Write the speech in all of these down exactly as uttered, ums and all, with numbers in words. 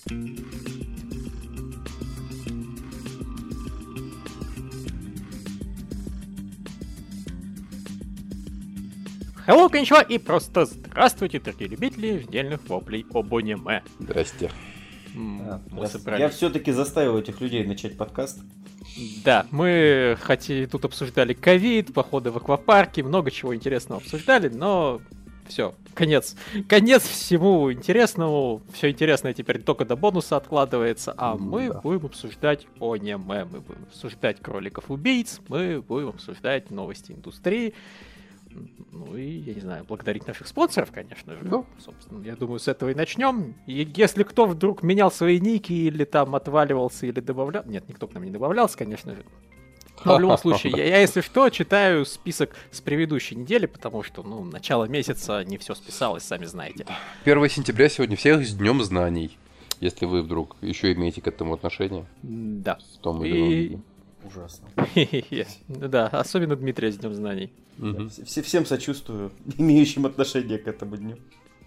Hello, кончва, и просто здравствуйте, дорогие любители недельных воплей об аниме. Здрасте. А, я все-таки заставил этих людей начать подкаст. Да, мы хотя тут обсуждали ковид, походы в аквапарке, много чего интересного обсуждали, но все, конец. Конец всему интересному. Все интересное теперь только до бонуса откладывается, а mm, мы да. будем обсуждать аниме, мы будем обсуждать кроликов-убийц, мы будем обсуждать новости индустрии. Ну и, я не знаю, благодарить наших спонсоров, конечно же. Ну, собственно, я думаю, с этого и начнем. И если кто вдруг менял свои ники или там отваливался, или добавлял... Нет, никто к нам не добавлялся, конечно же. Но в любом случае, я, я, если что, читаю список с предыдущей недели, потому что, ну, начало месяца не все списалось, сами знаете. первого сентября сегодня всех с Днем Знаний, если вы вдруг еще имеете к этому отношение. Да. В том или ином виде. Ужасно. Да, особенно Дмитрия с Днем Знаний. Угу. Всем сочувствую, имеющим отношение к этому дню.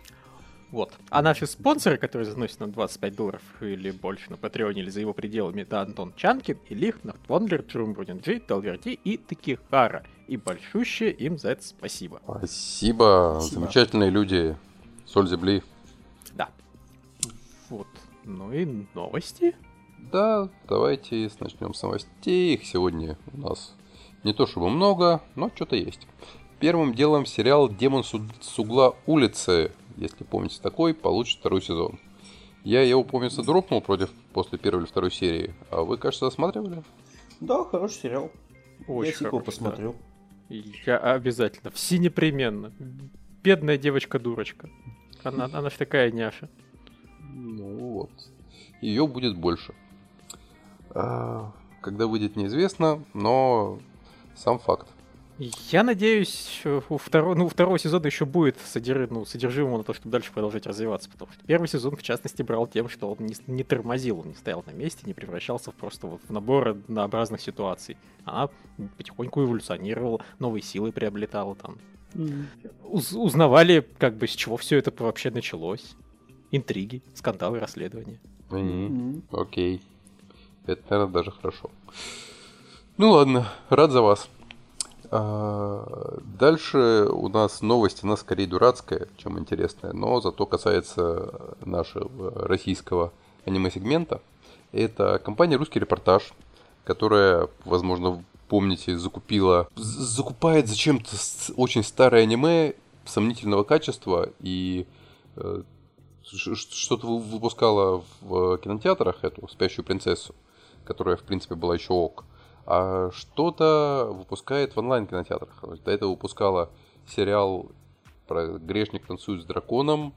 Вот. А наши спонсоры, которые заносят нам двадцать пять долларов или больше на Патреоне или за его пределами, это Антон Чанкин, Илих, Нахтвондлер, Джурумбрунинджи, Талверти и Такихара. И большущее им за это спасибо. Спасибо. Спасибо. Замечательные люди. Соль земли. Да. Вот. Ну и новости. Да, давайте начнем с новостей. Их сегодня у нас не то чтобы много, но что-то есть. Первым делом сериал «Демон с угла улицы», если помните такой, получит второй сезон. Я его, помнится, дропнул против после первой или второй серии. А вы, кажется, досматривали? Да, хороший сериал. Очень Я сиквел посмотрел. Да. Я обязательно. Все непременно. Бедная девочка-дурочка. Она, она ж такая няша. Ну вот. Ее будет больше. А, когда выйдет, неизвестно, но сам факт. Я надеюсь, у второго, ну, у второго сезона еще будет содерж... ну, содержимого на то, чтобы дальше продолжать развиваться, потому что первый сезон, в частности, брал тем, что он не, не тормозил, он не стоял на месте, не превращался в просто вот в набор однообразных ситуаций. Она потихоньку эволюционировала, новые силы приобретала там. Mm. Уз- узнавали, как бы, с чего все это вообще началось. Интриги, скандалы, расследования. Mm-hmm. Окей. Это, наверное, даже хорошо. Ну ладно, рад за вас. А, дальше у нас новость, она скорее дурацкая, чем интересная, но зато касается нашего российского аниме-сегмента. Это компания «Русский репортаж», которая, возможно, помните, закупила, закупает зачем-то очень старое аниме сомнительного качества и э, что-то выпускала в кинотеатрах, эту «Спящую принцессу», которая, в принципе, была еще ок. А что-то выпускает в онлайн-кинотеатрах. До этого выпускала сериал про «Грешник танцует с драконом»,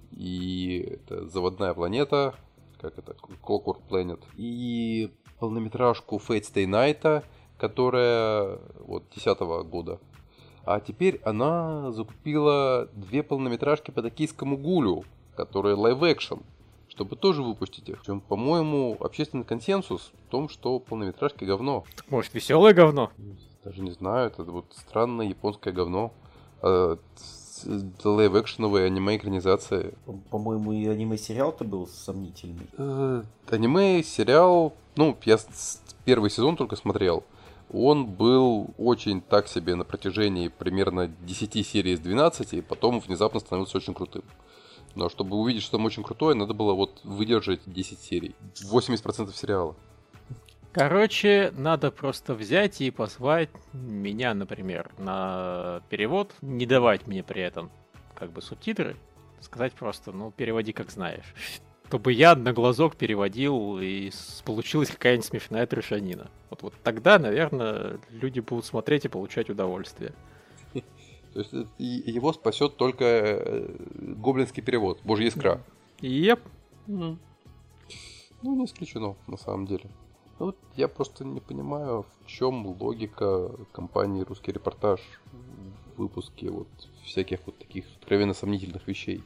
и это «Заводная планета», как это, Clockwork Planet, и полнометражку Fate Stay Night, которая вот десятого года. А теперь она закупила две полнометражки по «Токийскому гулю», которые лайв-экшн, чтобы тоже выпустить их. Причем, по-моему, общественный консенсус в том, что полнометражки говно. Так, может, веселое говно? Даже не знаю, это вот странное японское говно. А, лайв-экшеновые аниме-экранизации. По-моему, и аниме-сериал-то был сомнительный. Э, аниме-сериал, ну, я первый сезон только смотрел. Он был очень так себе на протяжении примерно десяти серий из двенадцати, и потом внезапно становился очень крутым. Но чтобы увидеть, что там очень крутое, надо было вот выдержать десять серий. восемьдесят процентов сериала. Короче, надо просто взять и позвать меня, например, на перевод, не давать мне при этом как бы субтитры, сказать просто, ну, переводи как знаешь. Чтобы я на глазок переводил, и получилась какая-нибудь смешная трешанина. Вот, вот тогда, наверное, люди будут смотреть и получать удовольствие. То есть его спасет только гоблинский перевод, Божья искра. Yep. Mm. Ну, не исключено, на самом деле. Ну, я просто не понимаю, в чем логика компании «Русский репортаж» в выпуске вот всяких вот таких откровенно сомнительных вещей.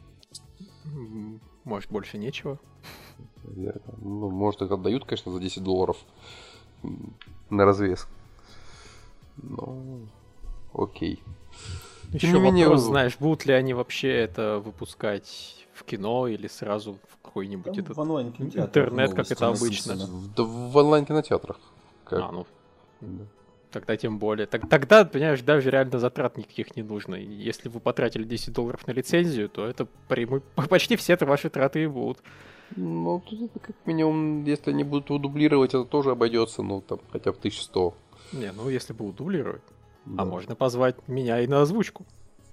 Может, больше нечего? Наверное. Ну, может, их отдают, конечно, за десять долларов на развес. Ну, окей. Еще не вопрос, менее... знаешь, будут ли они вообще это выпускать в кино или сразу в какой-нибудь этот в интернет, как это обычно. Да в онлайн-кинотеатрах. Как? А, ну, да. Тогда тем более. Так, тогда, понимаешь, даже реально затрат никаких не нужно. Если вы потратили десять долларов на лицензию, то это прямой... почти все это ваши траты и будут. Ну, тут это как минимум, если они будут его дублировать, это тоже обойдется, ну, там, хотя бы тысяча сто. Не, ну, если будут дублировать, да. А можно позвать меня и на озвучку.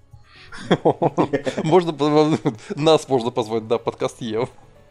Можно, нас можно позвать, да, подкаст Ев.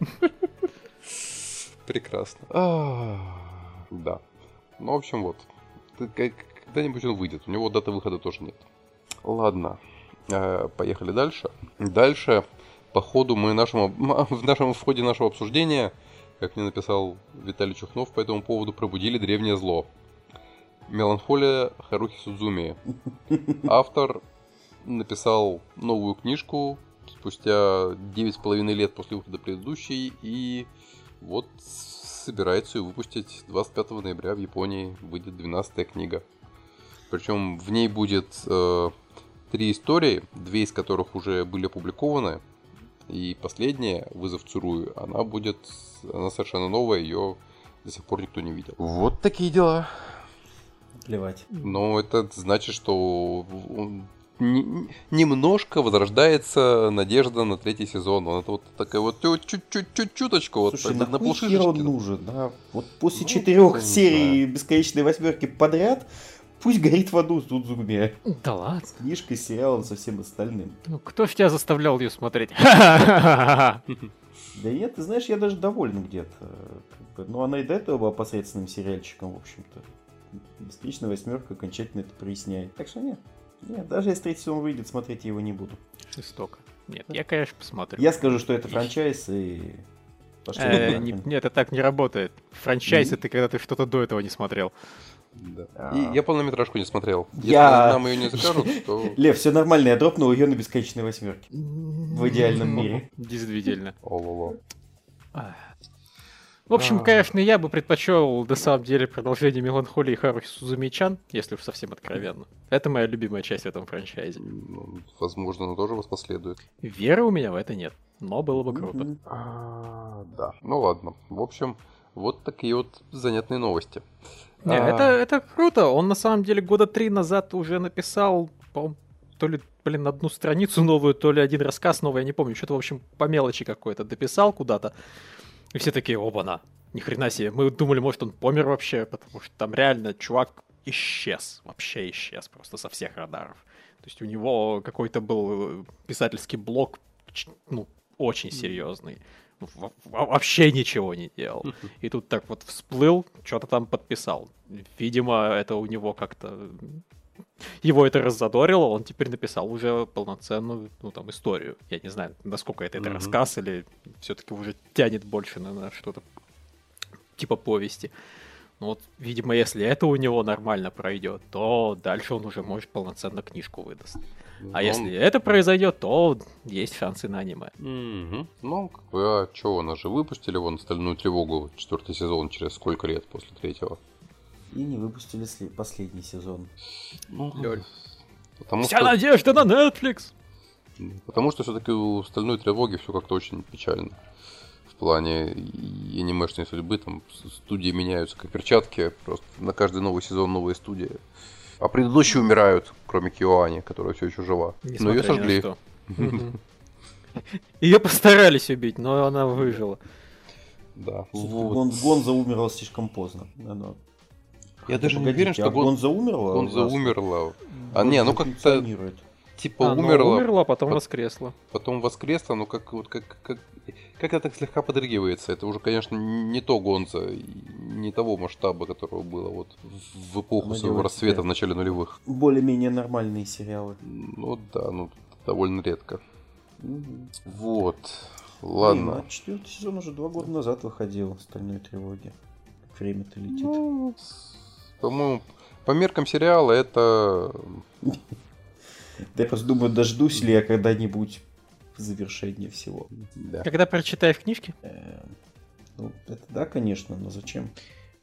Прекрасно. Да. Ну, в общем, вот. Когда-нибудь он выйдет. У него даты выхода тоже нет. Ладно. Поехали дальше. Дальше, по ходу мы нашему, в нашем в ходе нашего обсуждения, как мне написал Виталий Чухнов по этому поводу, пробудили древнее зло. Меланхолия Харухи Судзуми. Автор написал новую книжку спустя девять с половиной лет после выхода предыдущей, и вот собирается ее выпустить двадцать пятого ноября в Японии. Выйдет двенадцатая книга. Причем в ней будет э, три истории, две из которых уже были опубликованы, и последняя, «Вызов Цурую», она будет, она совершенно новая, ее до сих пор никто не видел. Вот такие дела. Плевать. Но это значит, что немножко возрождается надежда на третий сезон. Он это вот такая вот чуть-чуть чуточку вот на полшишечки. Он нужен, да? Вот после ну, четырех серий бесконечной восьмерки подряд пусть горит в аду Судзуми. Да ладно. С книжкой, сериалом, со всем остальным. Ну кто ж тебя заставлял ее смотреть? Да нет, ты знаешь, я даже доволен где-то. Ну она и до этого была посредственным сериальчиком, в общем-то. Бесконечная восьмерка окончательно это проясняет. Так что нет. Нет, даже если третий сезон выйдет, смотреть я его не буду. Жестоко. Нет, я, конечно, посмотрю. Я скажу, что это франчайз, и... Э, не, нет, это так не работает. Франчайз это когда ты что-то до этого не смотрел. Да. А... И я полнометражку не смотрел. Если я... нам ее не закажут, то... Лев, все нормально, я дропнул ее на бесконечной восьмерке. В идеальном мире. Действительно. О-ло-ло. В общем, конечно, я бы предпочел, на самом деле, продолжение Меланхолии Харухи Судзуми-чан, если уж совсем откровенно. Это моя любимая часть в этом франчайзе. Ну, возможно, она тоже вас последует. Веры у меня в это нет, но было бы круто. Mm-hmm. А, да, ну ладно. В общем, вот такие вот занятные новости. Не, а... это, это круто. Он, на самом деле, года три назад уже написал, по-моему, то ли, блин, одну страницу новую, то ли один рассказ новый, я не помню. Что-то, в общем, по мелочи какой-то дописал куда-то. И все такие, оба-на, ни хрена себе. Мы думали, может, он помер вообще, потому что там реально чувак исчез, вообще исчез просто со всех радаров. То есть у него какой-то был писательский блог, ну, очень серьезный. Вообще ничего не делал. И тут так вот всплыл, что-то там подписал. Видимо, это у него как-то... Его это раззадорило, он теперь написал уже полноценную, ну, там, историю. Я не знаю, насколько это, это mm-hmm. рассказ или все-таки уже тянет больше на, на что-то типа повести. Ну вот, видимо, если это у него нормально пройдет, то дальше он уже может полноценно книжку выдаст. Mm-hmm. А если это произойдет, то есть шансы на аниме. Mm-hmm. Ну, как бы, а что, нас же выпустили вон «Стальную тревогу», четвертый сезон, через сколько лет после третьего? И не выпустили последний сезон. Ну, потому Вся что... надежда на Netflix! Потому что все-таки у «Стальной тревоги» все как-то очень печально. В плане и анимешной судьбы. Там студии меняются как перчатки. Просто на каждый новый сезон новые студии. А предыдущие умирают, кроме Киоани, которая все еще жива. Но ее сожгли. Ее постарались убить, но она выжила. Да. Гонза умерла слишком поздно. Я даже Погодите, не уверен, что а Гонза умерла. Гонза умерла. А не, ну как-то типа а, умерла. умерла, потом по- воскресла. Потом воскресла, но как вот как как как это так слегка подрыгивается. Это уже, конечно, не то Гонза, не того масштаба, которого было вот в эпоху Надеюсь, своего расцвета в начале нулевых. Более-менее нормальные сериалы. Ну да, ну довольно редко. Угу. Вот. Ладно. Блин, а четвертый сезон уже два года назад выходил, «Стальной тревоги». Время-то летит. Ну, по-моему, по меркам сериала это... Да я просто думаю, дождусь ли я когда-нибудь завершения всего. Да. Когда прочитаешь книжки? Ну, это да, конечно, но зачем?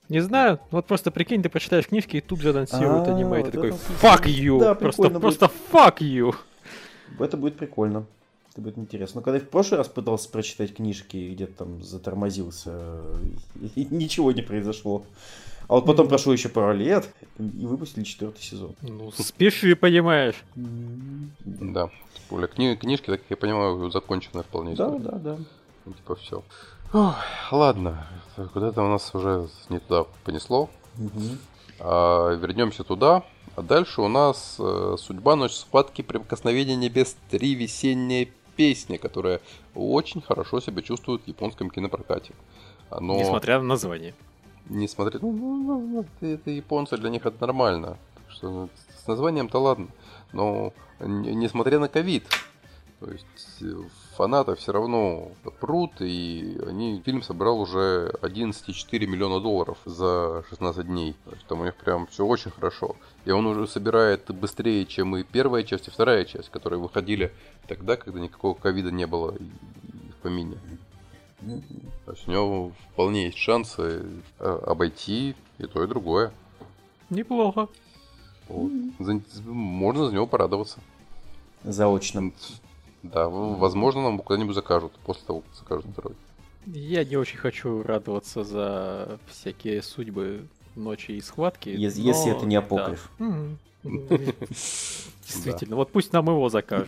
Не знаю, вот просто прикинь, ты прочитаешь книжки и тут же анонсируют А, аниме, и ты вот такой это смысл. fuck you! Да, Просто, прикольно просто fuck you! Это будет прикольно. Это будет интересно. Но когда я в прошлый раз пытался прочитать книжки и где-то там затормозился, и ничего не произошло. А вот потом прошло еще пару лет, и выпустили четвертый сезон. Ну, спеши, понимаешь. Да. Тем более кни- книжки, так как я понимаю, закончены вполне. Да, история. да, да. Ну, типа все. Ох, ладно. Куда-то у нас уже не туда понесло. Угу. А, вернемся туда. А дальше у нас э, «Судьба, ночь схватки, прикосновение небес три. Весенняя песня», которая очень хорошо себя чувствует в японском кинопрокате. Оно... Несмотря на название. Несмотря... Ну, ну, ну, это, это японцы, для них это нормально. Так что ну, с названием-то ладно. Но н- несмотря на ковид, то есть фанаты все равно прут, и они, фильм собрал уже одиннадцать целых четыре десятых миллиона долларов за шестнадцать дней. То есть там у них прям все очень хорошо. И он уже собирает быстрее, чем и первая часть, и вторая часть, которые выходили тогда, когда никакого ковида не было и в помине. То есть у него вполне есть шансы обойти и то, и другое. Неплохо. Вот. За- Можно за него порадоваться. Заочно. Да, в- возможно, нам куда-нибудь закажут после того, как закажут второй. Я не очень хочу радоваться за всякие судьбы ночи и схватки. Ес- но- Если это не да. апокриф. Мгм. Действительно, вот пусть нам его закажут.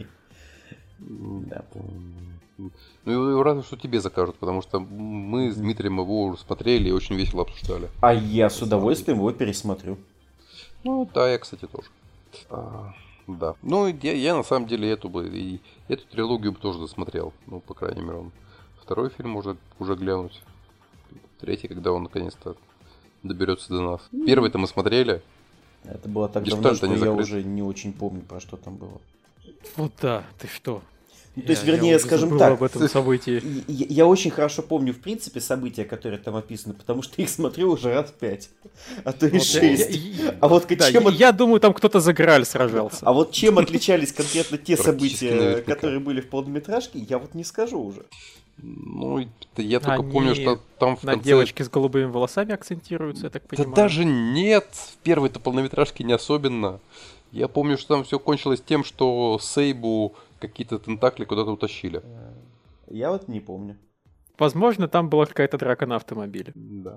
Да. Ну и рад, что тебе закажут, потому что мы с Дмитрием его уже смотрели и очень весело обсуждали. А я с удовольствием его пересмотрю. Ну да, я, кстати, тоже. А, да. Ну, я, я на самом деле эту бы и эту трилогию бы тоже досмотрел. Ну, по крайней мере, он второй фильм может уже глянуть. Третий, когда он наконец-то доберется до нас. Первый-то мы смотрели. Это было так Гештальт давно, что они я закрыты. уже не очень помню, про что там было. Вот да, ты что? Ну, то есть, Я- я вернее, уже скажем забыл так, об этом событии. Я, я очень хорошо помню, в принципе, события, которые там описаны, потому что их смотрю уже раз пять, а то и Вот я- шесть. я- А вот Да, чем, я, от- я думаю, там кто-то за Грааль сражался. а вот чем отличались конкретно те Практически события, наверняка. которые были в полнометражке, я вот не скажу уже. Ну, это я только Они помню, что там в На конце... девочке с голубыми волосами акцентируются, я так Да понимаю. даже нет, в первой-то полнометражке не особенно. Я помню, что там все кончилось тем, что Сейбу какие-то тентакли куда-то утащили. Я вот не помню. Возможно, там была какая-то драка на автомобиле. Да.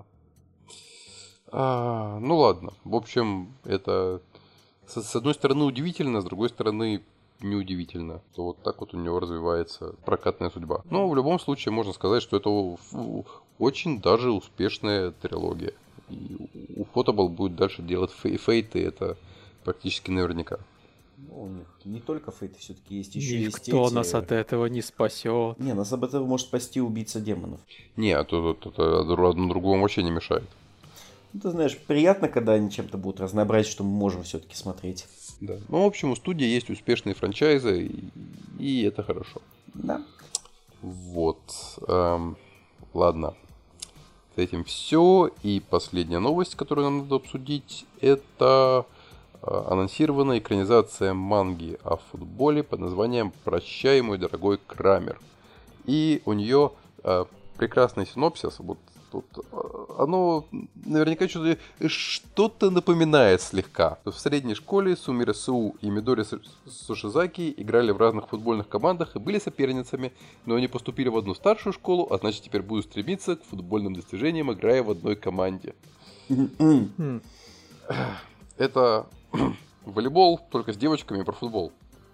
А, ну ладно. В общем, это с, с одной стороны удивительно, с другой стороны неудивительно, что вот так вот у него развивается прокатная судьба. Но в любом случае можно сказать, что это у- у- очень даже успешная трилогия. И у Фотобал будет дальше делать фей- фейты, это практически наверняка. Ну, у них не только фейты, все-таки есть еще есть Никто эти- нас от этого не спасет. Не, нас об этом может спасти убийца демонов. Не, а то, то- то- то одно другому вообще не мешает. Ну, ты знаешь, приятно, когда они чем-то будут разнообразить, что мы можем все-таки смотреть. Да. Ну, в общем, у студии есть успешные франчайзы, и, и это хорошо. Да. Вот. Эм, ладно. С этим все. И последняя новость, которую нам надо обсудить, это э, анонсированная экранизация манги о футболе под названием «Прощай, мой дорогой Крамер». И у нее э, прекрасный синопсис. Вот тут э, оно наверняка что-то, что-то напоминает слегка. В средней школе Сумире Суу и Мидори Су- Сушизаки играли в разных футбольных командах и были соперницами, но они поступили в одну старшую школу, а значит теперь будут стремиться к футбольным достижениям, играя в одной команде. Хм. Это волейбол, только с девочками про футбол.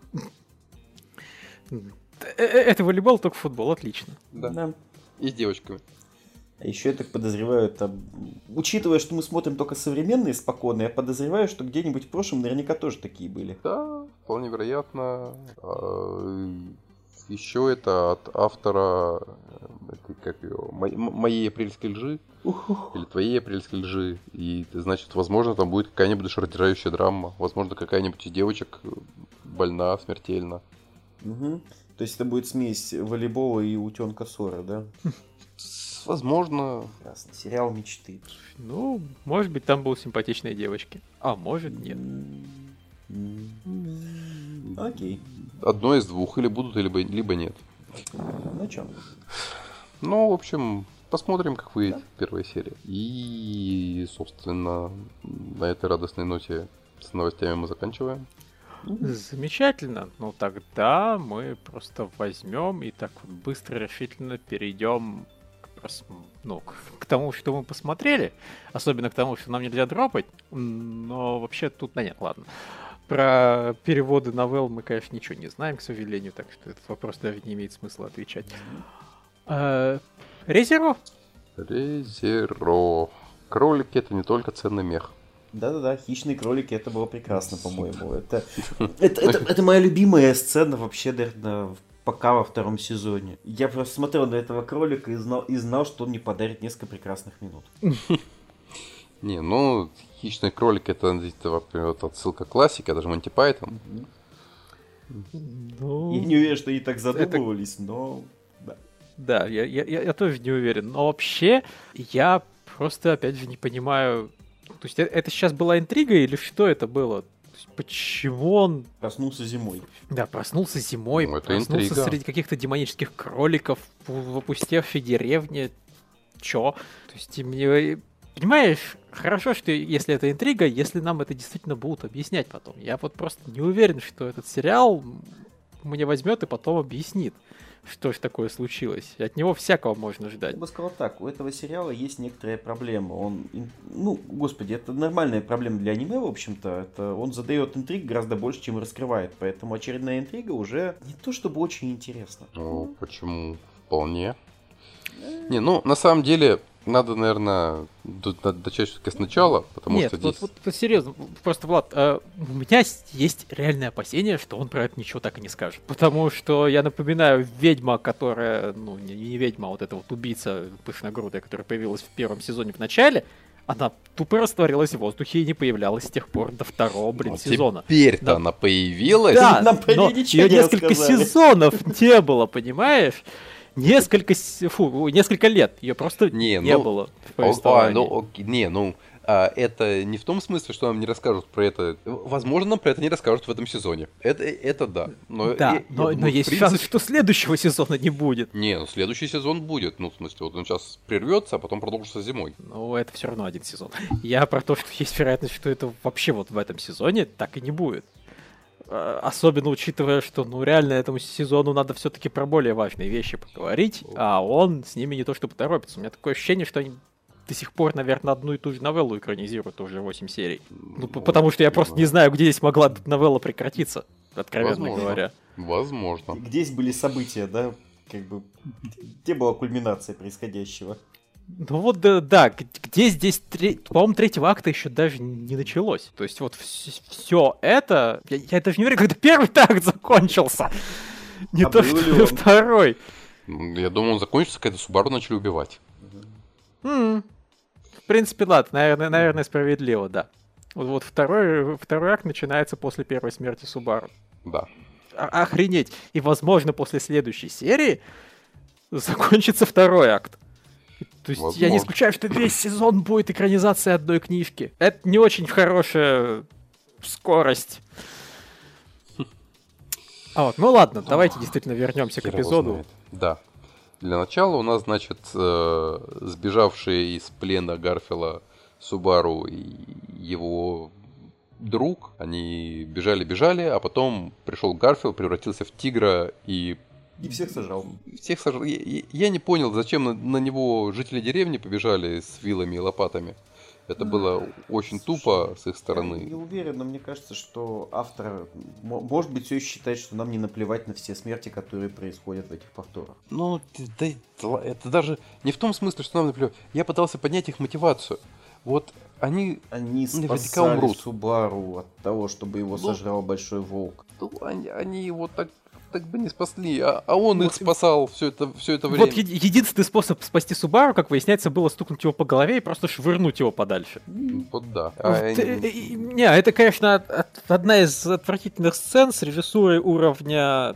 Э, э, Это волейбол, только футбол, отлично. Да. Да. И с девочками. А еще я так подозреваю, там, учитывая, что мы смотрим только современные спокойно, я подозреваю, что где-нибудь в прошлом наверняка тоже такие были. Да, вполне вероятно. А, еще это от автора э, этой, как его, мо- м- моей апрельской лжи. Или твоей апрельской лжи. И, значит, возможно, там будет какая-нибудь душераздирающая драма. Возможно, какая-нибудь из девочек больна смертельно. Угу. То есть это будет смесь волейбола и утенка Сора, да? Возможно. Прекрасно. Сериал мечты. Ну, может быть, там были симпатичные девочки. А может, нет. Окей. Одно из двух. Или будут, либо, либо нет. Ну что? Ну, в общем, посмотрим, как выйдет первая серия. И, собственно, на этой радостной ноте с новостями мы заканчиваем. Замечательно. Ну тогда мы просто возьмем и так вот быстро, решительно перейдем к, прос... ну, к тому, что мы посмотрели. Особенно к тому, что нам нельзя дропать. Но вообще тут... Да нет, ладно. Про переводы новелл мы, конечно, ничего не знаем, к сожалению, так что этот вопрос даже не имеет смысла отвечать. А, Резеро? Резеро. Кролики — это не только ценный мех. Да-да-да, хищные кролики, это было прекрасно, по-моему. Это, это, это, это моя любимая сцена вообще, наверное, пока во втором сезоне. Я просто смотрел на этого кролика и знал, и знал, что он мне подарит несколько прекрасных минут. Не, ну, хищные кролики — это, например, отсылка к классике, даже Монти Пайтон. Ну... Я не уверен, что они так задумывались, это... но... Да, да я, я, я тоже не уверен. Но вообще, я просто, опять же, не понимаю... То есть это сейчас была интрига или что это было? Почему он... Проснулся зимой. Да, проснулся зимой, ну, это проснулся интрига. Среди каких-то демонических кроликов в опустевшей деревне. Чё? То есть мне... Понимаешь, хорошо, что если это интрига, если нам это действительно будут объяснять потом. Я вот просто не уверен, что этот сериал мне возьмет и потом объяснит, что же такое случилось. От него всякого можно ждать. Я бы сказал так, у этого сериала есть некоторая проблема. Он, ну, господи, это нормальная проблема для аниме, в общем-то. Это он задает интриг гораздо больше, чем раскрывает. Поэтому очередная интрига уже не то чтобы очень интересна. Ну, почему? Вполне. Не, ну, на самом деле... Надо, наверное, начать все-таки сначала, потому Нет, что вот, здесь... вот, вот серьезно, просто, Влад, э, у меня есть реальное опасение, что он про это ничего так и не скажет. Потому что, я напоминаю, ведьма, которая, ну, не, не ведьма, а вот эта вот убийца пышногрудая, которая появилась в первом сезоне в начале, она тупо растворилась в воздухе и не появлялась с тех пор до второго, блин, ну, сезона. Теперь-то да. она появилась. Да, Нам но ничего ее не несколько рассказали. сезонов не было, понимаешь? Несколько, фу, несколько лет ее просто не, не ну, было в повествовании. А, ну, не, ну, а, это не в том смысле, что нам не расскажут про это. Возможно, нам про это не расскажут в этом сезоне. Это, это да. Но, да, я, но, я но думаю, есть принципе... шанс, что следующего сезона не будет. Не, ну следующий сезон будет. Ну, в смысле, вот он сейчас прервется, а потом продолжится зимой. Ну, это все равно один сезон. Я про то, что есть вероятность, что это вообще вот в этом сезоне так и не будет. Особенно учитывая, что, ну, реально этому сезону надо все-таки про более важные вещи поговорить, а он с ними не то чтобы торопится. У меня такое ощущение, что они до сих пор, наверное, одну и ту же новеллу экранизируют уже восемь серий. Ну, ну потому что я просто не знаю, где здесь могла новелла прекратиться, откровенно Возможно. говоря. Возможно. Где здесь были события, да? Как бы, где была кульминация происходящего? Ну вот, да, да, где здесь, по-моему, третьего акта еще даже не началось. То есть вот все это, я, я даже не уверен, когда первый акт закончился. Не а то, что второй. Я думаю, он закончится, когда Субару начали убивать. Mm. В принципе, ладно, наверное, наверное, справедливо, да. Вот, вот второй, второй акт начинается после первой смерти Субару. Да. О- охренеть. И, возможно, после следующей серии закончится второй акт. То есть возможно. Я не исключаю, что весь сезон будет экранизацией одной книжки. Это не очень хорошая скорость. А вот, ну ладно, давайте действительно вернемся к эпизоду. Да. Для начала у нас, значит, э, сбежавшие из плена Гарфила Субару и его друг, они бежали-бежали, а потом пришел Гарфил, превратился в тигра и... И всех сажал. Всех сажал. Я, я не понял, зачем на, на него жители деревни побежали с вилами и лопатами. Это было очень Слушай, тупо с их стороны. Я не уверен, но мне кажется, что автор, может быть, все еще считает, что нам не наплевать на все смерти, которые происходят в этих повторах. Ну, да, это даже не в том смысле, что нам наплевать. Я пытался поднять их мотивацию. Вот они, они наверняка умрут. Субару от того, чтобы его ну, сожрал большой волк. Ну, они, они его так... так бы не спасли, а, а он вот, их спасал все это, все это время. Вот е- единственный способ спасти Субару, как выясняется, было стукнуть его по голове и просто швырнуть его подальше. Вот да. А вот, они... Не, это, конечно, от, от, одна из отвратительных сцен с режиссурой уровня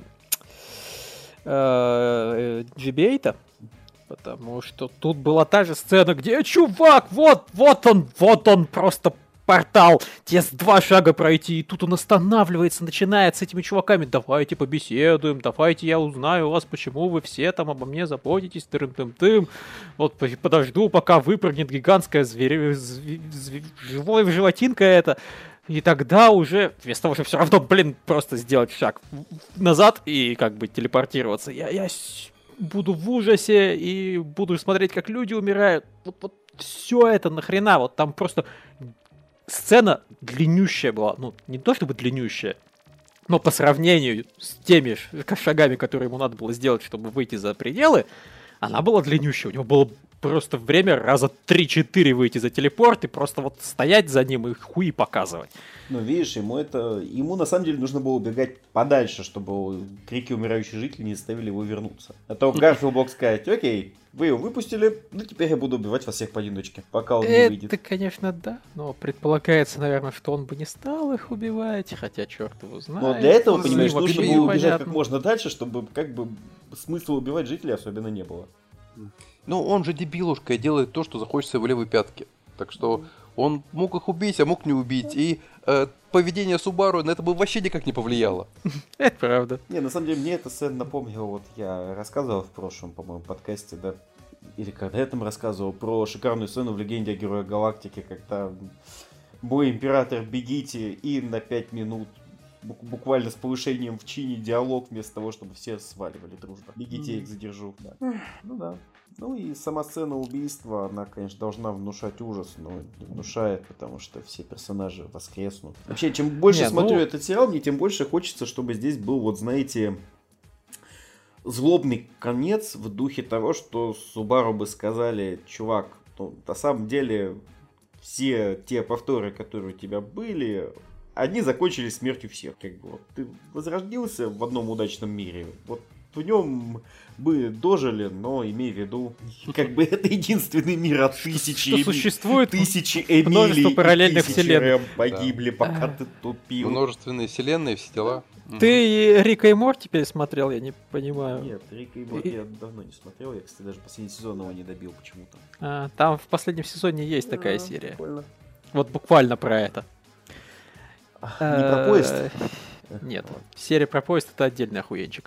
э, джи би эйт, потому что тут была та же сцена, где чувак, вот, вот он, вот он просто портал, тебе с два шага пройти, и тут он останавливается, начинает с этими чуваками, давайте побеседуем, давайте я узнаю у вас, почему вы все там обо мне заботитесь, тырым-тым-тым, вот подожду, пока выпрыгнет гигантская зверь, зв... зв... живая животинка эта, и тогда уже, вместо того, чтобы все равно, блин, просто сделать шаг назад и как бы телепортироваться, я, я буду в ужасе и буду смотреть, как люди умирают, вот, вот все это нахрена, вот там просто... Сцена длиннющая была, ну, не то чтобы длиннющая, но по сравнению с теми шагами, которые ему надо было сделать, чтобы выйти за пределы, она была длиннющая. У него было просто время раза три-четыре выйти за телепорт и просто вот стоять за ним и хуи показывать. Ну, видишь, ему это... Ему на самом деле нужно было убегать подальше, чтобы крики умирающих жителей не заставили его вернуться. А то Гарфилд мог сказать, окей, вы его выпустили, ну теперь я буду убивать вас всех поодиночке, пока он не выйдет. Это, конечно, да, но предполагается, наверное, что он бы не стал их убивать, хотя черт его знает. Но для этого, понимаешь, ну, нужно было убежать как можно дальше, чтобы как бы смысла убивать жителей особенно не было. Ну, он же дебилушка и делает то, что захочется в левой пятке. Так что он мог их убить, а мог не убить. И э, поведение Субару на это бы вообще никак не повлияло. Это правда. Не, на самом деле, мне эта сцена напомнила, вот я рассказывал в прошлом, по-моему, подкасте, да, или когда я там рассказывал про шикарную сцену в «Легенде о Герое Галактики», когда бой император, бегите, и на пять минут буквально с повышением в чине диалог, вместо того, чтобы все сваливали дружно. Бегите, я их задержу. Да. Ну да. Ну и сама сцена убийства, она, конечно, должна внушать ужас, но не внушает, потому что все персонажи воскреснут. Вообще, чем больше не, смотрю ну... этот сериал, мне тем больше хочется, чтобы здесь был, вот знаете, злобный конец в духе того, что Субару бы сказали, чувак, ну, на самом деле все те повторы, которые у тебя были, они закончились смертью всех. Как бы, вот, ты возродился в одном удачном мире, вот в нем бы дожили, но имей в виду, как бы это единственный мир от тысячи, что существует тысячи Эмилий, параллельных вселенных погибли, да. Пока ты тупил. Множественные вселенные, все дела. Ты угу. Рика и Морти теперь смотрел, я не понимаю. Нет, Рика и Морти и... я давно не смотрел, я, кстати, даже последний сезон его не добил почему-то. А, там в последнем сезоне есть да, такая серия. Прикольно. Вот буквально про это. Не про поезд? Нет, серия про поезд — это отдельный охуенчик.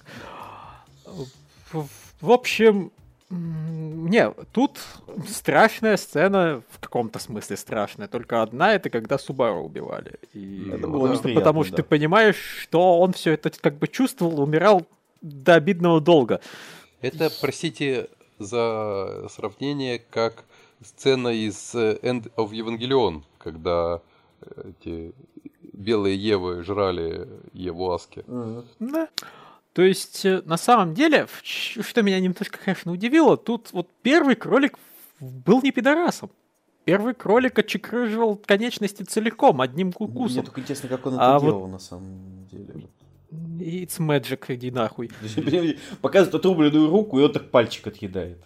В общем, не, тут страшная сцена, в каком-то смысле страшная, только одна, это когда Субару убивали. И это было потому, потому что да. Ты понимаешь, что он все это как бы чувствовал, умирал до обидного долга. Это, простите за сравнение, как сцена из End of Evangelion, когда эти белые Евы жрали Еву Аски. Mm-hmm. Да. То есть, на самом деле, что меня немножко, конечно, удивило, тут вот первый кролик был не пидорасом. Первый кролик отчекрыживал конечности целиком, одним кукусом. Мне только интересно, как он это а делал, вот... на самом деле. It's magic, иди нахуй. Показывает отрубленную руку, и он так пальчик отъедает.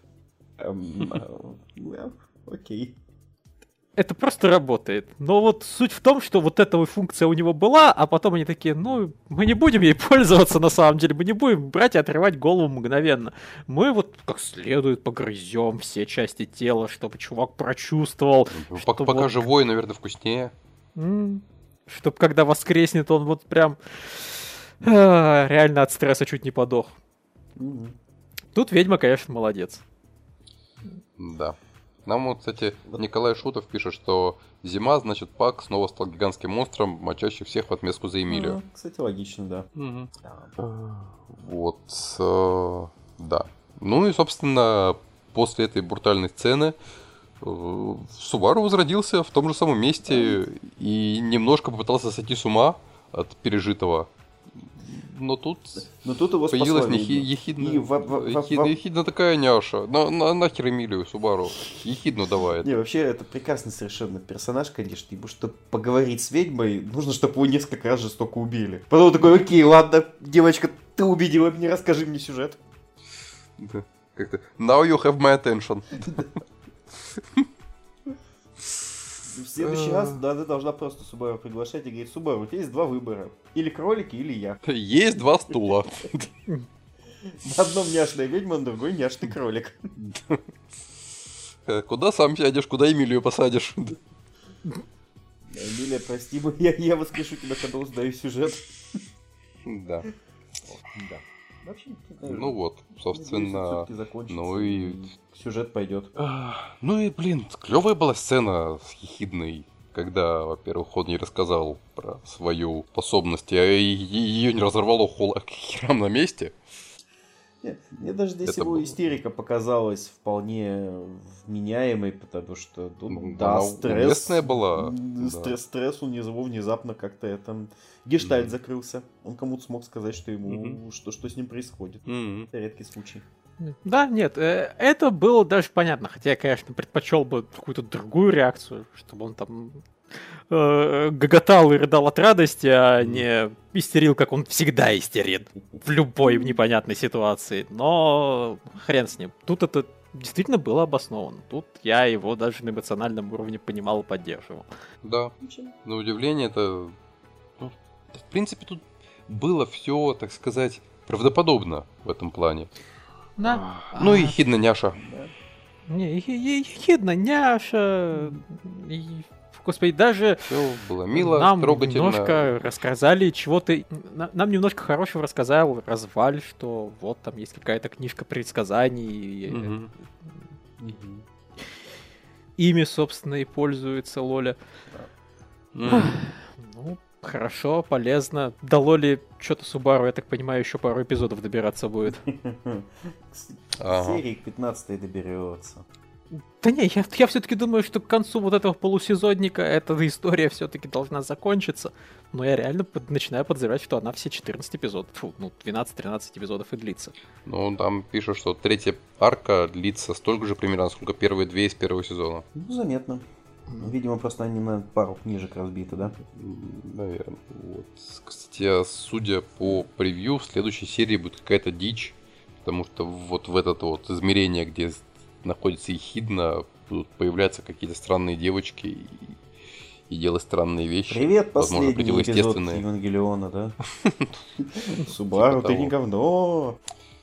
Окей. Это просто работает. Но вот суть в том, что вот эта функция у него была, а потом они такие, ну, мы не будем ей пользоваться на самом деле, мы не будем брать и отрывать голову мгновенно. Мы вот как следует погрызем все части тела, чтобы чувак прочувствовал. Ну, пока пока вот... живой, наверное, вкуснее. М-м, чтобы когда воскреснет, он вот прям а, реально от стресса чуть не подох. Mm-hmm. Тут ведьма, конечно, молодец. Да. Нам вот, кстати, Николай Шутов пишет, что зима, значит, Пак снова стал гигантским монстром, мочащим всех в отместку за Эмилию. Mm, кстати, логично, да. Mm-hmm. Да. Вот, э, да. Ну и, собственно, после этой брутальной сцены э, Субару возродился в том же самом месте mm. и немножко попытался сойти с ума от пережитого. Но тут, Но тут его появилась нехи, ехидна, в, в, ехидна, в... ехидна такая няша. На, на, нахер Эмилию Субару. Ехидну давай. Не, вообще, это прекрасный совершенно персонаж, конечно. Ему, чтобы поговорить с ведьмой, нужно, чтобы его несколько раз жестоко убили. Потом такой, окей, ладно, девочка, ты убедила меня, расскажи мне сюжет. Да, как-то, now you have my attention. В следующий раз Дада должна просто Субару приглашать и говорить: Субару, у тебя есть два выбора. Или кролики, или я. Есть два стула. На одном няшная ведьма, на другой няшный кролик. Куда сам сядешь, куда Эмилию посадишь? Эмилия, прости, я, я воскрешу тебя, когда узнаю сюжет. Да. Да. Вообще, ну вот, собственно, ну и... Сюжет пойдет. Ну и, блин, клевая была сцена с Ехидной, когда, во-первых, он ей рассказал про свою способность, а ее не разорвало хол к херам на месте. Нет, мне даже здесь Это его было... истерика показалась вполне вменяемой, потому что, ну, да, да, стресс, была. Стресс, Да. стресс у него внезапно как-то это, гештальт mm-hmm. закрылся. Он кому-то смог сказать, что ему, mm-hmm. что, что с ним происходит. Mm-hmm. Это редкий случай. Да, нет, это было даже понятно, хотя я, конечно, предпочел бы какую-то другую реакцию, чтобы он там э, гоготал и рыдал от радости, а mm. не истерил, как он всегда истерит в любой непонятной ситуации. Но хрен с ним. Тут это действительно было обосновано. Тут я его даже на эмоциональном уровне понимал и поддерживал. Да, на удивление это... Ну, в принципе, тут было все, так сказать, правдоподобно в этом плане. Да. Ну и Ехидна няша. Не, Ехидна няша. И, господи, даже все было мило, нам трогательно. Немножко рассказали чего-то. Нам немножко хорошего рассказал Разваль, что вот там есть какая-то книжка предсказаний. Угу. Угу. Ими, собственно, и пользуется Лоля. Угу. Ну, хорошо, полезно. До Лоли что-то Субару, я так понимаю, еще пару эпизодов добираться будет. Ага. Серии к пятнадцатой доберется. Да не, я, я все-таки думаю, что к концу вот этого полусезонника эта история все-таки должна закончиться. Но я реально под, начинаю подозревать, что она все четырнадцать эпизодов, фу, ну, двенадцать-тринадцать эпизодов и длится. Ну, там пишут, что третья арка длится столько же примерно, сколько первые две из первого сезона. Ну, заметно. Видимо, просто они на пару книжек разбиты, да? Наверное. Вот. Кстати, судя по превью, в следующей серии будет какая-то дичь, потому что вот в это вот измерение, где находится Ехидна, будут появляться какие-то странные девочки и, и делать странные вещи. Привет, последний эпизод Евангелиона, да? Субару, ты не говно!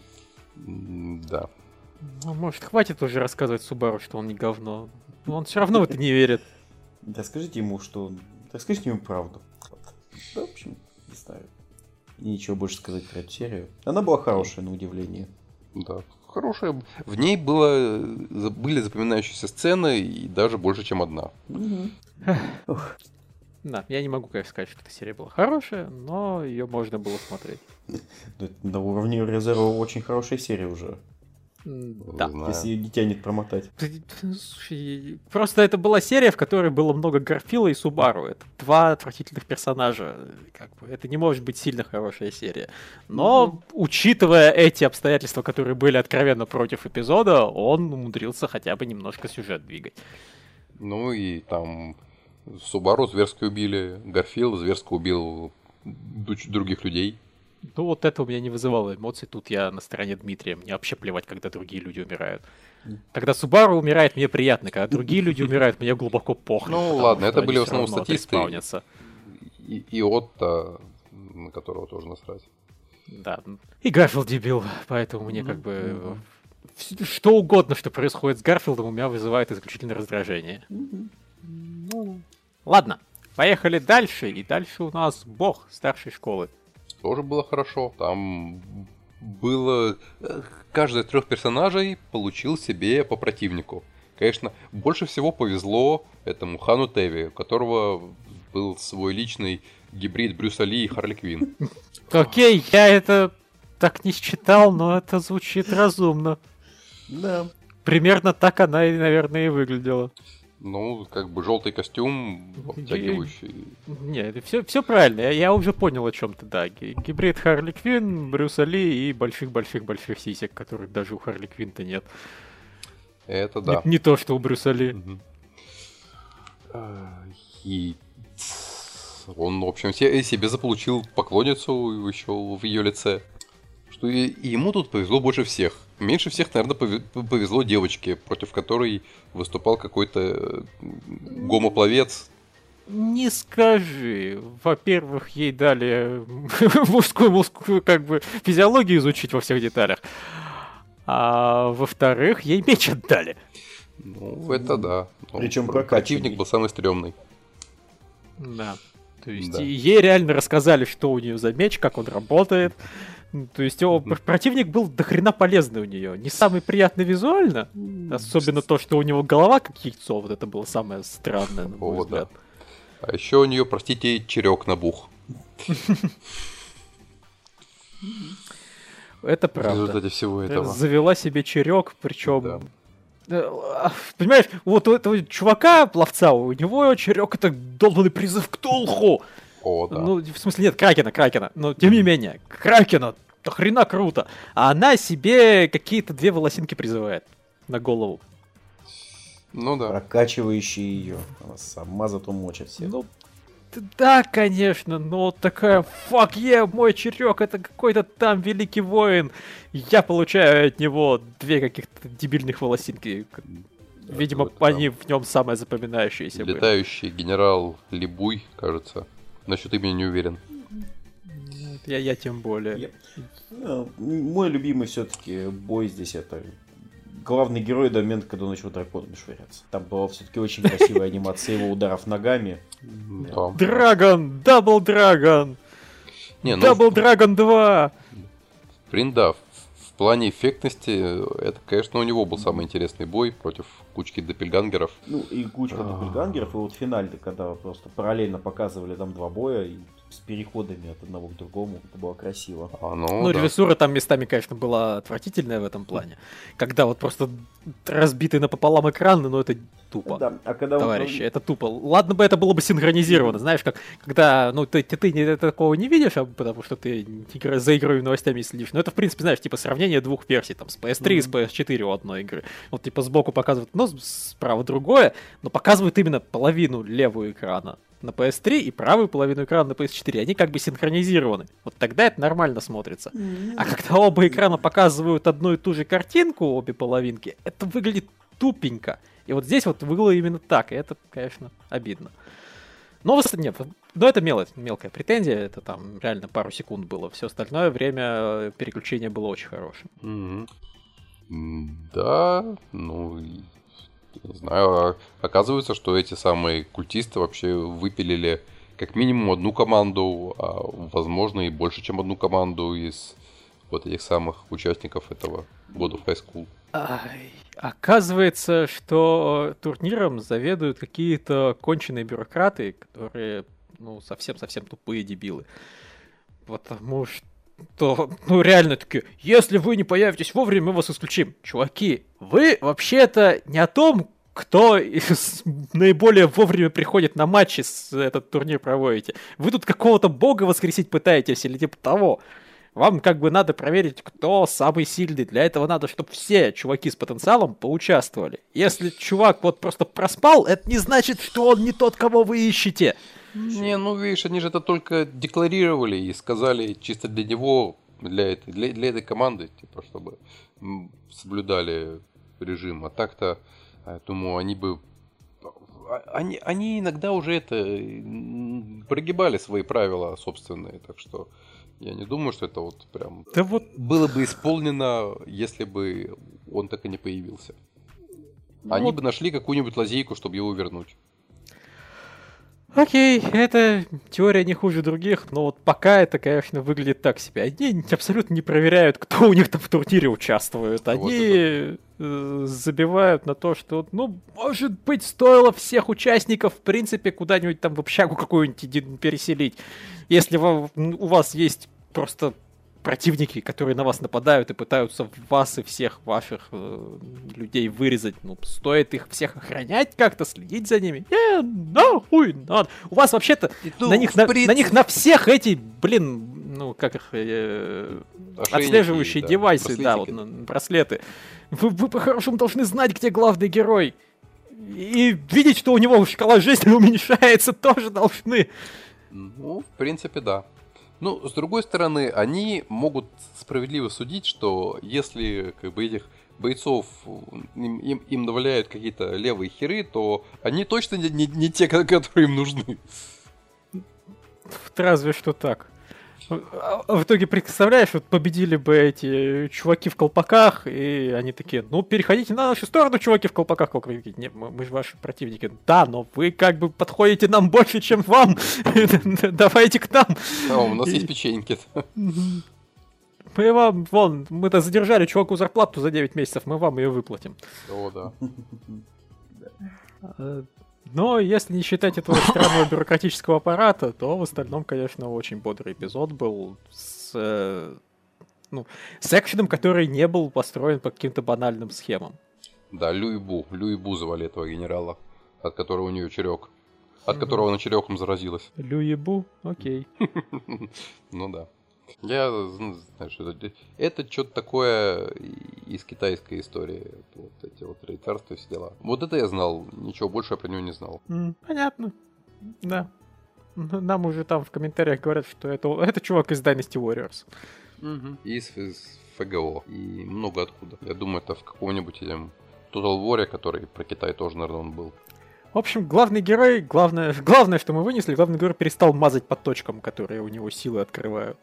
Да. Ну, может, хватит уже рассказывать Субару, что он не говно. Он все равно в это не верит. Да скажите ему, что... Да скажите ему правду. Да, в общем, не знаю. И ничего больше сказать про эту серию. Она была хорошая, на удивление. Да, хорошая. В ней было... были запоминающиеся сцены, и даже больше, чем одна. Да, я не могу, конечно, сказать, что эта серия была хорошая, но ее можно было смотреть. На уровне Резерва очень хорошая серия уже. Да. Если ее не тянет промотать. Слушай, просто это была серия, в которой было много Гарфила и Субару. Это два отвратительных персонажа. Как бы, это не может быть сильно хорошая серия. Но, mm-hmm. учитывая эти обстоятельства, которые были откровенно против эпизода, он умудрился хотя бы немножко сюжет двигать. Ну и там Субару зверски убили, Гарфил зверски убил других людей. Ну, вот это у меня не вызывало эмоций. Тут я на стороне Дмитрия. Мне вообще плевать, когда другие люди умирают. Когда Субару умирает, мне приятно. Когда другие люди умирают, мне глубоко похрен. Ну, ладно, это были в основном статисты. И, и Отто, на которого тоже насрать. Да. И Гарфилд дебил, поэтому мне как бы... Что угодно, что происходит с Гарфилдом, у меня вызывает исключительно раздражение. Ну, ладно, поехали дальше. И дальше у нас Бог старшей школы. Тоже было хорошо. Там было... Каждый из трех персонажей получил себе по противнику. Конечно, больше всего повезло этому Хану Теви, у которого был свой личный гибрид Брюса Ли и Харли Квинн. Окей, я это так не считал, но это звучит разумно. Да. Примерно так она, наверное, и выглядела. Ну, как бы желтый костюм, обтягивающий. Нет, все, все правильно, я, я уже понял о чем ты, да. Гибрид Харли Квинн, Брюса Ли и больших-больших-больших сисек, которых даже у Харли Квинн-то нет. Это да. Не, не то, что у Брюса Ли. Угу. И он, в общем, себе заполучил поклонницу еще в ее лице. Что и, и ему тут повезло больше всех. Меньше всех, наверное, повезло девочке, против которой выступал какой-то гомопловец. Не скажи. Во-первых, ей дали мужскую, мужскую как бы физиологию изучить во всех деталях. А во-вторых, ей меч отдали. Ну, это да. Причем противник был самый стрёмный. Да. То есть Да. ей реально рассказали, что у нее за меч, как он работает. То есть его Мгм. противник был дохрена полезный у нее. Не самый приятный визуально, особенно то, что у него голова как яйцо. Вот это было самое странное, на мой О, взгляд. да. А еще у нее, простите, черек набух. Это В правда. результате всего этого. Завела себе черек, причем... Да. Э, Понимаешь, вот у этого чувака, пловца, у него черек это долбанный призыв к Тулху. О, да. Ну, в смысле, нет, Кракена, Кракена. Но, тем не менее, Кракена, до хрена круто. А она себе какие-то две волосинки призывает на голову. Ну да. Прокачивающие ее. Она сама зато мочит всех. Ну, т- да, конечно, но такая, fuck yeah, мой черек, это какой-то там великий воин. Я получаю от него две каких-то дебильных волосинки. Видимо, какой-то там они в нем самое запоминающееся были. Летающий генерал Либуй, кажется. Насчет имени не уверен. Я, я тем более. Я- Ну, мой любимый все-таки бой здесь это главный герой до момента, когда он начал драконами швыряться. Там была все-таки очень красивая анимация его ударов ногами. Да. Драгон! Дабл Драгон! Не, ну, Дабл Драгон два! Блин, да, в в плане эффектности, это, конечно, у него был самый интересный бой против кучки доппельгангеров. Ну и кучка доппельгангеров, и вот в финале, когда просто параллельно показывали там два боя, и с переходами от одного к другому, это было красиво. А, ну, Ну, да. режиссура там местами, конечно, была отвратительная в этом плане. Когда вот просто разбитый напополам экран, ну это тупо. Да, а когда он- Товарищи, это тупо. Ладно бы это было бы синхронизировано, знаешь, как когда, ну, ты, ты, ты не- такого не видишь, а потому что ты игра- за игровыми новостями следишь. Но это, в принципе, знаешь, типа сравнение двух версий, там, с пи эс три и с пи эс четыре у одной игры. Вот, типа, сбоку показывают одно, справа другое, но показывают именно половину левую экрана на пи эс три и правую половину экрана на пи эс четыре. Они как бы синхронизированы. Вот тогда это нормально смотрится. А когда оба экрана показывают одну и ту же картинку, обе половинки, это выглядит тупенько. И вот здесь вот было именно так, и это, конечно, обидно. Но, в- нет, но это мело- мелкая претензия, это там реально пару секунд было. Все остальное время э, переключения было очень хорошим. Мгм. М, Да, ну, и- не знаю, а оказывается, что эти самые культисты вообще выпилили как минимум одну команду, а возможно и больше, чем одну команду из вот этих самых участников этого God of High School. Ай, оказывается, что турниром заведуют какие-то конченые бюрократы, которые, ну, совсем-совсем тупые дебилы. Потому что, ну, реально такие, если вы не появитесь вовремя, мы вас исключим. Чуваки, вы вообще-то не о том, кто из- наиболее вовремя приходит на матчи, с этот турнир проводите. Вы тут какого-то бога воскресить пытаетесь или типа того. Вам как бы надо проверить, кто самый сильный. Для этого надо, чтобы все чуваки с потенциалом поучаствовали. Если чувак вот просто проспал, это не значит, что он не тот, кого вы ищете. Не, ну видишь, они же это только декларировали и сказали чисто для него, для этой, для, для этой команды, типа, чтобы м, соблюдали режим. А так-то, я думаю, они бы... а- Они, они иногда уже это м, прогибали свои правила собственные, так что я не думаю, что это вот прям Да вот, было бы исполнено, если бы он так и не появился. Они вот бы нашли какую-нибудь лазейку, чтобы его вернуть. окей, эта теория не хуже других, но вот пока это, конечно, выглядит так себе. Они абсолютно не проверяют, кто у них там в турнире участвует. Они Вот э, забивают на то, что, ну, может быть, стоило всех участников, в принципе, куда-нибудь там в общагу какую-нибудь иди- переселить. Если во- у вас есть просто противники, которые на вас нападают и пытаются вас и всех ваших э, людей вырезать, ну, стоит их всех охранять как-то, следить за ними. Не, нахуй надо. У вас вообще-то Ну, на, них, в на, принципе- на них на всех эти, блин, ну, как их, э, Ошейники, отслеживающие да, девайсы, да, вот, браслетики. на- браслеты. Вы, вы по-хорошему должны знать, где главный герой. И видеть, что у него шкала жизни уменьшается, тоже должны. Ну, в принципе, да. Ну, с другой стороны, они могут справедливо судить, что если как бы этих бойцов им, им, им наваляют какие-то левые херы, то они точно не, не, не те, которые им нужны. Разве что так. В итоге, представляешь, вот победили бы эти чуваки в колпаках, и они такие, ну, переходите на нашу сторону, чуваки в колпаках. Колпаки, нет, мы, мы же ваши противники. Да, но вы как бы подходите нам больше, чем вам. Давайте к нам. А, у нас есть печеньки. Мы вам, вон, мы-то задержали чуваку зарплату за девять месяцев, мы вам ее выплатим. О, да. Но если не считать этого странного бюрократического аппарата, то в остальном, конечно, очень бодрый эпизод был с, э, ну, с экшеном, который не был построен по каким-то банальным схемам. Да, Люйбу. Люйбу звали этого генерала, от которого у нее черек. От которого она череком заразилась. Люйбу? Окей. Ну да. Я, знаешь, это, это что-то такое из китайской истории. Вот эти вот рейцарства и все дела. Вот это я знал, ничего больше я про него не знал. Mm, понятно. Да. Нам уже там в комментариях говорят, что это, это чувак из Dynasty Warriors. Mm-hmm. Из, из ФГО. И много откуда. Я думаю, это в каком-нибудь этом Total War, который про Китай тоже, наверное, он был. В общем, главный герой, главное, главное, что мы вынесли, главный герой перестал мазать по точкам, которые у него силы открывают.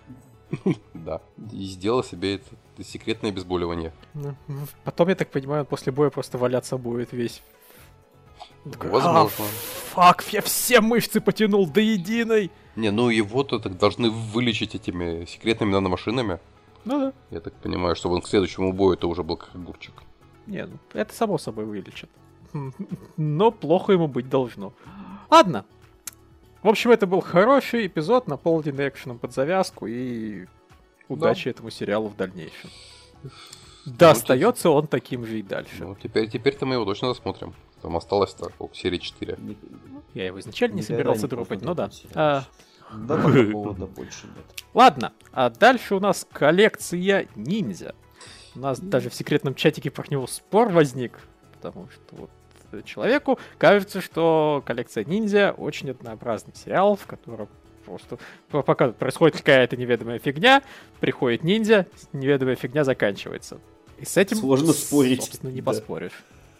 Да. И сделал себе это секретное обезболивание. Потом, я так понимаю, после боя просто валяться будет весь. Возможно. Фак, я все мышцы потянул до единой. Не, ну его-то так должны вылечить этими секретными наномашинами. Ну да. Я так понимаю, чтобы он к следующему бою это уже был как огурчик. Не, ну это само собой вылечит. Но плохо ему быть должно. Ладно. В общем, это был хороший эпизод, наполненный экшеном под завязку, и удачи да. этому сериалу в дальнейшем. Да, ну, остается он таким же и дальше. Ну, теперь, теперь-то мы его точно досмотрим. Там осталось-то серии четыре. Я его изначально не Никогда собирался не дропать, но да. А... Да, пока повода больше нет. Ладно, а дальше у нас коллекция ниндзя. У нас mm. даже в секретном чатике про него спор возник, потому что вот человеку кажется, что коллекция ниндзя очень однообразный сериал, в котором просто пока происходит какая-то неведомая фигня, приходит ниндзя, неведомая фигня заканчивается. И с этим, сложно спорить. Собственно, не да. поспоришь.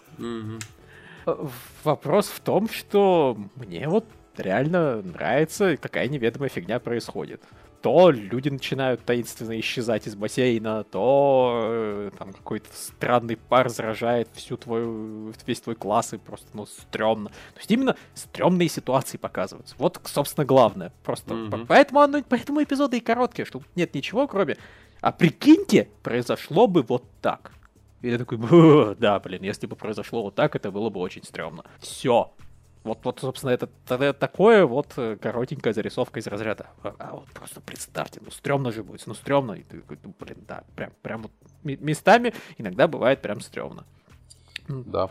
Mm-hmm. Вопрос в том, что мне вот реально нравится, какая неведомая фигня происходит. То люди начинают таинственно исчезать из бассейна, то э, там какой-то странный пар заражает всю твою, весь твой класс, и просто, ну, стрёмно. То есть именно стрёмные ситуации показываются. Вот, собственно, главное. Просто mm-hmm. поэтому, оно, поэтому эпизоды и короткие, что нет ничего, кроме... А прикиньте, произошло бы вот так. И я такой, да, блин, если бы произошло вот так, это было бы очень стрёмно. Все. Вот, вот, собственно, это, это такое вот коротенькая зарисовка из разряда. А, а вот просто представьте, ну стрёмно же будет, ну стрёмно. И ты такой, ну, блин, да, прям, прям вот местами иногда бывает прям стрёмно. Да.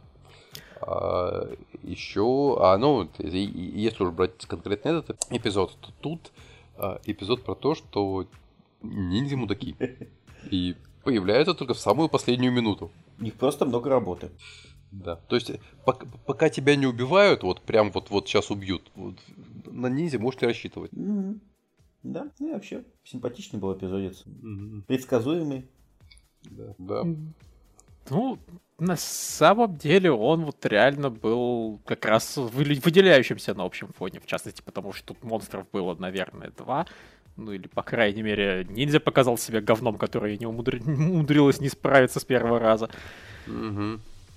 А, еще, а, ну, если уж брать конкретно этот эпизод, то тут а, эпизод про то, что ниндзя мудаки. И появляются только в самую последнюю минуту. У них просто много работы. Да, то есть пока, пока тебя не убивают, вот прям вот, вот сейчас убьют, вот, на ниндзя можете рассчитывать. Mm-hmm. Да, ну и вообще симпатичный был эпизодец. Mm-hmm. Предсказуемый. Да, да. Ну, на самом деле он вот реально был как раз выделяющимся на общем фоне, в частности, потому что тут монстров было, наверное, два. Ну или, по крайней мере, ниндзя показал себя говном, которое не умудр... умудрилось не справиться с первого раза. Угу.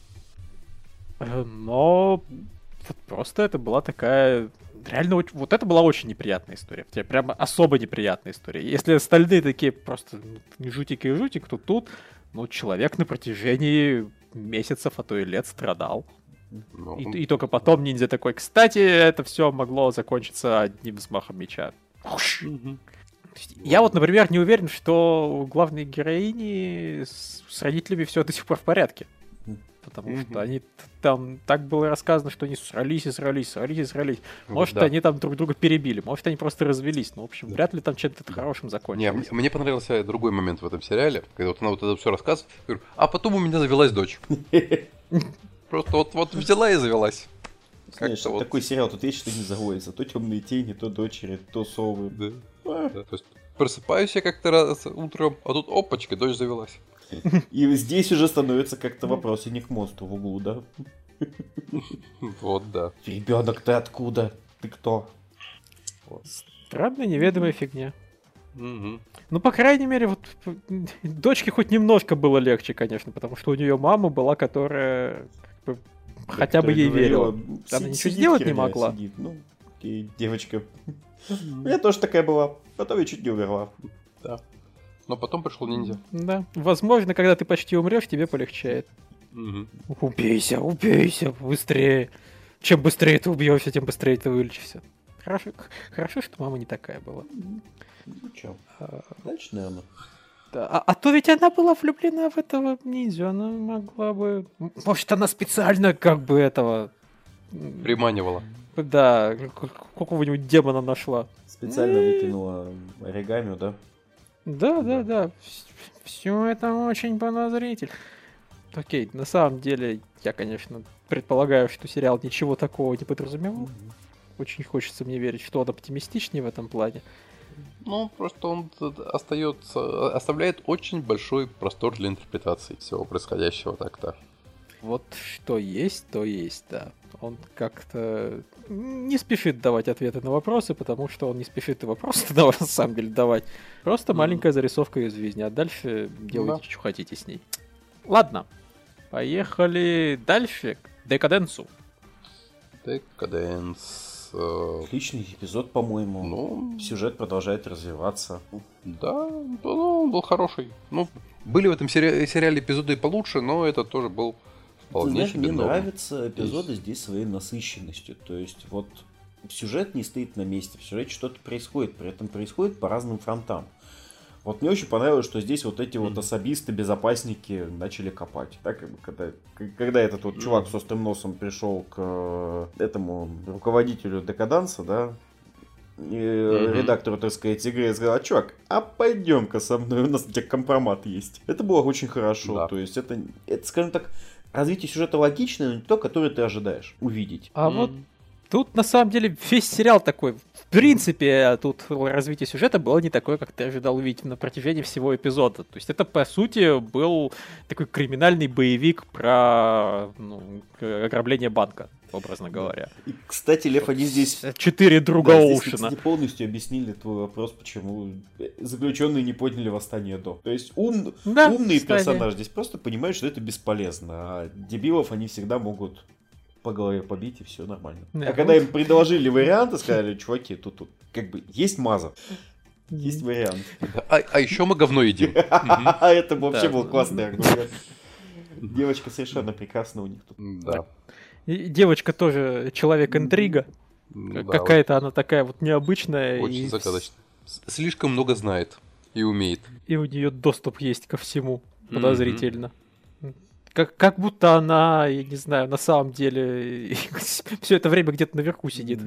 Но вот просто это была такая... Реально, вот это была очень неприятная история. Прямо особо неприятная история. Если остальные такие просто не жутик и жутик, то тут ну, человек на протяжении месяцев, а то и лет страдал. Ну, и, и только потом ниндзя такой, кстати, это все могло закончиться одним взмахом меча. Mm-hmm. Я вот, например, не уверен, что у главной героини с, с родителями все до сих пор в порядке. Потому mm-hmm. что они там так было рассказано, что они срались и срались, срались и срались. Может, да. они там друг друга перебили, может, они просто развелись. Ну, в общем, вряд ли там чем-то хорошим закончилось. Не, мне понравился другой момент в этом сериале, когда вот она вот это все рассказывает. Говорю, а потом у меня завелась дочь. Просто вот, вот взяла и завелась. Знаешь, вот... такой сериал, тут есть что не заводится. То темные тени, то дочери, то совы. Да. А. Да, то есть просыпаюсь я как-то раз утром, а тут опачка, дочь завелась. И здесь уже становится как-то вопрос, и не к монстру в углу, да? Вот, да. Ребенок, ты откуда? Ты кто? Вот. Странная, неведомая фигня. Угу. Ну, по крайней мере, вот дочке хоть немножко было легче, конечно, потому что у нее мама была, которая как бы, хотя бы ей говорила, верила. Она ничего сделать не могла. Сидит. Ну, окей, девочка. У меня тоже такая была. Потом я чуть не умерла. Да. Но потом пришел ниндзя. Да. Возможно, когда ты почти умрешь, тебе полегчает. Угу. Убейся, убейся, быстрее. Чем быстрее ты убьешься, тем быстрее ты вылечишься. Хорошо, хорошо, что мама не такая была. Ну чё, дальше, наверное. Да. А, а то ведь она была влюблена в этого ниндзю, она могла бы... Может, она специально как бы этого... Приманивала. Да, какого-нибудь демона нашла. Специально выкинула оригами, да? Да, да, да. Все это очень подозрительно. Окей, на самом деле, я, конечно, предполагаю, что сериал ничего такого не подразумевал. Очень хочется мне верить, что он оптимистичнее в этом плане. Ну, просто он остается, оставляет очень большой простор для интерпретации всего происходящего так-то. Вот что есть, то есть, да. Он как-то не спешит давать ответы на вопросы, потому что он не спешит и вопросы на самом деле давать. Просто mm. маленькая зарисовка из жизни, а дальше делайте, да. что хотите с ней. Ладно, поехали дальше к Декаденсу. Декаденс. Отличный эпизод, по-моему. Ну, сюжет продолжает развиваться. Да, ну, он был хороший. Ну, были в этом сери- сериале эпизоды и получше, но это тоже был вполне Ты знаешь, себе мне норм. нравятся эпизоды здесь. здесь своей насыщенностью. То есть, вот сюжет не стоит на месте, в сюжете что-то происходит, при этом происходит по разным фронтам. Вот мне очень понравилось, что здесь вот эти mm-hmm. вот особисты, безопасники начали копать. Так, когда, когда этот вот mm-hmm. чувак с острым носом пришел к этому руководителю Декаданса, да, и mm-hmm. редактору, так сказать, игры, сказал: чувак, а пойдем-ка со мной, у нас у тебя компромат есть. Это было очень хорошо. Да. То есть это, это, скажем так, развитие сюжета логичное, но не то, которое ты ожидаешь увидеть. А mm-hmm. вот тут, на самом деле, весь сериал такой. В принципе, тут развитие сюжета было не такое, как ты ожидал увидеть на протяжении всего эпизода. То есть это, по сути, был такой криминальный боевик про ну, ограбление банка, образно говоря. И, кстати, Лев, они здесь... Четыре друга да, Оушена. Здесь, кстати, полностью объяснили твой вопрос, почему заключенные не подняли восстание до. То есть ум... да, умные кстати. персонажи здесь просто понимают, что это бесполезно, а дебилов они всегда могут... по голове побить, и все нормально. Да, а вот. Когда им предложили варианты, сказали: чуваки, тут, тут как бы есть маза, есть вариант. А, а еще мы говно едим. А это вообще был классный аргумент. Девочка совершенно прекрасна у них тут. Да. Девочка тоже человек-интрига. Какая-то она такая вот необычная. Очень загадочная. Слишком много знает и умеет. И у нее доступ есть ко всему. Подозрительно. Как, как будто она, я не знаю, на самом деле все это время где-то наверху сидит.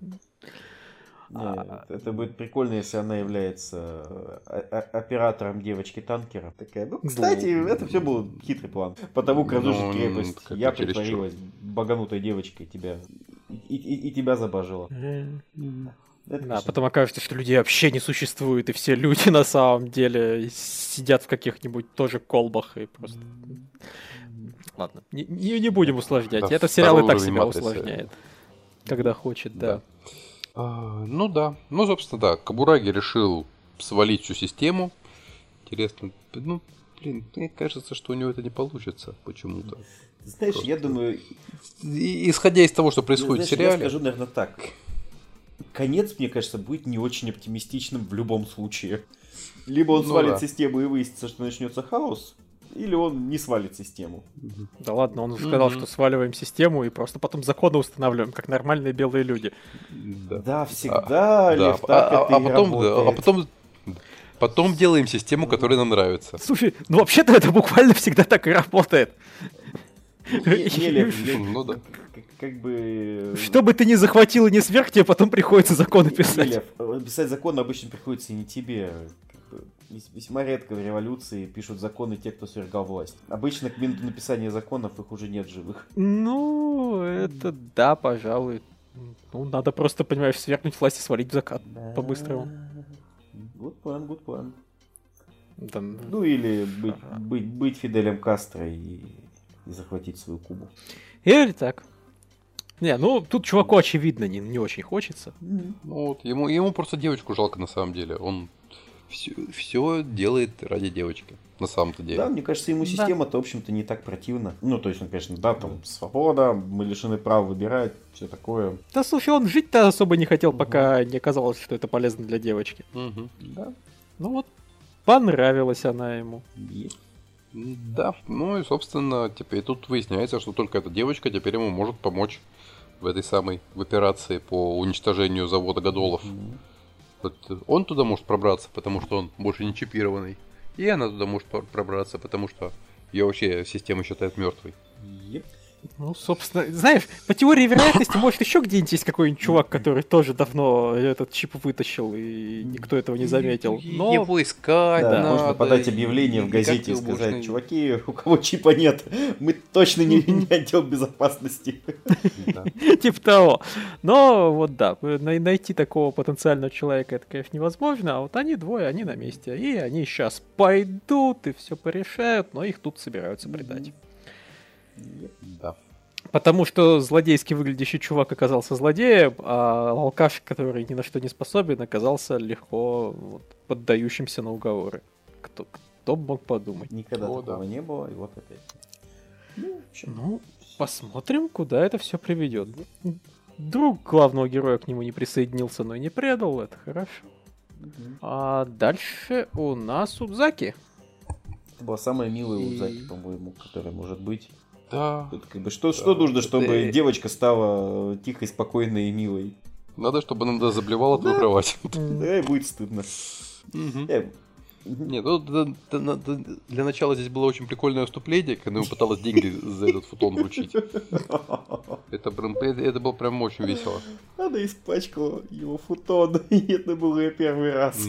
Нет, это будет прикольно, если она является оператором девочки-танкера. Такая, ну, кстати, ну, это все был хитрый план. Потому крадушить ну, крепость. Я притворилась баганутой девочкой тебя и, и, и тебя забожила. Это, да, потом окажется, что людей вообще не существует, и все люди на самом деле сидят в каких-нибудь тоже колбах и просто... Ладно, не, не, не будем усложнять. Да, этот сериал и так себя матрицы. усложняет, когда хочет, да. да. А, ну да, ну собственно да, Кабураги решил свалить всю систему. Интересно, ну блин, мне кажется, что у него это не получится почему-то. Знаешь, просто... я думаю... И, исходя из того, что происходит знаешь, в сериале... Я скажу, наверное, так. Конец, мне кажется, будет не очень оптимистичным в любом случае. Либо он ну, свалит да. систему и выяснится, что начнется хаос, или он не свалит систему. Да ладно, он уже сказал, mm-hmm. что сваливаем систему и просто потом законы устанавливаем, как нормальные белые люди. Да, да всегда, а, Лев, да. так а, это а, и потом, работает. А потом, потом делаем систему, которая нам нравится. Слушай, ну вообще-то это буквально всегда так и работает. Не, Лев, ну да. Как бы... Что бы ты ни захватил и не сверх, тебе потом приходится законы писать. Лев, писать законы обычно приходится и не тебе. Весьма редко в революции пишут законы те, кто свергал власть. Обычно к минуту написания законов их уже нет живых. Ну, это да, пожалуй. Ну, надо просто, понимаешь, свергнуть власть и свалить в закат да. по-быстрому. Good plan, good plan. Да. Ну или быть, ага. быть, быть Фиделем Кастро и, и захватить свою Кубу. Или так. Не, ну тут чуваку очевидно не, не очень хочется. Ну, вот, ему, ему просто девочку жалко на самом деле. Он все, все делает ради девочки. На самом-то деле. Да, мне кажется, ему система-то, в общем-то, не так противна. Ну, то есть, он, конечно, да, там свобода, мы лишены права выбирать, все такое. Да, слушай, он жить-то особо не хотел, пока не оказалось, что это полезно для девочки. Угу. Да. Ну вот, понравилась она ему. Есть. Да, ну и, собственно, теперь тут выясняется, что только эта девочка теперь ему может помочь в этой самой в операции по уничтожению завода Гадолов. Мгм. Вот он туда может пробраться, потому что он больше не чипированный. И она туда может пр- пробраться, потому что ее вообще система считает мертвой. Еп. Ну, собственно, знаешь, по теории вероятности, может, еще где-нибудь есть какой-нибудь чувак, который тоже давно этот чип вытащил, и никто этого не заметил. Но... Его искать Да, надо. можно подать объявление в газете и сказать: чуваки, у кого чипа нет, мы точно не, не отдел безопасности. Да. Типа того. Но вот да, на- найти такого потенциального человека, это, конечно, невозможно, а вот они двое, они на месте. И они сейчас пойдут и все порешают, но их тут собираются предать. Да. Потому что злодейски выглядящий чувак оказался злодеем, а алкаш, который ни на что не способен, оказался легко вот, поддающимся на уговоры. Кто, кто бы мог подумать? Никогда О, такого да. не было, и вот опять. Ну, в общем, Ну, посмотрим, куда это все приведет. Друг главного героя к нему не присоединился, но и не предал, это хорошо. мгм. А дальше у нас Удзаки. Это была самая милая И- Удзаки, по-моему, которая может быть. Да. Тут как бы что, что нужно, чтобы Ты- девочка стала э, тихой, спокойной и милой? Надо, чтобы она заблевала твою Да. кровать. Да, и будет стыдно. Э, Нет, ну, да- да- да- да- для начала здесь было очень прикольное выступление, когда ему пыталась деньги за этот футон вручить. Это, прям- это, это было прям очень весело. Она испачкала его футон, и это был ее первый раз.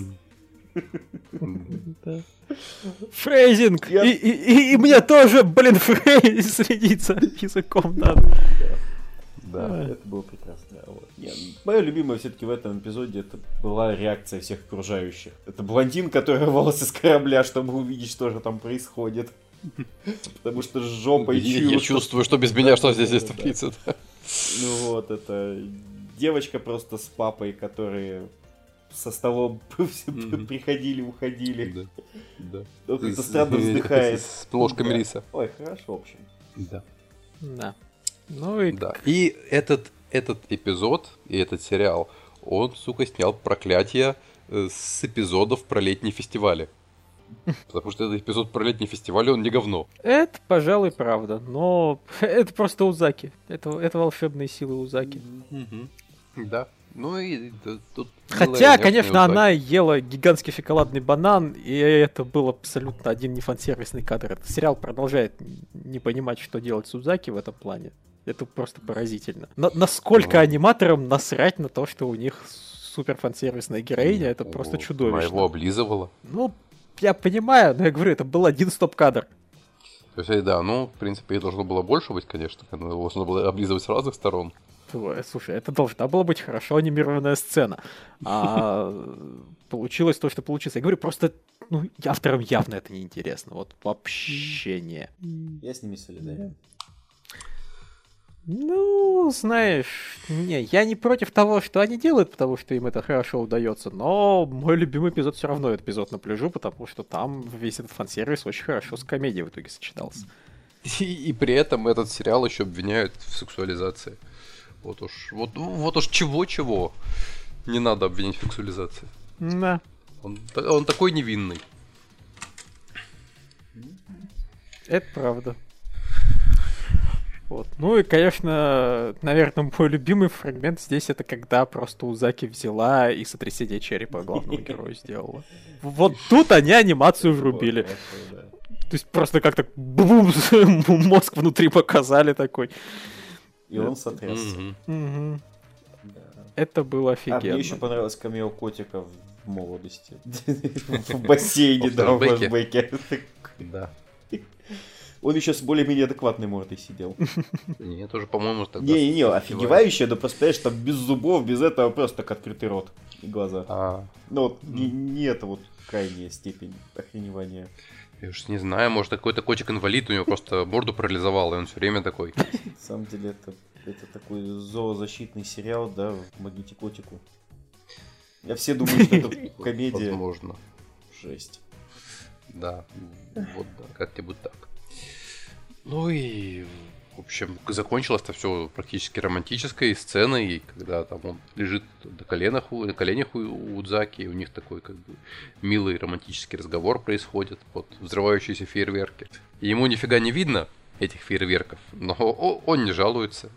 М. Да. Фрейзинг! Я- И, и, и- и мне тоже, блин, фрейз следиться языком надо. Да. Это было прекрасно. Вот. Мое любимое все-таки в этом эпизоде это была реакция всех окружающих. Это блондин, который рвался с корабля, чтобы увидеть, что же там происходит. Потому что с жопой Я, чую, я что- чувствую, что без меня что здесь Да, здесь да, да. творится. Да. Ну вот, это девочка просто с папой, которые со столом Мгм. приходили, уходили. Да. Да. Он как-то С- странно с- вздыхает. С ложками Да. риса. Ой, хорошо, в общем. Да. Да. Ну и Да. И этот, этот эпизод и этот сериал, он, сука, снял проклятие э, с эпизодов про летние фестивали. Потому что этот эпизод про летний фестиваль, он не говно. это, пожалуй, правда. Но это просто Узаки. Это, это волшебные силы Узаки. Да. Ну и д- тут... Хотя, было, конечно, Узаки. она ела гигантский шоколадный банан, и это был абсолютно один нефан-сервисный кадр. Этот сериал продолжает не понимать, что делать с Узаки в этом плане. Это просто поразительно. На- насколько Ну. аниматорам насрать на то, что у них супер фан-сервисная героиня, это О, просто Она чудовищно. его облизывала. Ну, я понимаю, но я говорю, это был один стоп-кадр. То есть, да, ну, в принципе, и должно было больше быть, конечно. Она его должно было облизывать с разных сторон. Ой, слушай, это должна была быть хорошо анимированная сцена. А получилось то, что получилось. Я говорю, просто ну, авторам явно это не интересно. Вот вообще не. Я с ними солидарен. Ну, знаешь, не, я не против того, что они делают, потому что им это хорошо удается, но мой любимый эпизод все равно этот эпизод на пляжу, потому что там весь этот фан-сервис очень хорошо с комедией в итоге сочетался. И, и при этом этот сериал еще обвиняют в сексуализации. Вот уж, вот, вот уж чего-чего не надо обвинять в сексуализации. Да. Он, та- он такой невинный. Это правда. Вот. Ну и, конечно, наверное, мой любимый фрагмент здесь это когда просто Узаки взяла и сотрясение черепа главного героя сделала. Вот тут они анимацию врубили. Вот, хорошо, да. То есть просто как-то бум, мозг внутри показали такой. И он сотрясся. Мгм. Мгм. Да. Это было А мне еще офигенно. понравилось камео котика в молодости. В бассейне, В да, в флешбеке. флешбеке. Да. Он еще с более-менее адекватной мордой сидел. Не, тоже, по-моему, тогда... Не-не-не, офигевающее, да просто, понимаешь, там без зубов, без этого, просто так открытый рот и глаза. А, Ну вот, не, не это вот крайняя степень охреневания. я уж не знаю, может, какой-то котик-инвалид, у него просто морду парализовал, и он все время такой. На самом деле это, Это такой зоозащитный сериал, да, помогите котику. Я все думаю, что это комедия. Возможно. Жесть. Да, вот да, как-нибудь так. Ну и, в общем, закончилось-то все практически романтической сценой, когда там он лежит на коленях, на коленях у Удзаки, и у них такой как бы милый романтический разговор происходит под взрывающиеся фейерверки. И ему нифига не видно этих фейерверков, но он не жалуется.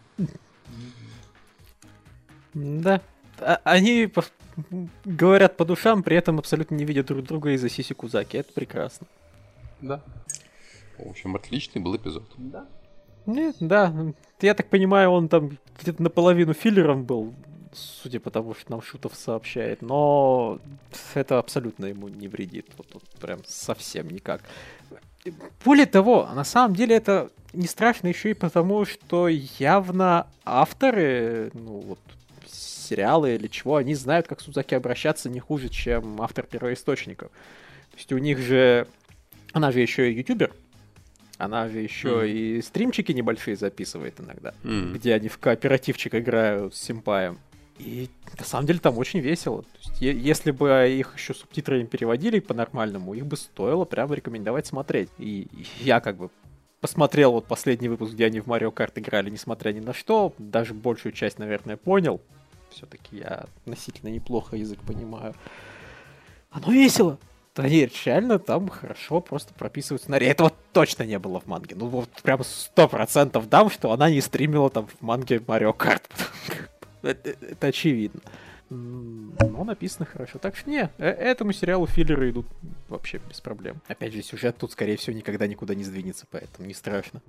Да. Они говорят по душам, при этом абсолютно не видят друг друга из-за сиси Кузаки. Это прекрасно. Да. В общем, отличный был эпизод. Да. Нет, да. Я так понимаю, он там где-то наполовину филлером был, судя по тому, что нам Шутов сообщает. Но это абсолютно ему не вредит. Вот тут прям совсем никак. Более того, на самом деле это не страшно еще и потому, что явно авторы, ну вот, сериалы или чего, они знают, как с Удзаки обращаться не хуже, чем автор первоисточников. То есть у них же... Она же еще и ютубер. Она же еще mm. и стримчики небольшие записывает иногда, mm. где они в кооперативчик играют с симпаем. И на самом деле там очень весело. То есть, е- если бы их еще субтитрами переводили по-нормальному, их бы стоило прямо рекомендовать смотреть. И я как бы посмотрел вот последний выпуск, где они в Марио Карт играли, несмотря ни на что. Даже большую часть, наверное, понял. Все-таки я относительно неплохо язык понимаю. Оно весело. Они реально там хорошо просто прописывают сценарий. Этого точно не было в манге. Ну вот прям сто процентов дам, что она не стримила там в манге Марио Карт. это, это очевидно. Но написано хорошо. Так что не, этому сериалу филлеры идут вообще без проблем. Опять же, сюжет тут, скорее всего, никогда никуда не сдвинется, поэтому не страшно.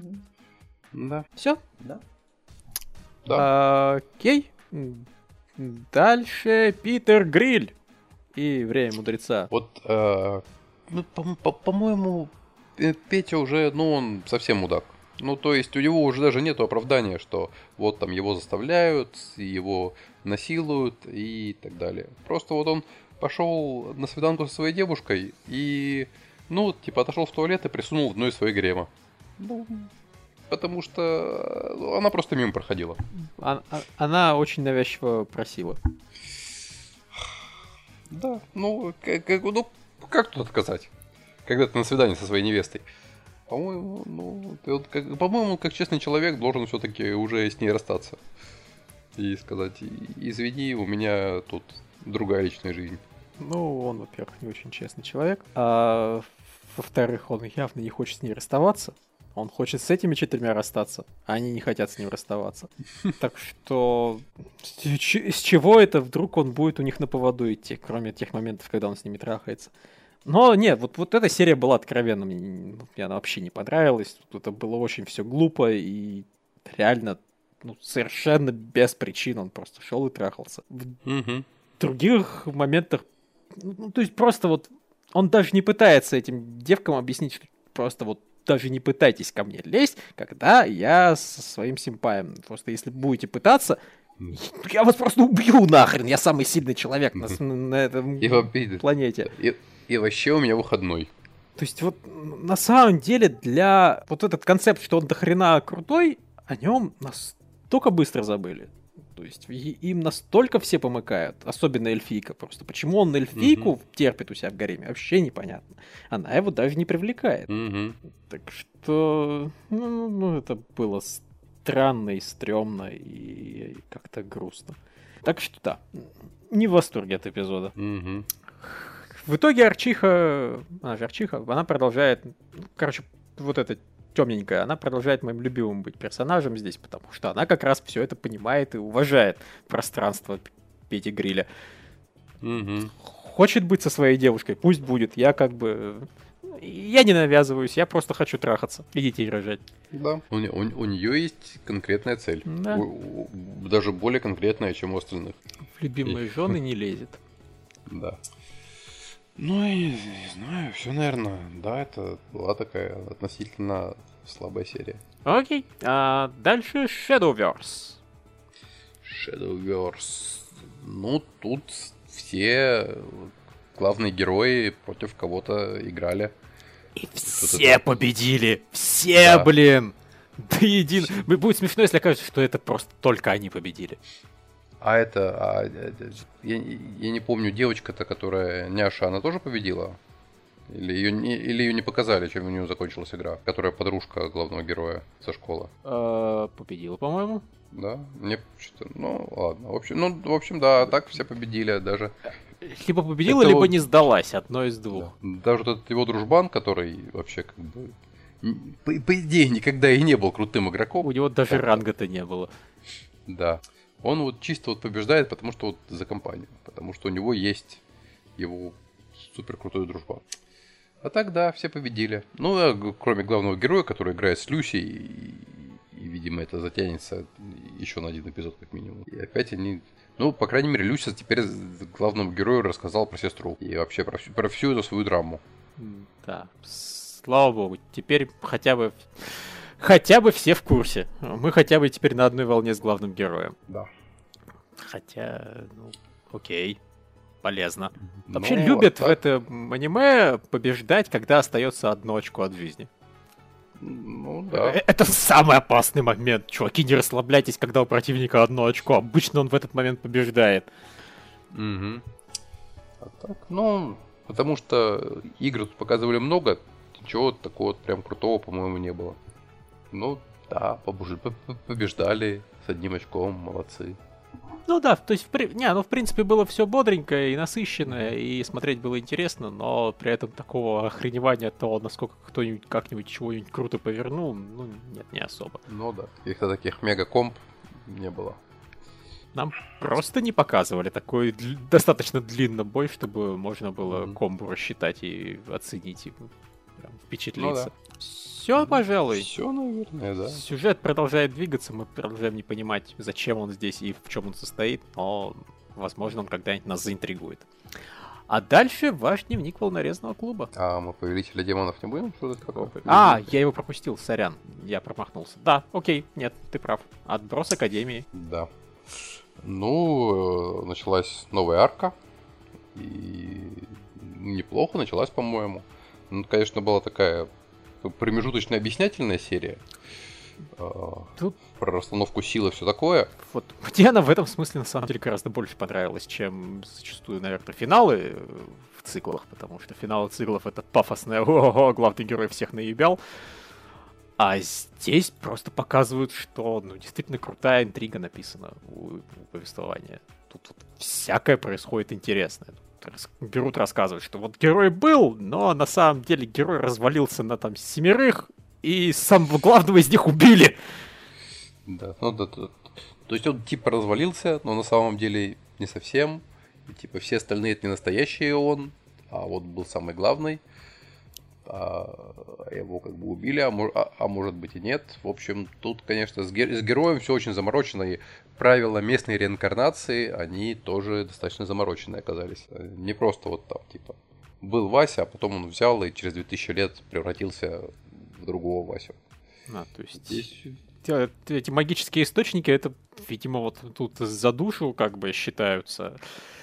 Да. Все? Да. Да. А, окей. Дальше Питер Гриль и Время Мудреца. Вот, э, ну, по- по- по-моему, Петя уже, ну, он совсем мудак. Ну, то есть у него уже даже нету оправдания, что вот там его заставляют, его насилуют и так далее. Просто вот он пошел на свиданку со своей девушкой и, ну, типа, отошел в туалет и присунул одну из своих грема. Ну, потому что она просто мимо проходила. А- а- она очень навязчиво просила. Да, ну, как, как, ну, как тут отказать, когда ты на свидании со своей невестой? По-моему, ну, ты вот как, по-моему, как честный человек должен все-таки уже с ней расстаться. И сказать, извини, у меня тут другая личная жизнь. Ну, он, во-первых, не очень честный человек. А во-вторых, он явно не хочет с ней расставаться. Он хочет с этими четырьмя расстаться, а они не хотят с ним расставаться. Так что с чего это вдруг он будет у них на поводу идти, кроме тех моментов, когда он с ними трахается? Но нет, вот, вот эта серия была откровенно, мне, мне она вообще не понравилась. Это было очень все глупо и реально, ну, совершенно без причин он просто шел и трахался. В Угу. других моментах, ну, то есть просто вот он даже не пытается этим девкам объяснить, что просто вот даже не пытайтесь ко мне лезть, когда я со своим симпаем. Просто если будете пытаться, я вас просто убью нахрен. Я самый сильный человек на, на этом и, планете. И, и вообще у меня выходной. То есть вот на самом деле для вот этот концепт, что он до хрена крутой, о нем настолько быстро забыли. То есть им настолько все помыкают, особенно эльфийка просто. Почему он эльфийку угу. терпит у себя в гареме, вообще непонятно. Она его даже не привлекает. Угу. Так что, ну, ну, это было странно и стрёмно, и как-то грустно. Так что да, не в восторге от эпизода. Угу. В итоге Арчиха, она же Арчиха, она продолжает, короче, вот эта темненькая, она продолжает моим любимым быть персонажем здесь, потому что она как раз все это понимает и уважает пространство Пети Гриля. Угу. Хочет быть со своей девушкой, пусть будет. Я как бы... Я не навязываюсь, я просто хочу трахаться и детей рожать. Да, у, у, у нее есть конкретная цель. Да. У, у, даже более конкретная, чем у остальных. В любимые жены не лезет. Да. Ну, я не, не знаю, все, наверное, да, это была такая относительно слабая серия. Окей, а дальше Shadowverse. Shadowverse. Ну, тут все главные герои против кого-то играли. И все это... победили! Все, да. Блин! Да един... Будет смешно, если окажется, что это просто только они победили. А это... А, я, я не помню, девочка-то, которая Няша, она тоже победила? Или ее, не, или ее не показали, чем у нее закончилась игра? Которая подружка главного героя со школы. А, победила, по-моему. Да? Мне что-то... Ну, ладно. В общем, ну, в общем, да, так все победили даже. Либо победила, это либо вот... не сдалась. Одно из двух. Да. Даже вот этот его дружбан, который вообще как бы... По, по идее, никогда и не был крутым игроком. У него даже так, ранга-то не было. Да. Он вот чисто вот побеждает, потому что вот за компанию. Потому что у него есть его супер крутой дружбан. А так, да, все победили. Ну, а, кроме главного героя, который играет с Люси, и, и, видимо, это затянется еще на один эпизод, как минимум. И опять они... Ну, по крайней мере, Люся теперь главному герою рассказал про сестру. И вообще про всю, про всю эту свою драму. Да, слава богу. Теперь хотя бы... Хотя бы все в курсе. Мы хотя бы теперь на одной волне с главным героем. Да. Хотя, ну, окей. Полезно. Вообще ну, любят так... в этом аниме побеждать, когда остается одно очко от жизни. Ну да. Это самый опасный момент. Чуваки, не расслабляйтесь, когда у противника одно очко. Обычно он в этот момент побеждает. Угу. А так, ну, потому что игры тут показывали много, ничего такого прям крутого, по-моему, не было. Ну, да, побеждали с одним очком, молодцы. Ну да, то есть, в, при... не, ну в принципе было все бодренькое и насыщенное, и смотреть было интересно, но при этом такого охреневания от того, насколько кто-нибудь как-нибудь чего-нибудь круто повернул, ну нет, не особо. Ну да, каких-то таких мега-комп не было. Нам просто не показывали такой дл... достаточно длинный бой, чтобы можно было mm-hmm. комбу рассчитать и оценить, и прям впечатлиться. Ну, да. Все, пожалуй. Все, наверное, да. Сюжет продолжает двигаться, мы продолжаем не понимать, зачем он здесь и в чем он состоит, но, возможно, он когда-нибудь нас заинтригует. А дальше ваш дневник волнорезного клуба. А мы Повелителя демонов не будем? Что такое? А, я его пропустил, сорян, я промахнулся. Да, окей, нет, ты прав. Отброс Академии. Да. Ну, началась новая арка. И неплохо началась, по-моему. Ну, конечно, была такая... промежуточная объяснительная серия. Тут... Про расстановку сил и все такое. Вот мне она в этом смысле на самом деле гораздо больше понравилась, чем зачастую, наверное, финалы в циклах, потому что финалы циклов это пафосное «Ого, главный герой всех наебал». А здесь просто показывают, что ну, действительно крутая интрига написана у, у повествования. Тут вот всякое происходит интересное. Берут рассказывать, что вот герой был, но на самом деле герой развалился на там семерых, и самого главного из них убили. Да, ну да, да. То есть он типа развалился, но на самом деле не совсем. И, типа все остальные это не настоящий он, а вот был самый главный. А его как бы убили, а, а, а может быть и нет. В общем, тут, конечно, с, ге- с героем все очень заморочено, и правила местной реинкарнации, они тоже достаточно замороченные оказались. Не просто вот там, типа, был Вася, а потом он взял и через две тысячи лет превратился в другого Васю. А, то есть здесь... эти магические источники, это, видимо, вот тут за душу как бы считаются.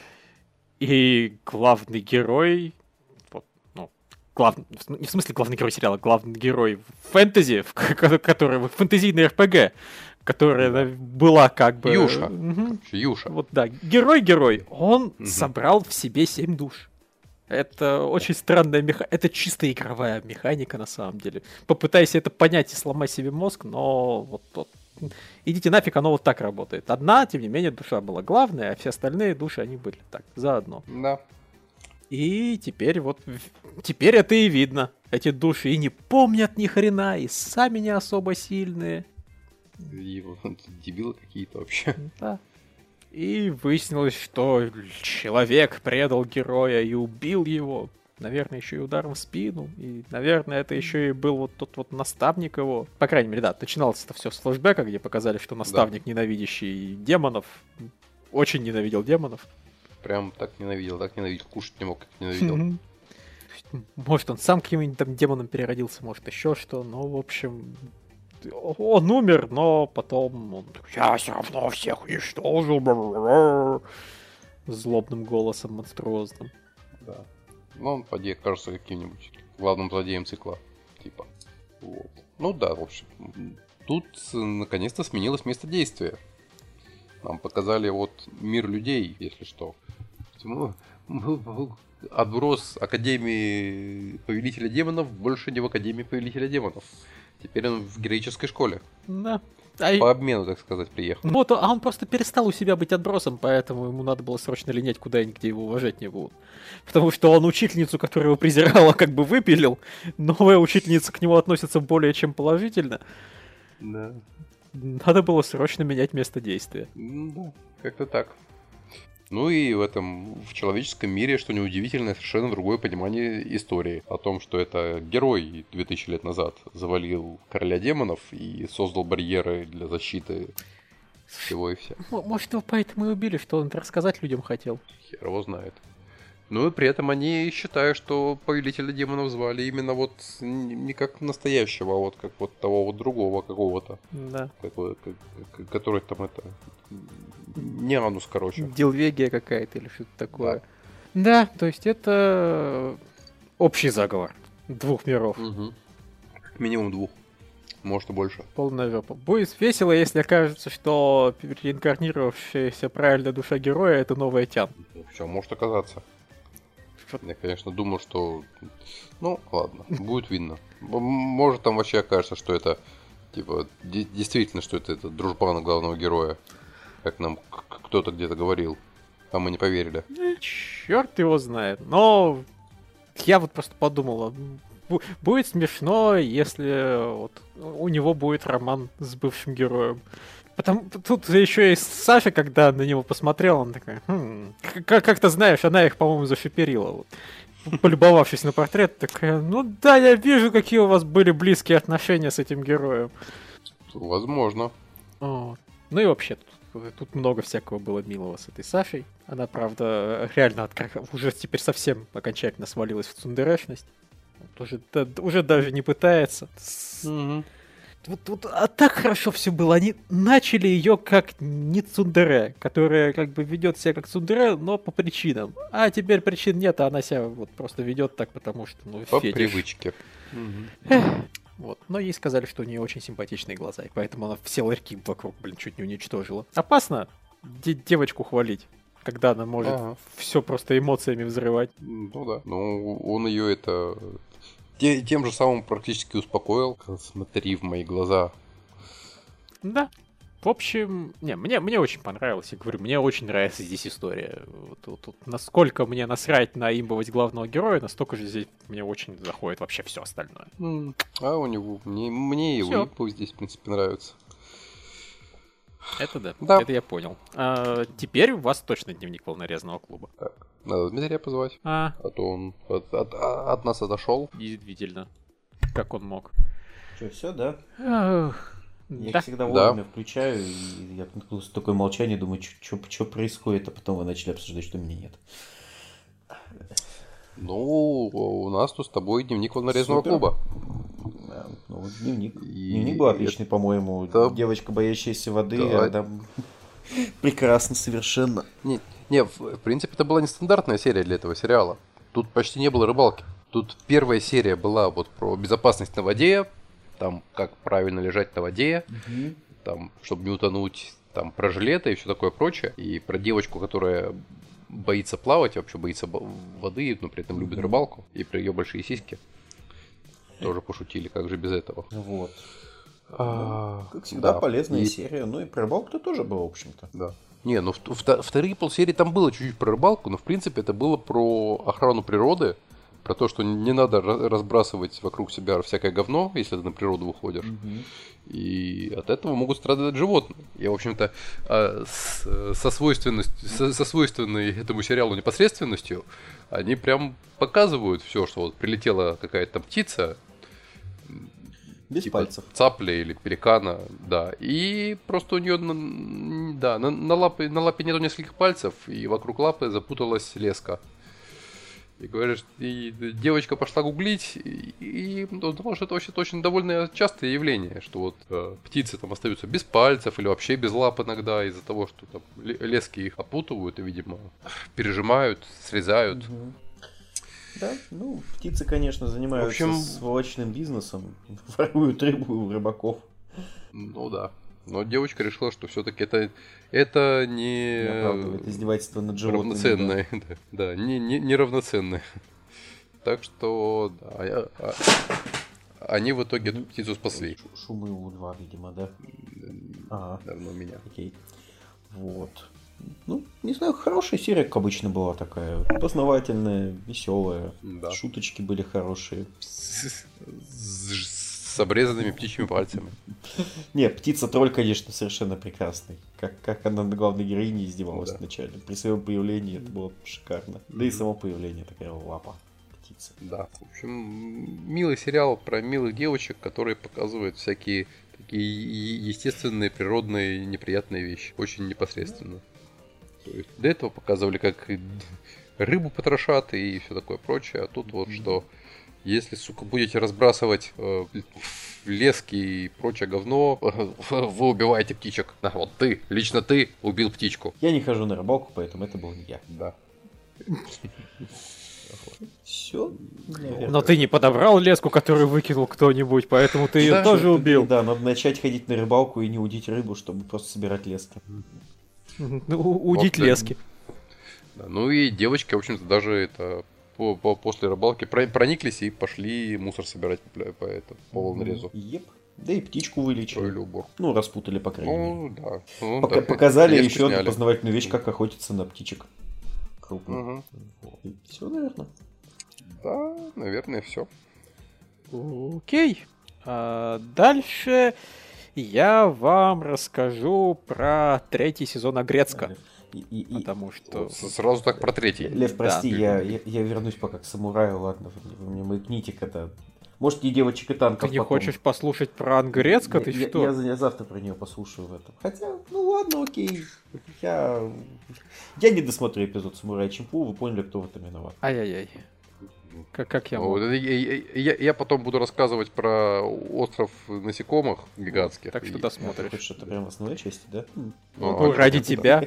И главный герой... Глав... Не в смысле главный герой сериала, главный герой фэнтези, который фэнтезийный эр пи джи, которая была как бы... Юша. Угу. Юша. Вот да, герой-герой, он угу. собрал в себе семь душ. Это очень странная механика, это чисто игровая механика на самом деле. Попытайся это понять и сломай себе мозг, но вот, вот идите нафиг, оно вот так работает. Одна, тем не менее, душа была главная, а все остальные души, они были так, заодно. Да. И теперь вот, теперь это и видно. Эти души и не помнят ни хрена, и сами не особо сильные. И вот дебилы какие-то вообще. Да. И выяснилось, что человек предал героя и убил его. Наверное, еще и ударом в спину. И, наверное, это еще и был вот тот вот наставник его. По крайней мере, да, начиналось это все с флешбека, где показали, что наставник, да. ненавидящий демонов, очень ненавидел демонов. Прям так ненавидел, так ненавидел, кушать не мог, как ненавидел. Может, он сам каким-нибудь там демоном переродился, может, еще что, но, в общем, он умер, но потом он «Я все равно всех уничтожил», злобным голосом монструозным. Да. Ну, он, поди, кажется, каким-нибудь главным злодеем цикла, типа. Вот. Ну да, в общем, тут наконец-то сменилось место действия. Нам показали вот мир людей, если что. Отброс Академии Повелителя Демонов больше не в Академии Повелителя Демонов. Теперь он в героической школе. Да. А... По обмену, так сказать, приехал. Вот, а он просто перестал у себя быть отбросом, поэтому ему надо было срочно линять куда-нибудь, где его уважать не будут. Потому что он учительницу, которая его презирала, как бы выпилил. Новая учительница к нему относится более чем положительно. Да. Надо было срочно менять место действия. Да, как-то так. Ну и в этом, в человеческом мире, что неудивительно, совершенно другое понимание истории. О том, что это герой две тысячи лет назад завалил короля демонов и создал барьеры для защиты всего и вся. Может, его поэтому и убили, что он это рассказать людям хотел. Хер его знает. Ну и при этом они считают, что повелителя демонов звали именно вот не как настоящего, а вот как вот того вот другого какого-то. Да. Какой, как, который там это... Не анус, короче. Дилвегия какая-то или что-то такое. Да. да, то есть это общий заговор двух миров. Угу. Минимум двух. Может и больше. Полная жопа. Будет весело, если окажется, что реинкарнировавшаяся правильная душа героя — это новая Тян. Все, может оказаться. Я, конечно, думаю, что... Ну, ладно, будет видно. Может, там вообще окажется, что это... Типа, действительно, что это, это дружбан главного героя. Как нам кто-то где-то говорил. А мы не поверили. Черт его знает. Но я вот просто подумал, будет смешно, если вот у него будет роман с бывшим героем. Потому тут еще и Саша, когда на него посмотрел, он такой, хм, как-то знаешь, она их, по-моему, зашиперила. Вот. Полюбовавшись на портрет, такая, ну да, я вижу, какие у вас были близкие отношения с этим героем. Возможно. Вот. Ну и вообще, тут, тут много всякого было милого с этой Сашей. Она, правда, реально отка... уже теперь совсем окончательно свалилась в цундерешность. Вот уже, да, уже даже не пытается. Mm-hmm. Вот, вот, а так хорошо все было. Они начали ее как не цундере, которая как бы ведет себя как цундере, но по причинам. А теперь причин нет, а она себя вот просто ведет так, потому что, ну, по фетиш. привычке. Эх, вот. Но ей сказали, что у нее очень симпатичные глаза, и поэтому она все ларьки вокруг, блин, чуть не уничтожила. Опасно де- девочку хвалить, когда она может ага. все просто эмоциями взрывать. Ну да. Ну, он ее это... Тем же самым практически успокоил. Смотри в мои глаза. Да. В общем, не, мне, мне очень понравилось. Я говорю, мне очень нравится здесь история. Вот, вот, вот, насколько мне насрать на имбовость главного героя, настолько же здесь мне очень заходит вообще все остальное. Mm. А у него, мне, мне его имбов здесь, в принципе, нравится. Это да, да. Это я понял. А, теперь у вас точно дневник волнорезного клуба. Так, надо Дмитрия позвать. А, а то он от, от, от нас отошел. Действительно. Как он мог? Че, все, да? Ах, я да. всегда вовремя да. включаю, и я наткнулся в такое молчание, думаю, что происходит, а потом вы начали обсуждать, что меня нет. Ну, у нас тут с тобой дневник волнорезного Супер. клуба. Да, ну, дневник. И... Дневник был отличный, это... по-моему. Да. Девочка, боящаяся воды, да. она... прекрасно совершенно. Не, не, в принципе, это была нестандартная серия для этого сериала. Тут почти не было рыбалки. Тут первая серия была вот про безопасность на воде, там, как правильно лежать на воде, угу. там, чтобы не утонуть, там, про жилеты и все такое прочее. И про девочку, которая боится плавать, вообще боится воды, но при этом любит рыбалку. И про ее большие сиськи. Тоже пошутили, как же без этого. Вот. А, как всегда, да. полезная и... серия. Ну и про рыбалку-то тоже было, в общем-то. Да. Не, ну в, в, вторые полсерии там было чуть-чуть про рыбалку, но в принципе это было про охрану природы, про то, что не надо разбрасывать вокруг себя всякое говно, если ты на природу выходишь. Угу. И от этого могут страдать животные. И, в общем-то, с, со, свойственностью, со, со свойственной этому сериалу непосредственностью они прям показывают все, что вот прилетела какая-то там птица, без типа пальцев. Цапля или пеликана, да. И просто у нее да, на, на, лапе, на лапе нету нескольких пальцев, и вокруг лапы запуталась леска. И говоришь, и девочка пошла гуглить, и, и думала, что это вообще очень довольно частое явление, что вот э, птицы там остаются без пальцев или вообще без лап иногда из-за того, что там лески их опутывают и, видимо, пережимают, срезают. Угу. Да, ну, птицы, конечно, занимаются в общем... сволочным бизнесом, воруют рыбу у рыбаков. Ну да. Но девочка решила, что все-таки это, это не... Не оправдывает издевательство над животными. Равноценное. Да, да не, не, не равноценное. Так что, да, я, а, они в итоге эту птицу спасли. Шумы у два, видимо, да? Ага. Давно меня. Окей. Вот. Ну, не знаю, хорошая серия, как обычно, была такая. Познавательная, веселая. Да. Шуточки были хорошие. С, с обрезанными птичьими пальцами. Не, птица-тролль, конечно, совершенно прекрасный. Как, как она на главной героине издевалась Да. вначале. При своем появлении это было шикарно. Да и само появление, такая лапа птицы. Да. В общем, милый сериал про милых девочек, которые показывают всякие такие естественные, природные, неприятные вещи. Очень непосредственно. То есть до этого показывали, как рыбу потрошат и все такое прочее. А тут вот что... Если, сука, будете разбрасывать э, лески и прочее говно, вы убиваете птичек. Да, вот ты, лично ты убил птичку. Я не хожу на рыбалку, поэтому это был не я. Да. Все. Но ты не подобрал леску, которую выкинул кто-нибудь, поэтому ты ее Да, тоже убил. Да, надо начать ходить на рыбалку и не удить рыбу, чтобы просто собирать лески. Ну, у- удить Вот, лески. Да, ну и девочки, в общем-то, даже это по, по- после рыбалки про- прониклись и пошли мусор собирать по, по, это, по волнорезу. Еп. Да и птичку вылечили. Строили убор. Ну, распутали, по крайней мере. Ну, да. Ну, Пока- да. Показали Конечно, еще одну сняли. познавательную вещь, как охотиться на птичек крупных. Мгм. Все, наверное. Да, наверное, все. Окей. А дальше я вам расскажу про третий сезон Огрецка. И, и- и- Потому что... Сразу так про третий. Лев, прости, Да. я, я, я вернусь пока к самураю, ладно, вы, вы мне маякните когда. Может, и девочек и Ты танков не потом. хочешь послушать про Огрецка? Ты я, что? Я, я завтра про нее послушаю в этом. Хотя, ну ладно, окей. Я, я не досмотрю эпизод Самурая Чемпу, вы поняли, кто в этом виноват. Ай-яй-яй. Как, как я Ну, мог? вот я, я- я- я потом буду рассказывать про остров насекомых гигантских. Так что И- Ты досмотришь. хочешь, это прям в основной части, да? М, Ну, Ну, а ради что? тебя.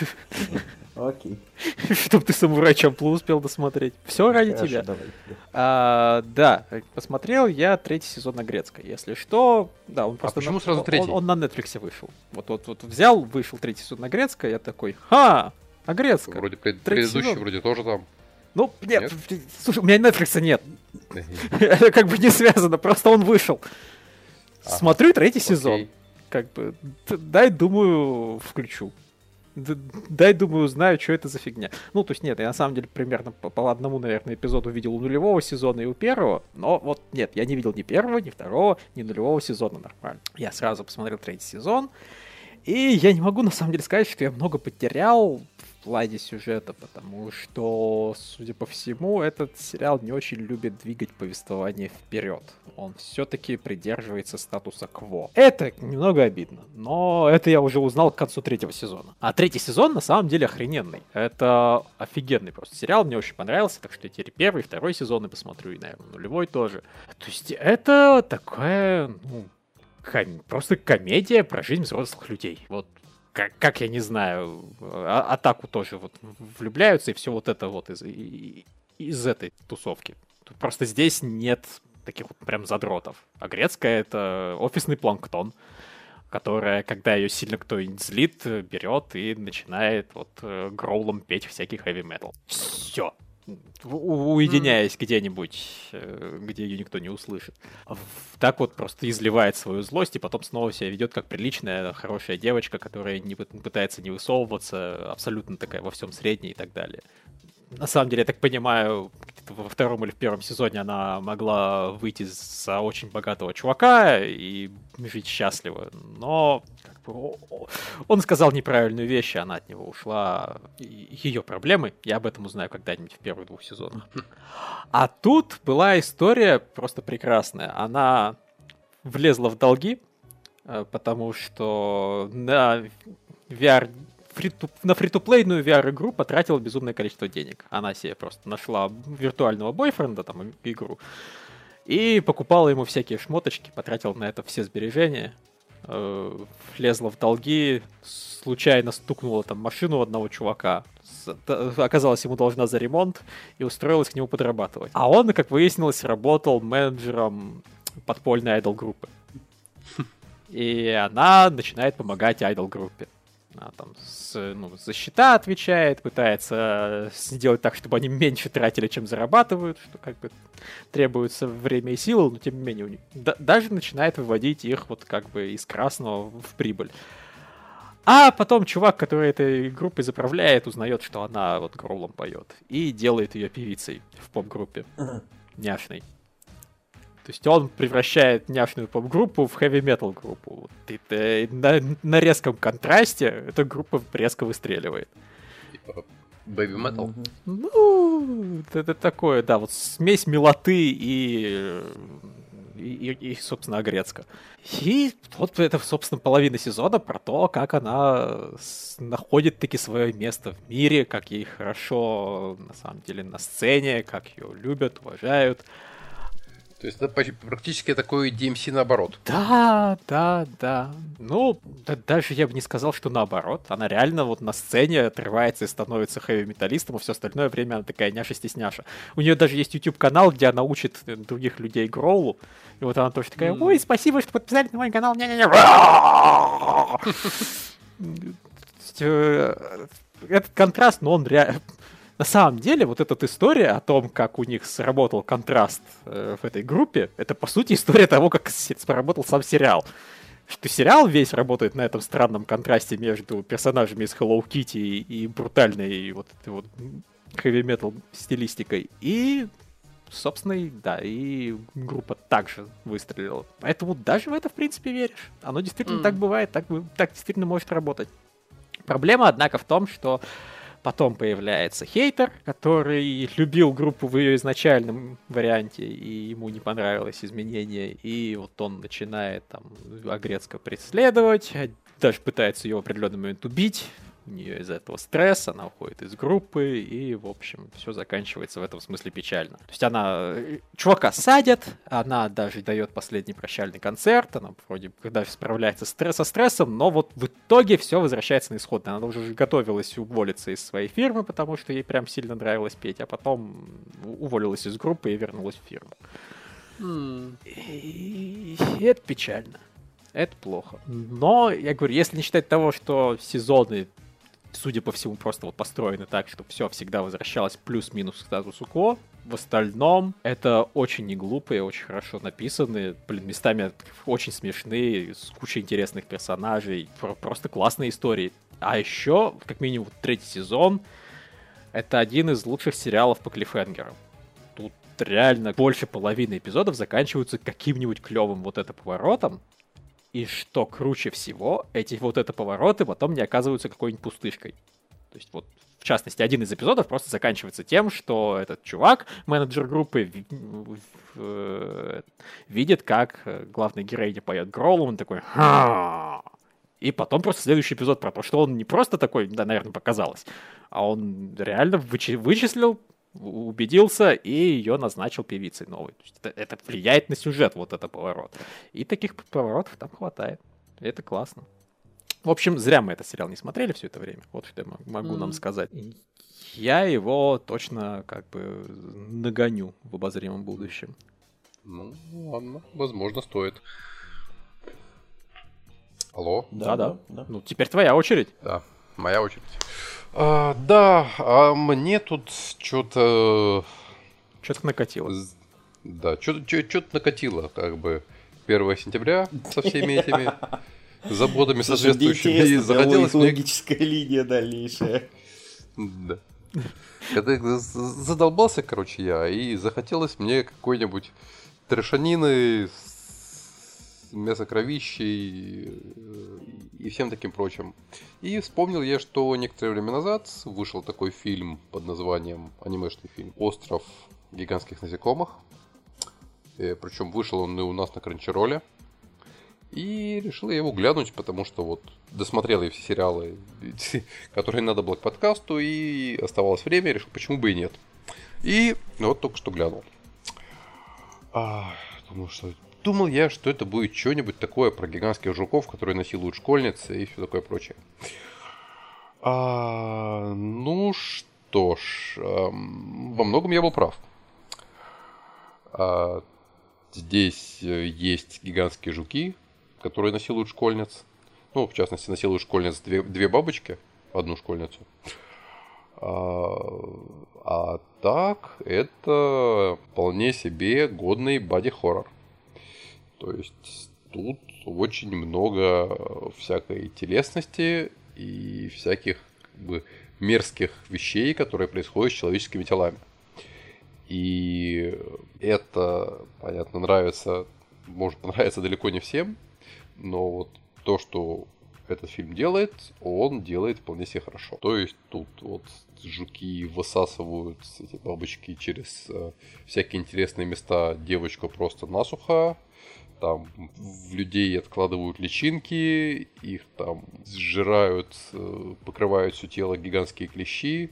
Окей. Чтоб ты Самурай Чамплу успел досмотреть. Все ради Хорошо, тебя. давай. А, да, посмотрел я третий сезон Огрецка. Если что, да, он просто... почему на- сразу он- третий? Он, на Netflix вышел. Вот, вот, вот взял, вышел третий сезон Огрецка, я такой, ха, Огрецка. Вроде пред- Третий предыдущий сезон. вроде тоже там. Ну, нет, Нет? слушай, у меня Netflix нет. Это как бы не связано, просто он вышел. Ага. Смотрю третий сезон. Окей. Как бы, д- дай, думаю, включу. Д- Дай, думаю, узнаю, что это за фигня. Ну, то есть, нет, я на самом деле примерно по, по одному, наверное, эпизоду видел у нулевого сезона и у первого, но вот нет, я не видел ни первого, ни второго, ни нулевого сезона нормально. Я сразу посмотрел третий сезон, и я не могу, на самом деле, сказать, что я много потерял в плане сюжета, потому что, судя по всему, этот сериал не очень любит двигать повествование вперед. Он все-таки придерживается статуса кво. Это немного обидно, но это я уже узнал к концу третьего сезона. А третий сезон на самом деле охрененный. Это офигенный просто сериал, мне очень понравился, так что я теперь первый, второй сезон и посмотрю, и, наверное, нулевой тоже. То есть это такая, ну, ком- просто комедия про жизнь взрослых людей. Вот как, как я не знаю, а- Атаку тоже вот влюбляются, и все вот это вот из, и- из этой тусовки. Тут просто здесь нет таких вот прям задротов. А Грецкая — это офисный планктон, которая, когда ее сильно кто-нибудь злит, берет и начинает вот э, гроулом петь всякий хэви-метал. Все. Уединяясь где-нибудь, э, где ее никто не услышит. В- Так вот просто изливает свою злость и потом снова себя ведет как приличная, хорошая девочка, которая не пы- пытается не высовываться, абсолютно такая во всем средняя и так далее. На самом деле, я так понимаю, где-то во втором или в первом сезоне она могла выйти за очень богатого чувака и жить счастливо, но как бы, о- о- он сказал неправильную вещь, и она от него ушла. Ее проблемы, я об этом узнаю когда-нибудь в первых двух сезонах. А тут была история просто прекрасная. Она влезла в долги, э, потому что на ви ар фри-ту- на фри-то-плейную ви ар-игру потратила безумное количество денег. Она себе просто нашла виртуального бойфренда, там, и- игру, и покупала ему всякие шмоточки, потратила на это все сбережения, э, влезла в долги, случайно стукнула там машину одного чувака, с- т- оказалось, ему должна за ремонт, и устроилась к нему подрабатывать. А он, как выяснилось, работал менеджером подпольной айдол-группы. И она начинает помогать айдол-группе. Она там с, ну, за счета отвечает, пытается сделать так, чтобы они меньше тратили, чем зарабатывают, что как бы требуется время и силы, но тем не менее у них да, даже начинает выводить их вот как бы из красного в прибыль. А потом чувак, который этой группой заправляет, узнает, что она вот гроулом поет, и делает ее певицей в поп-группе. Uh-huh. Няшной. То есть он превращает няшную поп-группу в хэви-метал группу. Вот это, на, на резком контрасте эта группа резко выстреливает. Типа бэби-метал? Mm-hmm. Ну, это такое, да, вот смесь милоты и, и, и, собственно, огрецка. И вот это, собственно, половина сезона про то, как она находит таки свое место в мире, как ей хорошо, на самом деле, на сцене, как ее любят, уважают. То есть это практически такой ди эм си наоборот. Да, да, да. Ну, да, даже я бы не сказал, что наоборот. Она реально вот на сцене отрывается и становится хэви-металлистом, а все остальное время она такая няша-стесняша. У нее даже есть YouTube-канал, где она учит других людей гроулу. И вот она тоже такая: ой, спасибо, что подписались на мой канал. Этот контраст, но он реально... На самом деле, вот эта история о том, как у них сработал контраст э, в этой группе, это, по сути, история того, как сработал сам сериал. Что сериал весь работает на этом странном контрасте между персонажами из Hello Kitty и, и брутальной вот этой вот хэви-метал стилистикой. И, собственно, да, и группа также выстрелила. Поэтому даже в это, в принципе, веришь. Оно действительно mm. так бывает, так, так действительно может работать. Проблема, однако, в том, что потом появляется хейтер, который любил группу в ее изначальном варианте, и ему не понравилось изменение, и вот он начинает там огрецко преследовать, даже пытается ее в определенный момент убить, у нее из-за этого стресс, она уходит из группы, и, в общем, все заканчивается в этом смысле печально. То есть она... Чувака садят, она даже дает последний прощальный концерт, она вроде даже справляется со стрессом, но вот в итоге все возвращается на исходное. Она уже готовилась уволиться из своей фирмы, потому что ей прям сильно нравилось петь, а потом уволилась из группы и вернулась в фирму. Mm. И... и это печально. Это плохо. Но, я говорю, если не считать того, что сезоны, судя по всему, просто вот построены так, что все всегда возвращалось плюс-минус к статусу кво, в остальном это очень не глупые, очень хорошо написанные, блин, местами очень смешные, с кучей интересных персонажей, просто классные истории. А еще, как минимум, третий сезон — это один из лучших сериалов по клиффхенгерам. Тут реально больше половины эпизодов заканчиваются каким-нибудь клевым вот это поворотом. И что круче всего, эти вот это повороты потом не оказываются какой-нибудь пустышкой. То есть вот, в частности, один из эпизодов просто заканчивается тем, что этот чувак, менеджер группы, видит, как главная героиня поет гроулом, он такой: ха! И потом просто следующий эпизод про то, что он не просто такой, да, наверное, показалось, а он реально вычи- вычислил, убедился и ее назначил певицей новой. То есть это, это влияет на сюжет, вот это поворот. И таких поворотов там хватает. Это классно. В общем, зря мы этот сериал не смотрели все это время. Вот что я могу mm. нам сказать. Я его точно как бы нагоню в обозримом будущем. Ну, ладно. Возможно, стоит. Алло? Да, да. да. Ну, теперь твоя очередь. Да, моя очередь. А, да, а мне тут что-то... Что-то накатило. Да, что-то накатило, как бы, первого сентября со всеми этими заботами соответствующими. И захотелось мне... логическая линия дальнейшая. Да. Когда задолбался, короче, я, и захотелось мне какой-нибудь трешанины с мясокровищей и всем таким прочим. И вспомнил я, что некоторое время назад вышел такой фильм под названием, анимешный фильм, «Остров гигантских насекомых». И, причем вышел он и у нас на Кранчероле. И решил я его глянуть, потому что вот досмотрел я все сериалы, которые надо было к подкасту, и оставалось время, решил, почему бы и нет. И вот только что глянул. А, думал, что... Думал я, что это будет что-нибудь такое про гигантских жуков, которые насилуют школьницы и все такое прочее. А, ну что ж, а, во многом я был прав. А, здесь есть гигантские жуки, которые насилуют школьниц. Ну, в частности, насилуют школьниц две, две бабочки, одну школьницу. А, а так, это вполне себе годный боди-хоррор. То есть тут очень много всякой телесности и всяких как бы мерзких вещей, которые происходят с человеческими телами. И это, понятно, нравится, может понравиться далеко не всем, но вот то, что этот фильм делает, он делает вполне себе хорошо. То есть тут вот жуки высасывают эти бабочки через э, всякие интересные места девочку просто насухо. Там в людей откладывают личинки, их там сжирают, э, покрывают все тело гигантские клещи.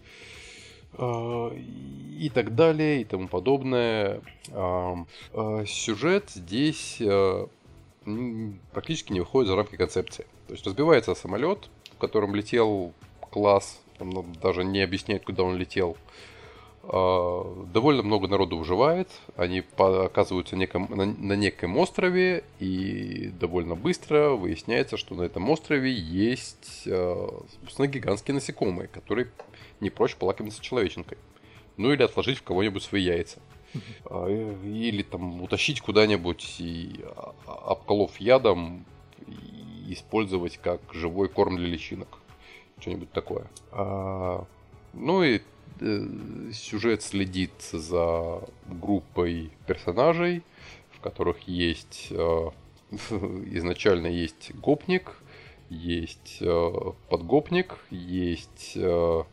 И так далее, и тому подобное. Сюжет здесь практически не выходит за рамки концепции. То есть разбивается самолет, в котором летел класс, там даже не объясняют, куда он летел. Довольно много народу выживает, они оказываются неком, на, на неком острове, и довольно быстро выясняется, что на этом острове есть, собственно, гигантские насекомые, которые не прочь полакомиться человеченкой. Ну или отложить в кого-нибудь свои яйца. Или там утащить куда-нибудь и, обколов ядом, и использовать как живой корм для личинок. Что-нибудь такое. Ну и сюжет следит за группой персонажей, в которых есть э, изначально есть гопник, есть э, подгопник, есть э,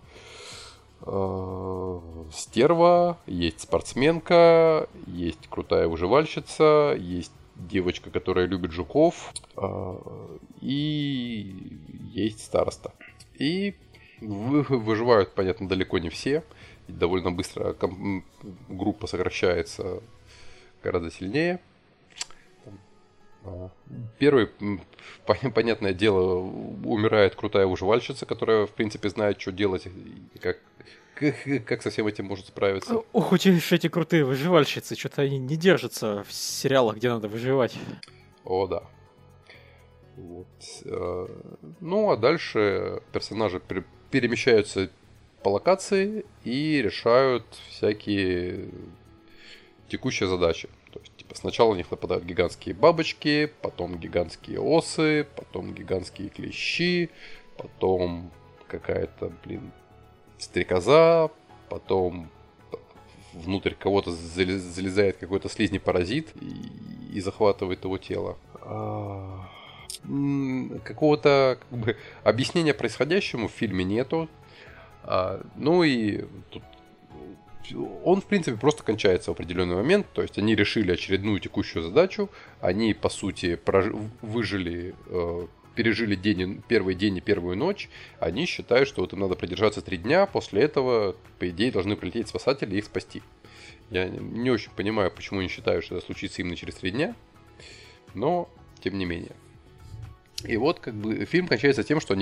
э, стерва, есть спортсменка, есть крутая выживальщица, есть девочка, которая любит жуков, э, и есть староста. И выживают, понятно, далеко не все. И довольно быстро комп- группа сокращается гораздо сильнее. Первый, понятное дело, умирает крутая выживальщица, которая, в принципе, знает, что делать и как, как, как со всем этим может справиться. Ох, уж эти крутые выживальщицы, что-то они не держатся в сериалах, где надо выживать. О, да. Вот. Ну, а дальше персонажи перемещаются по локации и решают всякие текущие задачи. То есть, типа, сначала на них нападают гигантские бабочки, потом гигантские осы, потом гигантские клещи, потом какая-то, блин, стрекоза, потом внутрь кого-то залезает какой-то слизний паразит и, и захватывает его тело. Какого-то как бы объяснения происходящему в фильме нету. А, ну и тут он, в принципе, просто кончается в определенный момент. То есть они решили очередную текущую задачу. Они, по сути, прож... выжили, э, пережили день, первый день и первую ночь. Они считают, что вот им надо продержаться три дня. После этого, по идее, должны прилететь спасатели и их спасти. Я не очень понимаю, почему они считают, что это случится именно через три дня. Но, тем не менее. И вот как бы фильм кончается тем, что они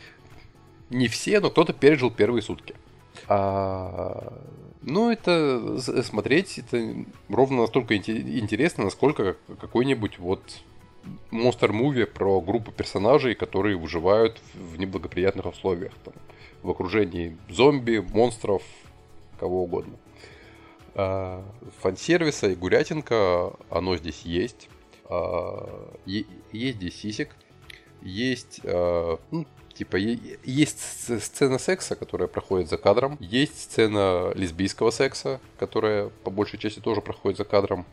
не все, но кто-то пережил первые сутки. А, ну, это смотреть это ровно настолько интересно, насколько какой-нибудь вот монстр-муви про группу персонажей, которые выживают в неблагоприятных условиях. Там, в окружении зомби, монстров, кого угодно. А, фан-сервиса и гурятинка, оно здесь есть. А, есть здесь сисек. Есть, э, ну, типа, есть сцена секса, которая проходит за кадром. Есть сцена лесбийского секса, которая по большей части тоже проходит за кадром.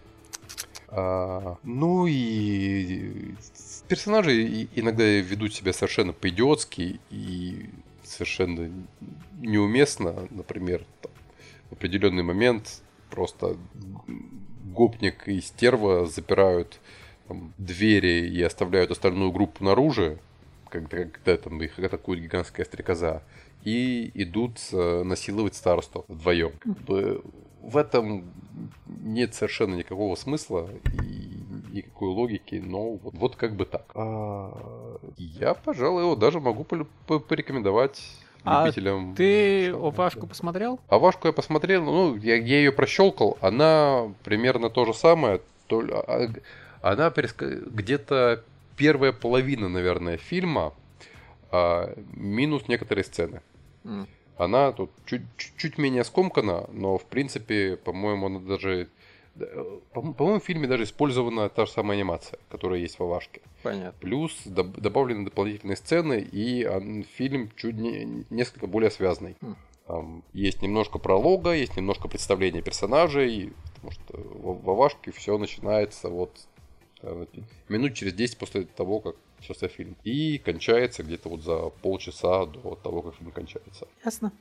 А, ну и персонажи иногда ведут себя совершенно по-идиотски и совершенно неуместно. Например, там, в определенный момент просто гопник и стерва запирают двери и оставляют остальную группу наружу, когда, когда там их атакует гигантская стрекоза, и идут насиловать старосту вдвоем. В этом нет совершенно никакого смысла и никакой логики, но вот, вот как бы так. А, я, пожалуй, его даже могу порекомендовать любителям. А ты Овашку посмотрел? Овашку я посмотрел, ну, я, я ее прощелкал, она примерно то же самое, то, она где-то первая половина, наверное, фильма, а, минус некоторые сцены. Mm. Она тут чуть, чуть менее скомкана, но, в принципе, по-моему, она даже... По-моему, в фильме даже использована та же самая анимация, которая есть в Авашке. Понятно. Плюс доб- добавлены дополнительные сцены, и он, фильм чуть не, несколько более связанный. Mm. Там есть немножко пролога, есть немножко представления персонажей, потому что в, в Авашке все начинается вот минут через десять после того, как начался фильм. И кончается где-то вот за полчаса до того, как фильм кончается. Ясно.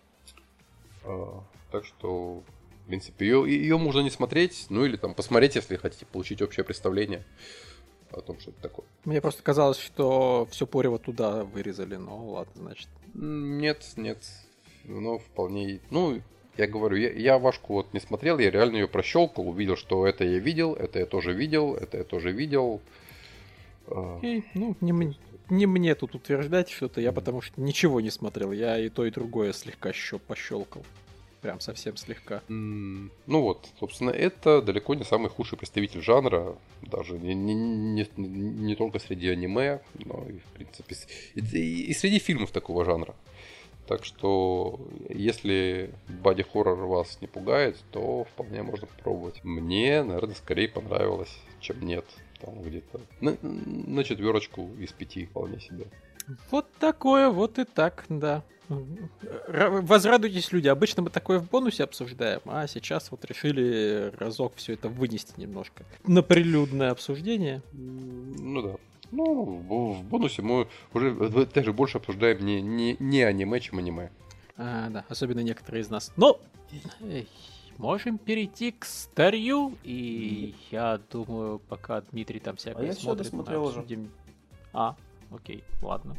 А, так что, в принципе, ее, ее можно не смотреть, ну или там посмотреть, если хотите получить общее представление о том, что это такое. Мне просто казалось, что все порево туда вырезали, но ладно, значит. Нет, нет. Ну, вполне... Ну, я говорю, я, я Вашку вот не смотрел, я реально ее прощелкал, увидел, что это я видел, это я тоже видел, это я тоже видел. Окей, ну, не, м- не мне тут утверждать что-то, я потому что ничего не смотрел, я и то, и другое слегка щё пощелкал. Прям совсем слегка. Mm, ну вот, собственно, это далеко не самый худший представитель жанра, даже не, не, не, не только среди аниме, но и, в принципе, и, и среди фильмов такого жанра. Так что, если боди-хоррор вас не пугает, то вполне можно попробовать. Мне, наверное, скорее понравилось, чем нет. Там где-то на, на четверочку из пяти вполне себе. Вот такое, вот и так, да. Р- Возрадуйтесь, люди. Обычно мы такое в бонусе обсуждаем, а сейчас вот решили разок все это вынести немножко на прилюдное обсуждение. Ну да. Ну, в бонусе мы уже даже больше обсуждаем не, не, не аниме, чем аниме. А, да, особенно некоторые из нас. Но эй, можем перейти к старью, и я думаю, пока Дмитрий там всякое а я всё смотрит, досмотрел мы уже. обсудим. А, окей, ладно.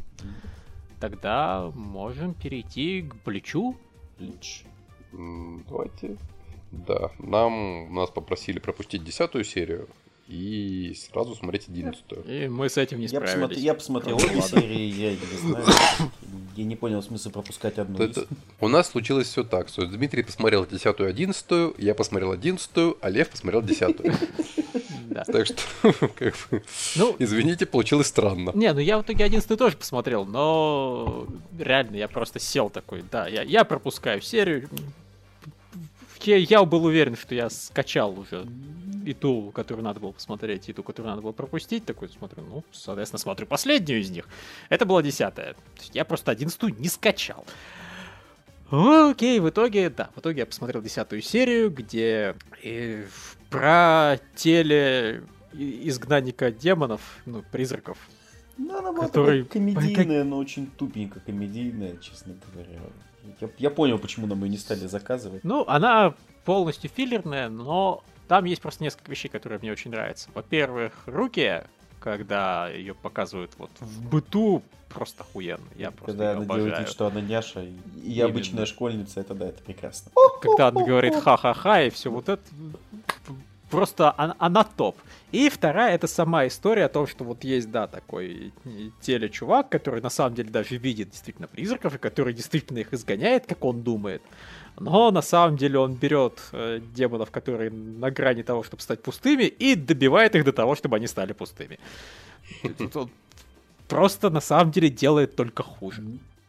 Тогда можем перейти к Бличу. Блич. М, Давайте. Да, нам нас попросили пропустить десятую серию и сразу смотреть одиннадцатую. И мы с этим не Я, справились. посмотри- я посмотрел Ну, обе ладно. серии, я не знаю. Я не понял смысла пропускать одну. Это- У нас случилось все так, что Дмитрий посмотрел десятую, одиннадцатую, я посмотрел одиннадцатую, а Лев посмотрел десятую. Да. Так что, как бы, Ну, извините, получилось странно. не, ну я в итоге одиннадцатый тоже посмотрел, но реально я просто сел такой, да, я, я пропускаю серию. Я, я был уверен, что я скачал уже и ту, которую надо было посмотреть, и ту, которую надо было пропустить. Такой смотрю, ну, соответственно, смотрю последнюю из них. Это была десятая. То есть я просто одиннадцатую не скачал. Окей, в итоге, да, в итоге я посмотрел десятую серию, где э, про теле и- изгнанника демонов, ну, призраков. Ну, она была который- такая комедийная, но очень тупенько комедийная, честно говоря. Я, я понял, почему нам ее не стали заказывать. Ну, она полностью филлерная, но там есть просто несколько вещей, которые мне очень нравятся. Во-первых, руки, когда ее показывают вот в быту, просто охуенно. Я просто Когда её она делает обожаю. вид, что она няша и, и Именно. обычная школьница, это да, это прекрасно. Когда она говорит ха-ха-ха и все вот это, просто она, она топ. И вторая, это сама история о том, что вот есть, да, такой телечувак, который на самом деле даже видит действительно призраков, и который действительно их изгоняет, как он думает. Но на самом деле он берет э, демонов, которые на грани того, чтобы стать пустыми, и добивает их до того, чтобы они стали пустыми. Тут он просто на самом деле делает только хуже.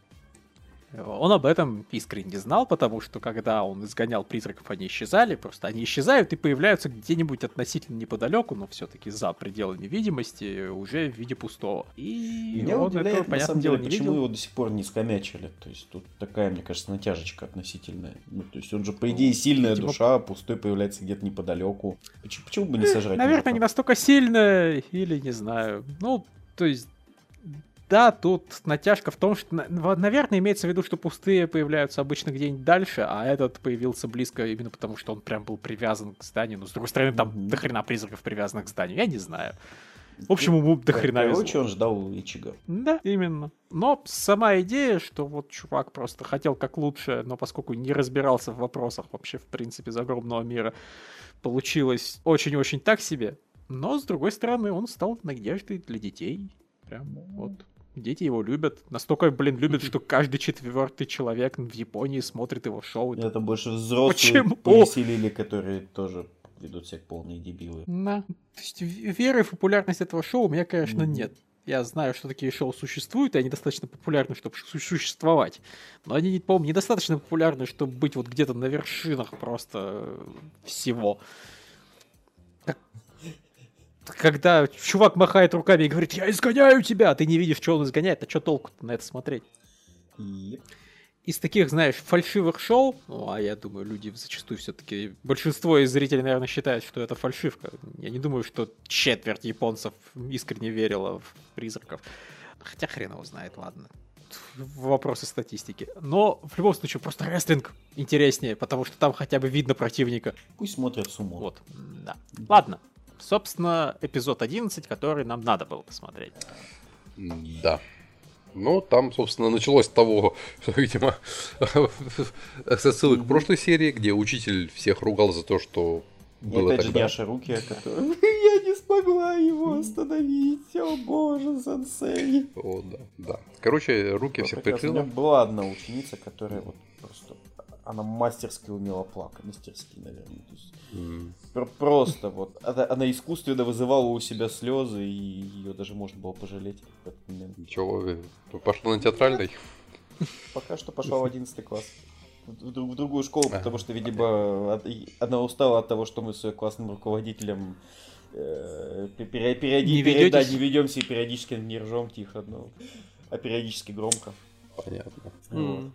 Он об этом искренне знал, потому что когда он изгонял призраков, они исчезали, просто они исчезают и появляются где-нибудь относительно неподалеку, но все-таки за пределами видимости, уже в виде пустого. И Меня он удивляет, этого, на понятное самом дело, деле, не почему видел. его до сих пор не скомячили. То есть тут такая, мне кажется, натяжечка относительная. Ну, то есть он же, по идее, сильная видимо- душа, а пустой появляется где-то неподалеку. Почему, почему бы не сожрать? Наверное, мужика? не настолько сильно, или не знаю. Ну, то есть, да, тут натяжка в том, что, на- наверное, имеется в виду, что пустые появляются обычно где-нибудь дальше, а этот появился близко именно потому, что он прям был привязан к зданию. Но, с другой стороны, там Мгм. дохрена призраков привязанных к зданию. Я не знаю. В общем, ему дохрена везло. Короче, он ждал Ичига. Да, именно. Но сама идея, что вот чувак просто хотел как лучше, но поскольку не разбирался в вопросах вообще, в принципе, загробного мира, получилось очень-очень так себе. Но, с другой стороны, он стал надеждой для детей. Прям вот. Дети его любят. Настолько, блин, любят, что каждый четвертый человек в Японии смотрит его шоу. Это- Это больше взрослые Почему? повеселили, которые тоже ведут себя как полные дебилы. Да. То есть в- веры в популярность этого шоу у меня, конечно, Мгм. нет. Я знаю, что такие шоу существуют, и они достаточно популярны, чтобы су- существовать. Но они, по-моему, недостаточно популярны, чтобы быть вот где-то на вершинах просто всего. Как- Когда чувак махает руками и говорит: «Я изгоняю тебя!» А ты не видишь, что он изгоняет, а что толку-то на это смотреть? И... Из таких, знаешь, фальшивых шоу, ну, а я думаю, люди зачастую все-таки, большинство из зрителей, наверное, считают, что это фальшивка. Я не думаю, что четверть японцев искренне верила в призраков. Хотя хрен его знает, ладно. Вопросы статистики. Но в любом случае, просто рестлинг интереснее, потому что там хотя бы видно противника. Пусть смотрят сумо. Вот, да. Ладно. Собственно, эпизод одиннадцать, который нам надо было посмотреть. Да. Ну, там, собственно, началось с того, что, видимо, с отсылок к прошлой серии, где учитель всех ругал за то, что было опять тогда. же Няша Руки, которая... Я не смогла его остановить, о боже, сенсей. О, да, да. Короче, Руки всех У меня прикрыла. была одна ученица, которая вот просто... Она мастерски умела плакать, мастерски, наверное. То есть М. пр- просто вот. Она, она искусственно вызывала у себя слезы, и ее даже можно было пожалеть в этот момент. Чего, э, пошла на театральный? Пока что пошла в одиннадцатый класс. В, друг- в другую школу, Ага. потому что, видимо, от- и она устала от того, что мы с ее классным руководителем э, пе- пере- периоди- Не пере- да, ведётесь? не ведемся и периодически не ржем тихо, но, а периодически громко. Понятно. М.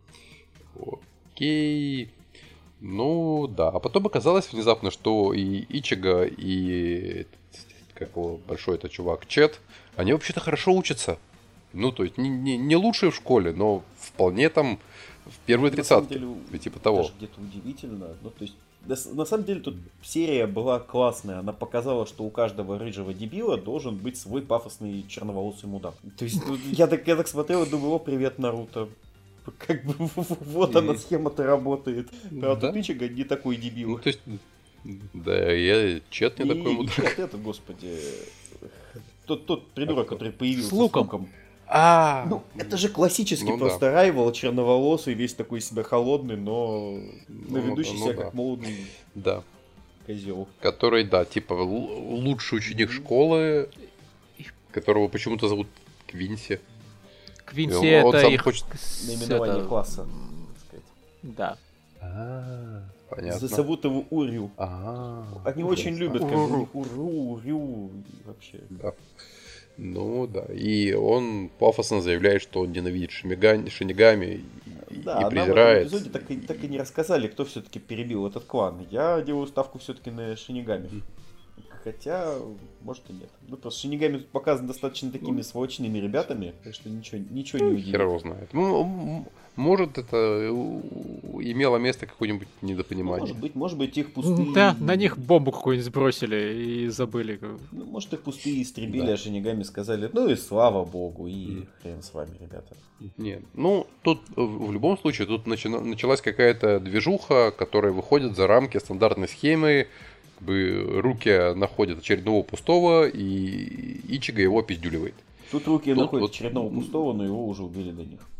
Окей. Ну, да. А потом оказалось внезапно, что и Ичига, и как его большой это чувак Чет, они вообще-то хорошо учатся. Ну, то есть не, не, не лучшие в школе, но вполне там в первые На самом тридцатки. деле, И типа того. даже где-то удивительно. Ну, то есть, на, с- на самом деле, тут серия была классная. Она показала, что у каждого рыжего дебила должен быть свой пафосный черноволосый мудак. То есть, ну, я, так, я так смотрел и думал: о, привет, Наруто. Как бы вот она, схема-то работает. А Да. тут Ичига не такой дебил. Ну, то есть, да, я Чет не И- такой и мудак. Чет это, господи, тот, тот придурок, А кто? который появился С луком. А, Ну, это же классический Ну просто райвал, черноволосый, весь такой себя холодный, но Ну, ведущий ну себя да. как молодый да. козел. Который, да, типа л- лучший ученик школы, которого почему-то зовут Квинси. Квинси Он- он это сам их... хочет- с- Наименование это, класса, м, так сказать. Да. А, понятно. Зовут его Урю. А, Они очень любят, как бы, Уру. у них Уру, Урю, и вообще. да. Ну да. И он пафосно заявляет, что он ненавидит Шинигами, Шинигами и, Да, и нам в этом презирает. эпизоде так и, так и не рассказали, кто все-таки перебил этот клан. Я делаю ставку все-таки на Шинигами. Хотя, может и нет. Ну, просто Шинигами тут показаны достаточно такими сволочными ребятами, так что ничего, ничего не Хер удивит. его знает. Ну, м- может, это у- имело место какое-нибудь Ну, недопонимание. может быть, может быть, их пустые... Да, на них бомбу какую-нибудь сбросили и забыли. Ну, может, их пустые истребили, Да. а Шинигами сказали: ну и слава богу, и хрен с вами, ребята. Нет. Ну, тут э, в любом случае, тут начина- началась какая-то движуха, которая выходит за рамки стандартной схемы. Как бы Руки находит очередного пустого, и Ичига его пиздюливает. Тут руки Тут находят вот- очередного пустого, но его уже убили до них.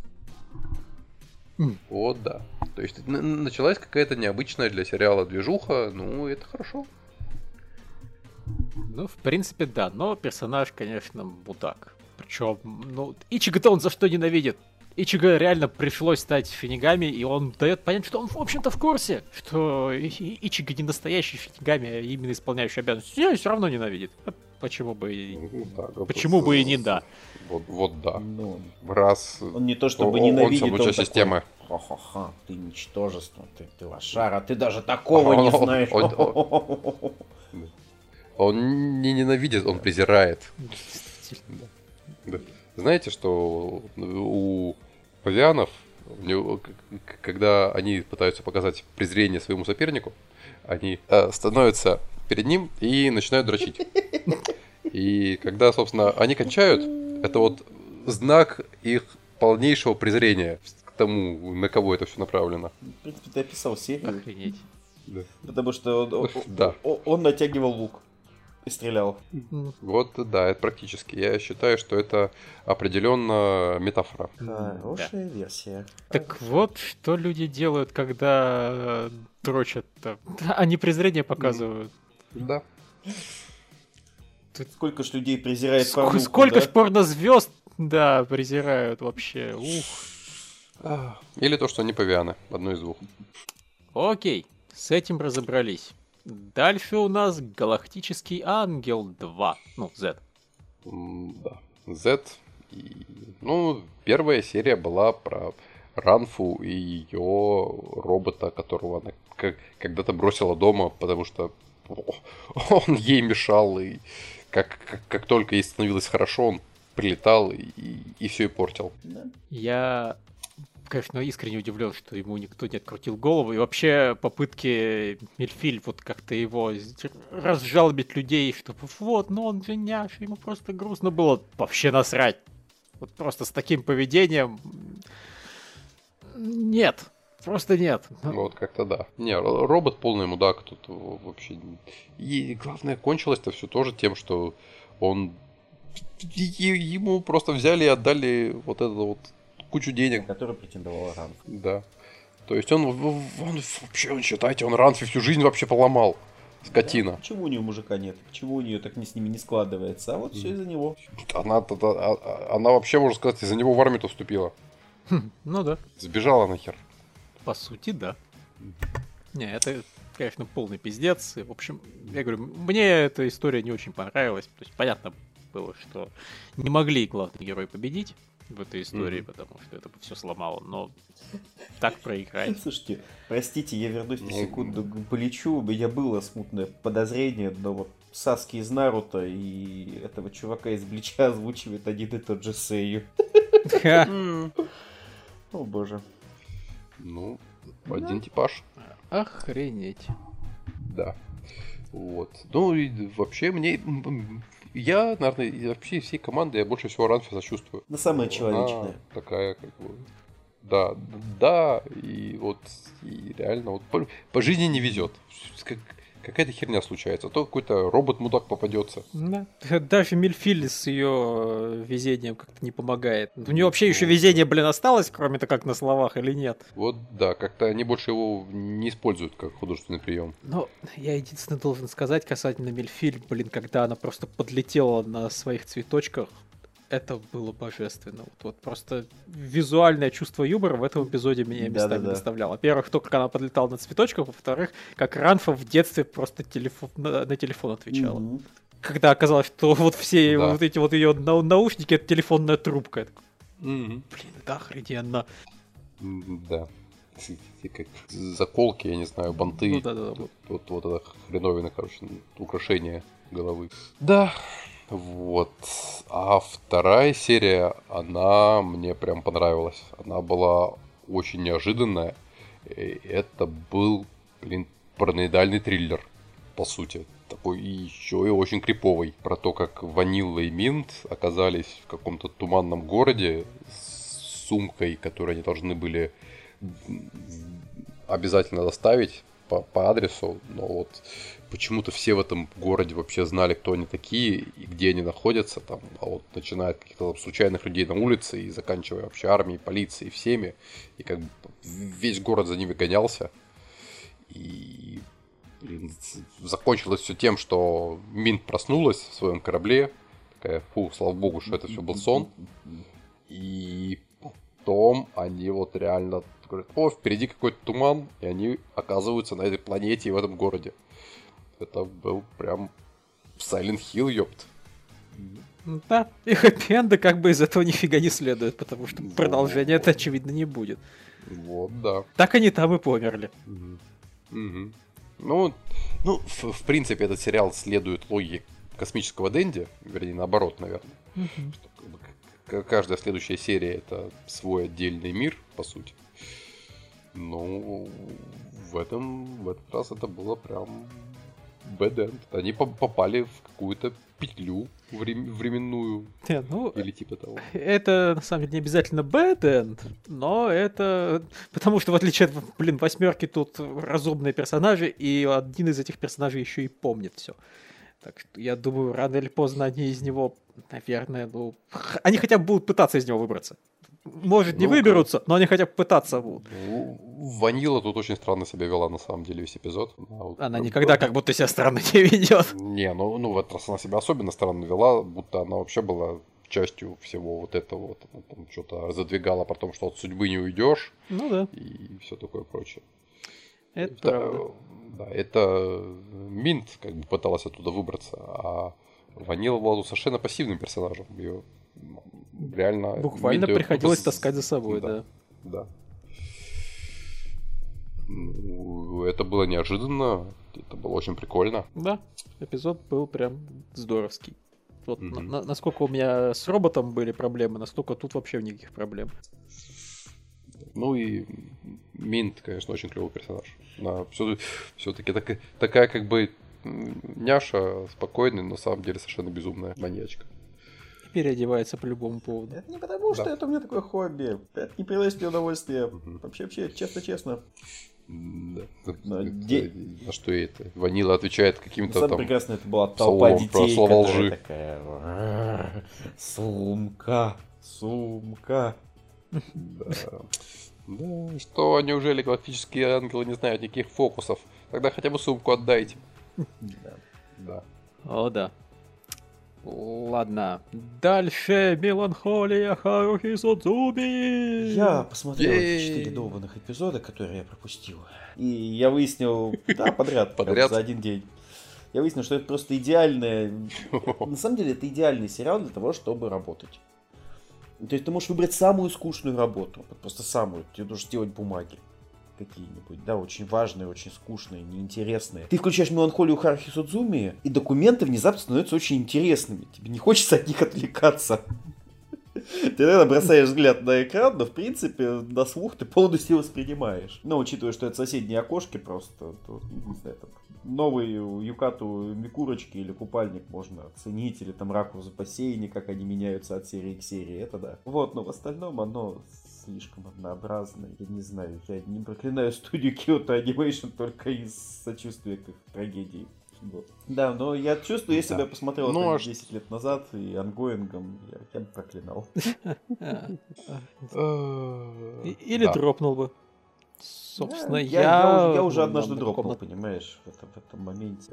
Вот, да. То есть н- н- началась какая-то необычная для сериала движуха, ну, это хорошо. Ну, в принципе, да. Но персонаж, конечно, мудак. Причем, ну, Ичига-то он за что ненавидит? Ичига реально пришлось стать Шинигами, и он дает понять, что он, в общем-то, в курсе, что И- И- Ичига не настоящий Шинигами, а именно исполняющий обязанности. И все равно ненавидит. А почему бы и... Ну, да, да, Почему просто- бы и не да? Вот, вот да. Ну, Раз он не то чтобы он- он ненавидит, всё лучше такой: системы. ха-ха-ха, ты ничтожество, ты, ты лошара, ты даже такого не Он- знаешь. он- он не ненавидит, он презирает. Действительно. Да. Знаете, что у павианов, у него, к- к- когда они пытаются показать презрение своему сопернику, они э, становятся перед ним и начинают дрочить. И когда, собственно, они кончают, это вот знак их полнейшего презрения к тому, на кого это все направлено. В принципе, ты описал серию, Охренеть. Да. потому что он, он- Да. он- он натягивал лук и стрелял. М, Вот, да, это практически. Я считаю, что это определенно метафора. Хорошая версия. Так вот, что люди делают, когда э, дрочат-то. Они презрение показывают. Да. Сколько ж людей презирает Ск- порнуху, Сколько да? ж порнозвезд, да, презирают вообще. Ух. Или то, что они павианы. Одно из двух. Окей, с этим разобрались. Дальше у нас Галактический Ангел два. Ну, Z. М, Да. Z. И, ну, первая серия была про Ранфу и ее робота, которого она к- когда-то бросила дома, потому что он ей мешал, и как, как, как только ей становилось хорошо, он прилетал и, и все и портил. Да. Я, конечно, искренне удивлен, что ему никто не открутил голову. И вообще попытки Мильфиль вот как-то его с- разжалобить людей, чтобы вот, ну он же няш, ему просто грустно было. Вообще насрать. Вот просто с таким поведением... Нет. Просто нет. Вот как-то да. Не, ро- робот полный мудак тут вообще. И главное, кончилось-то все тоже тем, что он... е- Ему просто взяли и отдали вот это вот кучу денег. Который претендовал Ранф. Да. То есть он, он вообще, он, считайте, он Ранфи всю жизнь вообще поломал. Скотина. Да? Почему у нее мужика нет? Почему у нее так не с ними не складывается? А вот все из-за него. Она, та- та- а- она вообще, можно сказать, из-за него в армию-то вступила. Хм, ну да. Сбежала нахер. По сути, да. Не, это, конечно, полный пиздец. И, в общем, я говорю, мне эта история не очень понравилась. То есть понятно было, что не могли главный герой победить в этой истории, Мгм. потому что это бы все сломало. Но так проиграть. Слушайте, простите, я вернусь на Ну, секунду к Поличу. У меня было смутное подозрение, но вот Саски из Наруто и этого чувака из Блича озвучивает один и тот же Сэйю. Ха. О боже. Ну, один типаж. Охренеть. Да. Вот. Ну и вообще мне... м, Я, наверное, и вообще из всей команды я больше всего Ранфи сочувствую. Ну, самое Она человечное. такая, как бы... Да, да, и вот и реально вот по, по жизни не везет. Как, какая-то херня случается. То какой-то робот-мудак попадется. Да. Даже Мильфиль с ее везением как-то не помогает. У нее вообще еще везение, блин, осталось, кроме-то как на словах, или нет? Вот да, как-то они больше его не используют как художественный прием. Но я единственное должен сказать касательно Мильфиль, блин, когда она просто подлетела на своих цветочках, это было божественно. Вот, вот просто визуальное чувство юмора в этом эпизоде меня местами Да-да-да. доставляло. Во-первых, то, как она подлетала на цветочках, во-вторых, как Ранфа в детстве просто телефон, на, на телефон отвечала. Мгм. Когда оказалось, что вот все Да. вот эти вот ее нау- наушники — это телефонная трубка. Я такой, Мгм. блин, это охрененно. М, Да. Эти как заколки, я не знаю, банты. Ну да-да-да. Вот, вот, вот это хреновина, короче, украшение головы. Да, вот. А вторая серия, она мне прям понравилась. Она была очень неожиданная. И это был, блин, параноидальный триллер, по сути. Такой и еще и очень криповый. Про то, как Ванилла и Минт оказались в каком-то туманном городе с сумкой, которую они должны были обязательно доставить по, по адресу, но вот почему-то все в этом городе вообще знали, кто они такие и где они находятся, там, а вот начиная от каких-то там случайных людей на улице и заканчивая вообще армией, полицией, всеми, и как бы весь город за ними гонялся, и блин, закончилось все тем, что Минт проснулась в своем корабле, такая, фу, слава богу, что это все был сон, и потом они вот реально говорят, о, впереди какой-то туман, и они оказываются на этой планете и в этом городе. Это был прям Silent Hill, ёпт. Ну да, и хэппи-энда как бы из этого нифига не следует, потому что Вот. продолжения это очевидно не будет. Вот, да. Так они там и померли. Мгм. Мгм. Ну, ну в, в принципе, этот сериал следует логике космического Дэнди, вернее, наоборот, наверное. Что, как бы, к- каждая следующая серия это свой отдельный мир, по сути. Ну, в этом, в этот раз это было прям bad end. Они по- попали в какую-то петлю врем- временную Не, ну, или типа того. это на самом деле не обязательно bad end, но это... Потому что в отличие от, блин, восьмерки тут разумные персонажи, и один из этих персонажей еще и помнит все. Так что я думаю, рано или поздно они из него, наверное, ну... х- Они хотя бы будут пытаться из него выбраться. может, не Ну, выберутся, но они хотя бы пытаться будут. Ванила тут очень странно себя вела, на самом деле, весь эпизод. Она, вот, Она никогда как будто себя странно не ведет. Не, ну, ну в этот раз она себя особенно странно вела, будто она вообще была частью всего вот этого вот. Она там что-то задвигала про то, что от судьбы не уйдешь. Ну да. И все такое прочее. Это Да, правда. да, это Минт как бы пыталась оттуда выбраться, а Ванила была совершенно пассивным персонажем. Ее реально... Буквально Минт её приходилось просто... таскать за собой, да. Да. Ну, это было неожиданно, это было очень прикольно. Да, эпизод был прям здоровский. Вот Мгм. на- на- насколько у меня с роботом были проблемы, настолько тут вообще никаких проблем. Ну и Минт, конечно, очень клевый персонаж. Она все-таки так, такая как бы м, няша, спокойная, но на самом деле совершенно безумная маньячка. И переодевается по любому поводу. Это не потому, что Да. это у меня такое хобби. Это не приносит мне удовольствия. Мгм. Вообще, вообще, честно-честно. М, Да. Но Это- де- На что ей это? Ванила отвечает каким-то Самое там... прекрасное, это была словом толпа про детей, слово которая лжи. такая... «Ра, Сумка, сумка. Да. Да, что, неужели галактические ангелы не знают никаких фокусов? Тогда хотя бы сумку отдайте. Да. Да. О, да. Ладно. Дальше Меланхолия Харухи Судзуми. Я посмотрел Ей. эти четыре долбанных эпизода, которые я пропустил. И я выяснил, да, подряд, прям Подряд? за один день. Я выяснил, что это просто идеальное... На самом деле, это идеальный сериал для того, чтобы работать. То есть ты можешь выбрать самую скучную работу. Вот просто самую. Тебе нужно сделать бумаги какие-нибудь, да, очень важные, очень скучные, неинтересные. Ты включаешь Меланхолию Харухи Судзуми, и документы внезапно становятся очень интересными. Тебе не хочется от них отвлекаться. Ты иногда бросаешь взгляд на экран, но в принципе на слух ты полностью воспринимаешь. Но учитывая, что это соседние окошки просто, то, не знаю, там, новую юкату Микурочки или купальник можно оценить, или там ракурс в бассейне, как они меняются от серии к серии, это да. Вот, но в остальном оно слишком однообразное. Я не знаю, я не проклинаю студию Kyoto Animation только из сочувствия к их трагедии. Вот. Да, но я чувствую, если Да. бы я посмотрел Ну, это а десять лет назад и ангоингом, я, я бы проклинал. А, Э, и- Или да. дропнул бы. Собственно, я, я... я, уже, я уже ну, однажды на дропнул, каком-то- понимаешь, в этом, в этом моменте.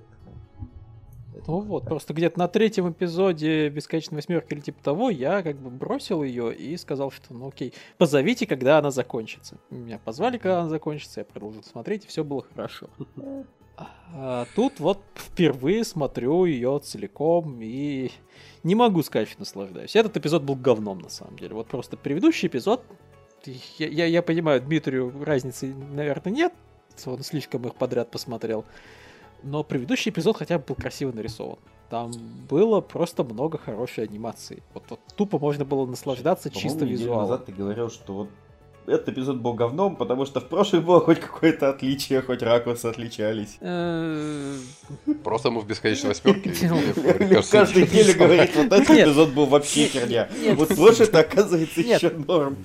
Ну вот, просто где-то на третьем эпизоде «Бесконечной восьмерки» или типа того, я как бы бросил ее и сказал, что ну окей, позовите, когда она закончится. Меня позвали, когда она закончится, я продолжил смотреть, и все было хорошо. А тут вот впервые смотрю ее целиком и не могу сказать, что наслаждаюсь. Этот эпизод был говном на самом деле. Вот просто предыдущий эпизод, я, я, я понимаю, Дмитрию разницы, наверное, нет, он слишком их подряд посмотрел. Но предыдущий эпизод хотя бы был красиво нарисован. Там было просто много хорошей анимации. Вот, вот тупо можно было наслаждаться По-моему, чисто неделю визуалом. назад ты говорил, что вот этот эпизод был говном, потому что в прошлом было хоть какое-то отличие, хоть ракурсы отличались. Э, Просто мы в бесконечной восьмерке. Мне каждую неделю говорит, вот этот Нет. эпизод был вообще херня. Нет. Вот прошлый-то оказывается Нет. еще норм.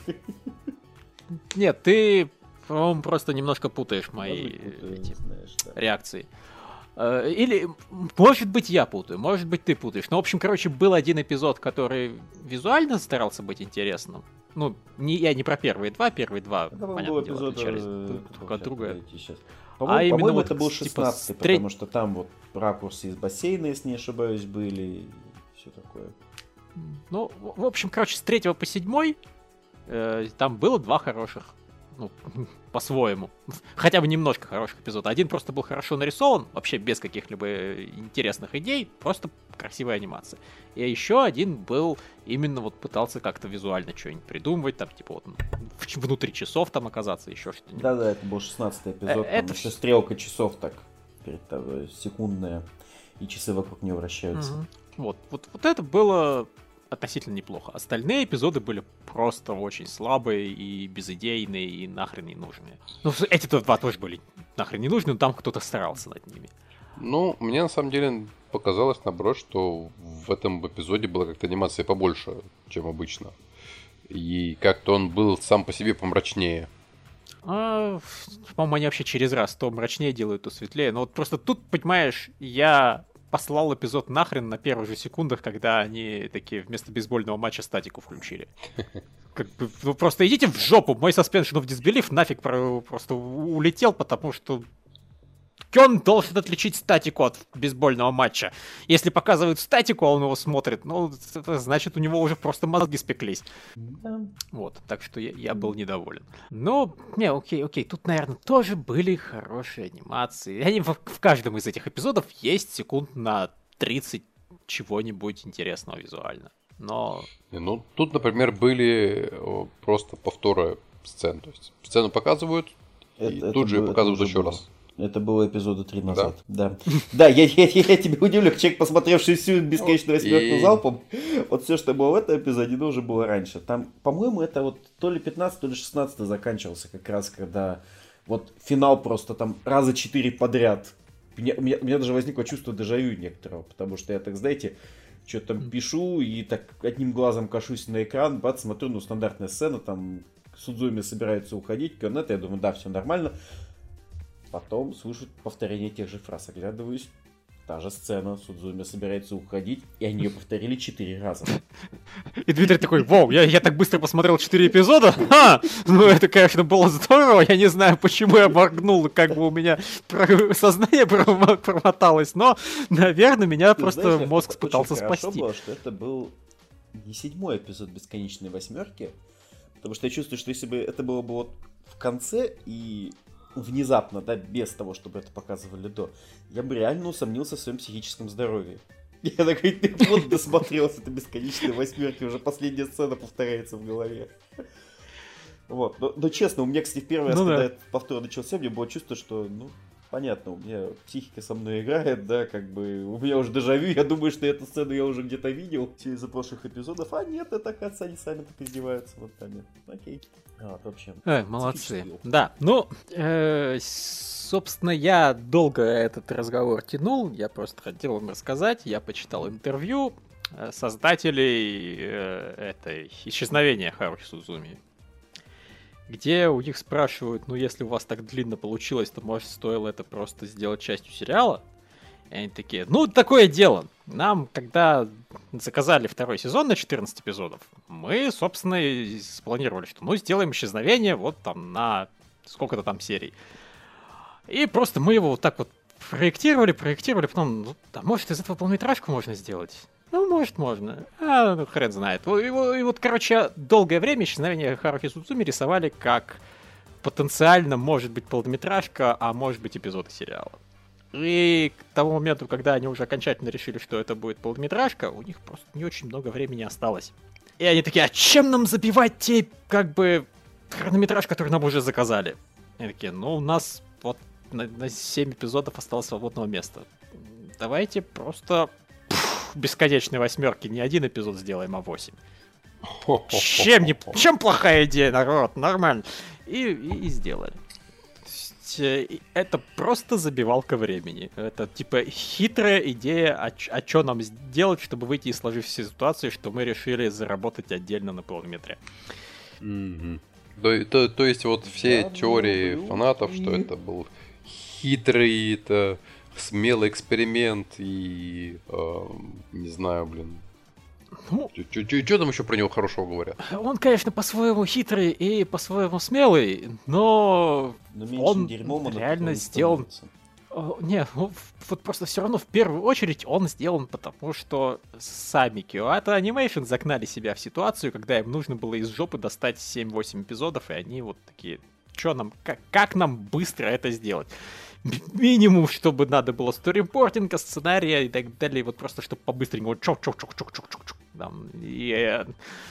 Нет, ты, по-моему, просто немножко путаешь мои Может быть, путаю, эти знаешь, да. реакции. Э, Или, может быть, я путаю, может быть, ты путаешь. Ну, в общем, короче, был один эпизод, который визуально старался быть интересным. Ну, не, я не про первые два, первые два, Это, по-моему, понятное был дело, эпизод... отличались э, друг какого, от друга. погодите, щас. А По-моему, именно по-моему, вот это был типа шестнадцатый, с треть- потому что там вот ракурсы из бассейна, если не ошибаюсь, были и все такое. Ну, в в общем, короче, с третьего по седьмой э, там было два хороших, ну, по-своему, хотя бы немножко хороших эпизода. Один просто был хорошо нарисован, вообще без каких-либо интересных идей, просто красивая анимация. И еще один был именно вот пытался как-то визуально что-нибудь придумывать, там, типа вот в- внутри часов там оказаться, еще что-нибудь. Да-да, это был шестнадцатый эпизод, Э, там это еще вс- стрелка часов так, перед тобой, секундная, и часы вокруг нее вращаются. Мгм. Вот, вот, вот это было относительно неплохо. Остальные эпизоды были просто очень слабые и безыдейные, и нахрен не нужные. Ну, эти два тоже были нахрен не нужны, но там кто-то старался над ними. Ну, мне на самом деле показалось, наоборот, что в этом эпизоде было как-то анимации побольше, чем обычно. И как-то он был сам по себе помрачнее. А, по-моему, они вообще через раз то мрачнее делают, то светлее. Но вот просто тут, понимаешь, я послал эпизод нахрен на первых же секундах, когда они такие вместо бейсбольного матча статику включили. как бы, ну, просто идите в жопу. Мой suspension of disbelief нафиг про- просто улетел, потому что Кён должен отличить статику от бейсбольного матча. Если показывают статику, а он его смотрит, ну, это значит, у него уже просто мозги спеклись. Да. Вот, так что я, я был недоволен. Но, не, окей, окей, тут, наверное, тоже были хорошие анимации. Они в, в каждом из этих эпизодов есть секунд на тридцать чего-нибудь интересного визуально. Но... Не, ну, тут, например, были о, просто повторы сцен. То есть сцену показывают, и Это- тут это же ее было- показывают это уже еще было. раз. Это было эпизода три назад. Да. Да, я, я, я тебе удивлю, человек, посмотревший всю бесконечную восьмерку И- залпом, вот все, что было в этом эпизоде, ну, уже было раньше. Там, по-моему, это вот то ли пятнадцатый, то ли шестнадцатый заканчивался, как раз когда вот финал просто там раза четыре подряд. У меня, у меня- у меня даже возникло чувство дежавю некоторого, потому что я так, знаете, что-то там пишу и так одним глазом кашусь на экран, бац, смотрю, ну, стандартная сцена, там Судзуми собирается уходить, Кёнет, я думаю, да, все нормально. Потом слышу повторение тех же фраз, оглядываюсь, та же сцена, Судзуми собирается уходить, и они ее повторили четыре раза. И Дмитрий такой, вау, я, я так быстро посмотрел четыре эпизода? Ха! Ну, это, конечно, было здорово. Я не знаю, почему я моргнул, как бы у меня про- сознание промо- промоталось, но, наверное, меня Ты просто знаешь, мозг очень пытался хорошо спасти. было, что это был не седьмой эпизод бесконечной восьмерки, потому что я чувствую, что если бы это было бы вот в конце и внезапно, да, без того, чтобы это показывали до, я бы реально усомнился в своем психическом здоровье. Я такой, ты вот досмотрелся до бесконечной восьмерки, уже последняя сцена повторяется в голове. Вот, но, но честно, у меня, кстати, в первый раз, Ну да. когда этот повтор начался, мне было чувство, что, ну, понятно, у меня психика со мной играет, да, как бы, у меня уже дежавю, я думаю, что эту сцену я уже где-то видел все из-за прошлых эпизодов, а нет, это, кажется, они сами так издеваются, вот там, нет. Окей. А, вот, в общем, Э, молодцы. специфический опыт. Да, ну, э, собственно, я долго этот разговор тянул, я просто хотел вам рассказать, я почитал интервью э, создателей э, этой «Исчезновения» Харухи Судзуми, где у них спрашивают, ну, если у вас так длинно получилось, то, может, стоило это просто сделать частью сериала? И они такие, ну, такое дело. Нам, когда заказали второй сезон на четырнадцать эпизодов, мы, собственно, и спланировали, что, ну, сделаем «Исчезновение» вот там на сколько-то там серий. И просто мы его вот так вот проектировали, проектировали, потом, ну, да, может, из этого полнометражку можно сделать? Ну, может, можно. А, ну, хрен знает. И, и- и вот, короче, долгое время «Исчезновение» Харухи Судзуми рисовали как потенциально может быть полнометражка, а может быть эпизоды сериала. И к тому моменту, когда они уже окончательно решили, что это будет полнометражка, у них просто не очень много времени осталось. И они такие, а чем нам забивать те, как бы, хронометраж, который нам уже заказали? И они такие, ну, у нас вот на, на семь эпизодов осталось свободного места. Давайте просто пф, бесконечной восьмерки не один эпизод сделаем, а восемь. Чем, не, чем плохая идея, народ? Нормально. И, и, и сделали. То есть, э, это просто забивалка времени. Это типа хитрая идея, а, ч- а что нам сделать, чтобы выйти из сложившейся ситуации, что мы решили заработать отдельно на полнометре. Мгм. То, то- то есть вот все Да, теории ну, фанатов, и- что это был хитрый, это смелый эксперимент и эм, не знаю, блин. Ну, Что там еще про него хорошего говорят? он, конечно, по-своему хитрый и по-своему смелый, но Но меньшим он дерьмом он от реально этого не сделан. становится. О, Не, ну, в- вот просто все равно в первую очередь он сделан потому, что сами Kyoto Animation загнали себя в ситуацию, когда им нужно было из жопы достать семь-восемь эпизодов, и они вот такие, что нам, как, как нам быстро это сделать? М- Минимум, чтобы надо было сторипортинга, сценария и так далее, вот просто чтобы побыстренько вот чок чок чок чок чок чок чок там, и, э,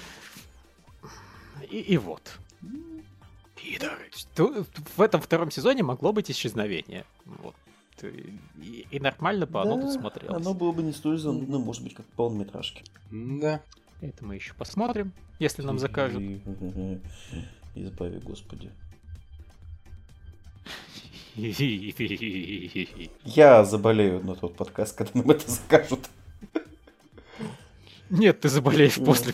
и, и вот. И да, ту- в этом втором сезоне могло быть исчезновение. Вот. И, и нормально бы оно Да, тут смотрелось. Оно было бы не столь занудно, может быть, как полнометражки. Да. Это мы еще посмотрим, если нам закажут. Избави, Господи. Я заболею на тот подкаст, когда нам это закажут. Нет, ты заболеешь после.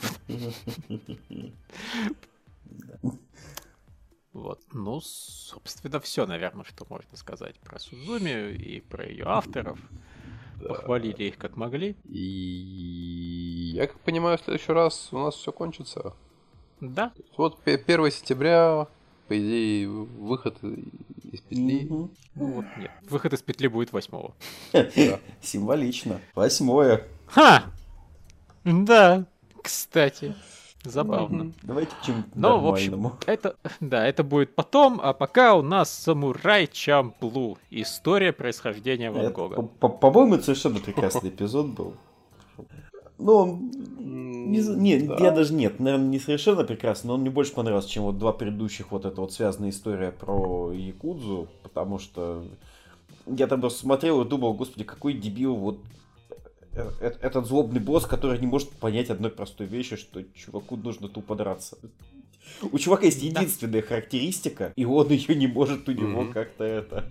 Вот. Ну, собственно, все, наверное, что можно сказать про Судзуми и про ее авторов. Похвалили их как могли. И я как понимаю, в следующий раз у нас все кончится. Да. Вот первого сентября, по идее, выход из петли. Ну вот нет. Выход из петли будет восьмого. Символично. Восьмое. Ха! Да, кстати. Забавно. Давайте к чему-то Ну, нормальному. в общем, это, да, это будет потом, а пока у нас Самурай Чамплу. История происхождения Ван Гога. По-моему, это совершенно прекрасный эпизод был. Ну, он... Не, не да. Я даже нет, наверное, не совершенно прекрасный, но он мне больше понравился, чем вот два предыдущих, вот эта вот связанная история про Якудзу, потому что я там просто смотрел и думал, господи, какой дебил, вот этот злобный босс, который не может понять одной простой вещи, что чуваку нужно тупо драться. У чувака есть единственная да. характеристика, и он ее не может у него mm-hmm. как-то это...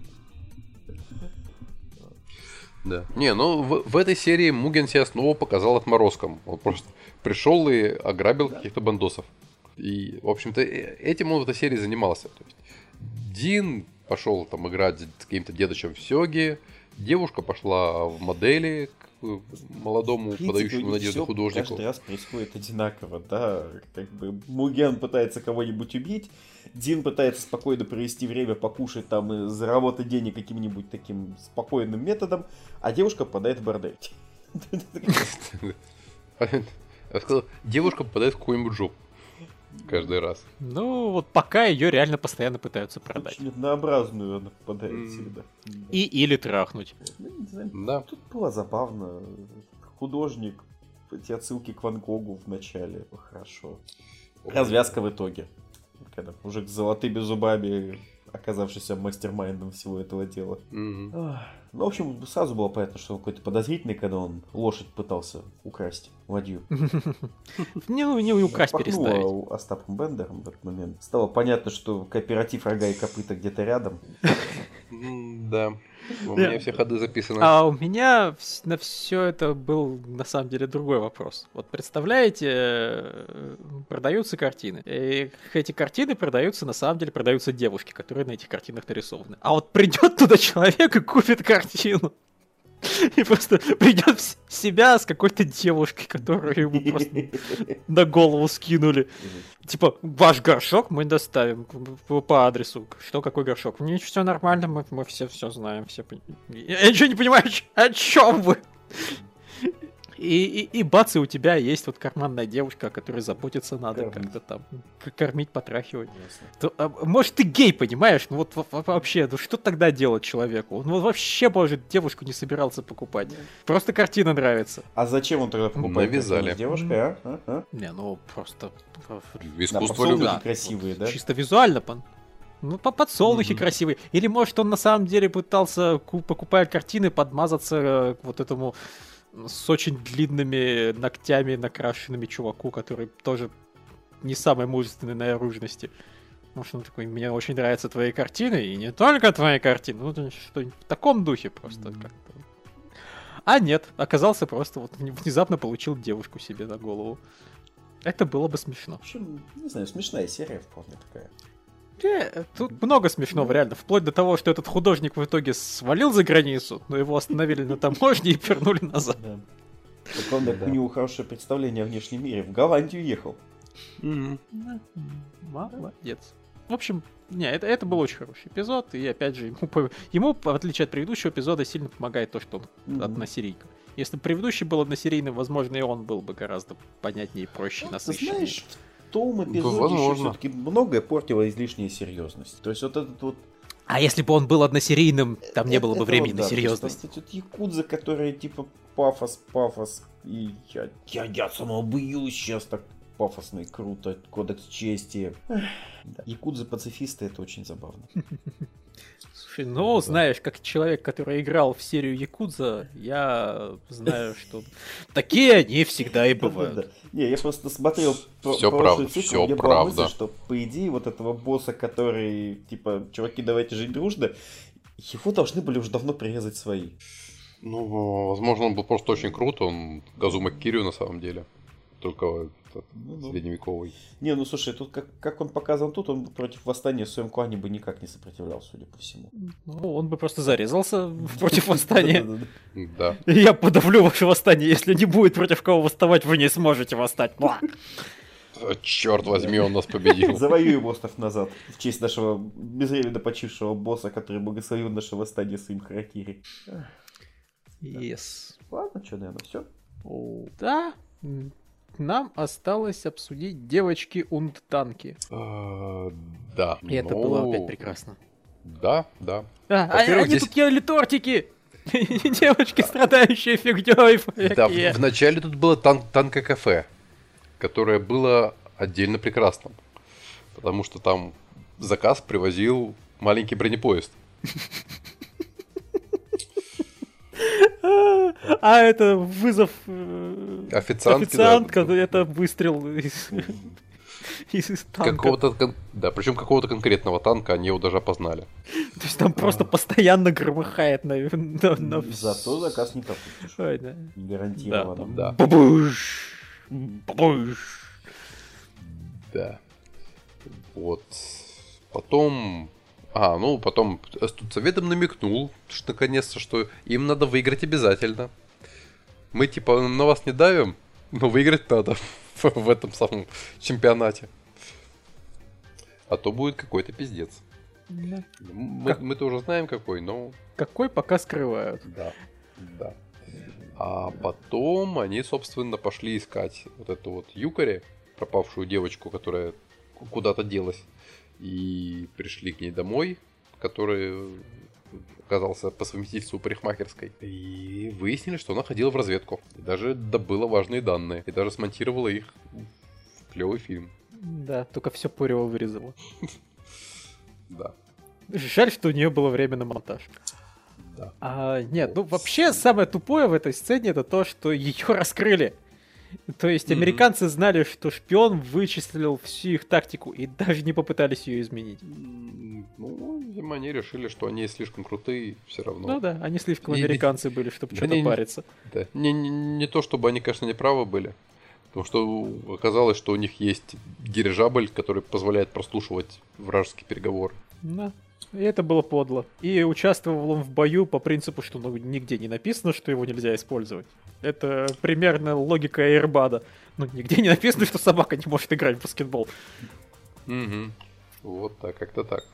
Да. Не, ну в, в этой серии Муген себя снова показал отморозком. Он просто пришел и ограбил да. каких-то бандосов. И, в общем-то, этим он в этой серии занимался. То есть, Дин пошел там играть с каким-то дедочем в сёге, девушка пошла в модели к молодому, принципе, подающему надежду художнику. Каждый раз происходит одинаково, да. Как бы Муген пытается кого-нибудь убить, Дин пытается спокойно провести время, покушать там и заработать денег каким-нибудь таким спокойным методом, а девушка попадает в бордель. Я сказал, девушка попадает в какую-нибудь жопу. Каждый раз. Ну, вот пока ее реально постоянно пытаются продать. Очень однообразную она попадает mm. всегда. И или трахнуть. Ну, не знаю, да. Тут было забавно. Художник, эти отсылки к Ван Гогу в начале. Хорошо. Развязка в итоге. Когда мужик с золотыми зубами, оказавшийся мастер-майндом всего этого дела. Mm-hmm. Ну, в общем, сразу было понятно, что он какой-то подозрительный, когда он лошадь пытался украсть ладью. Не, не украсть, переставить. Остапом Бендером в этот момент. Стало понятно, что кооператив «Рога и копыта» где-то рядом. Да. У меня все ходы записаны. А у меня на все это был на самом деле другой вопрос. Вот представляете, продаются картины. И эти картины продаются, на самом деле продаются девушки, которые на этих картинах нарисованы. А вот придет туда человек и купит картину. И просто придет в себя с какой-то девушкой, которую ему просто на голову скинули. Типа, ваш горшок мы доставим по адресу. Что, какой горшок? Ничего, все нормально, мы, мы все все знаем. Все... Я ничего не понимаю, о чем вы? И, и, и бац, и у тебя есть вот карманная девушка, о которой заботиться надо, кормить. Как-то там кормить, потрахивать. То, а, может, ты гей, понимаешь? Ну вот вообще, ну что тогда делать человеку? Он вот, вообще, может, девушку не собирался покупать. Да. Просто картина нравится. А зачем он тогда покупает? Навязали. Девушкой, а? а? а? Не, ну просто... Искусство любит. Да, красивые, да? Чисто визуально, пон... Ну, по подсолнухи mm-hmm. красивые. Или, может, он на самом деле пытался, покупая картины, подмазаться к вот этому... с очень длинными ногтями накрашенными чуваку, который тоже не самой мужественной наружности. Потому что он такой, мне очень нравятся твои картины, и не только твои картины, ну, что-нибудь в таком духе просто mm-hmm. как-то. А нет, оказался просто, вот внезапно получил девушку себе на голову. Это было бы смешно. В общем, не знаю, смешная серия вполне такая. Э, тут много смешного, реально. Вплоть до того, что этот художник в итоге свалил за границу, но его остановили на таможне и вернули назад. Да. Так он, у него хорошее представление о внешнем мире. В Голландию ехал. Молодец. В общем, не, это, это был очень хороший эпизод, и опять же, ему, ему, в отличие от предыдущего эпизода, сильно помогает то, что он mm-hmm. односерийка. Если бы предыдущий был односерийным, возможно, и он был бы гораздо понятнее, проще, насыщеннее. Знаешь, в том эпизоде еще все-таки многое портило излишняя серьезность. То есть вот этот вот... А если бы он был односерийным, там не это, было бы это времени вот, на да, серьезность. То есть, вот якудза, которые типа пафос, пафос, и я, я, я самоубьюсь сейчас так пафосно и круто, кодекс чести. Да. Якудза-пацифисты — это очень забавно. Слушай, ну, да. Знаешь, как человек, который играл в серию Якудза, я знаю, что такие они всегда и бывают. Не, я просто смотрел все правда, все правда. Что, по идее, вот этого босса, который, типа, чуваки, давайте жить дружно, его должны были уже давно прирезать свои. Ну, возможно, он был просто очень крут, он Казума Кирю на самом деле. Только этот, ну, средневековый. Не, ну слушай, тут как, как он показан тут, он против восстания в своем клане бы никак не сопротивлялся, судя по всему. Ну, он бы просто зарезался против восстания. Да. Я подавлю ваше восстание, если не будет против кого восставать, вы не сможете восстать. Черт возьми, он нас победил. Завоюем остров назад в честь нашего безвременно почившего босса, который благословил наше восстание своим харакири. Yes. Ладно, что, наверное, все. Да. Нам осталось обсудить девочки und танки. Да. И это было опять прекрасно. Да, да. А, они здесь... тут ели тортики! Девочки, страдающие фигней. Да, вначале тут было тан- танко-кафе, которое было отдельно прекрасным. Потому что там заказ привозил маленький бронепоезд. А это вызов официантка, да. Это выстрел из, из танка. Какого-то, да, причем какого-то конкретного танка, они его даже опознали. То есть там просто постоянно громыхает на, на, на... Зато заказ не пропустишь. Ой, да. Гарантированно. Да. Бабуш! Бабуш! Да. Вот. Потом... А, ну, потом Студсоветом намекнул, что наконец-то, что им надо выиграть обязательно. Мы, типа, на вас не давим, но выиграть надо в этом самом чемпионате. А то будет какой-то пиздец. Да. Мы, как... мы тоже знаем какой, но... Какой пока скрывают. Да, да. А потом они, собственно, пошли искать вот эту вот Юкари, пропавшую девочку, которая куда-то делась. И пришли к ней домой, который оказался по совместительству парикмахерской. И выяснили, что она ходила в разведку. И даже добыла важные данные. И даже смонтировала их в клевый фильм. Да, только все порево вырезала. Да. Жаль, что у нее было время на монтаж. Да. А, нет, ну вообще самое тупое в этой сцене это то, что ее раскрыли. То есть американцы mm-hmm. знали, что шпион вычислил всю их тактику и даже не попытались ее изменить. Ну, видимо, они решили, что они слишком крутые все равно. Ну да, они слишком американцы и... были, чтобы да что-то не, париться. Да. Не, не, не то, чтобы они, конечно, не правы были. Потому что оказалось, что у них есть дирижабль, который позволяет прослушивать вражеские переговоры. Да. И это было подло. И участвовал он в бою по принципу, что ну, нигде не написано, что его нельзя использовать. Это примерно логика Эйрбада. Ну, нигде не написано, что собака не может играть в баскетбол. Угу. Вот так, как-то так.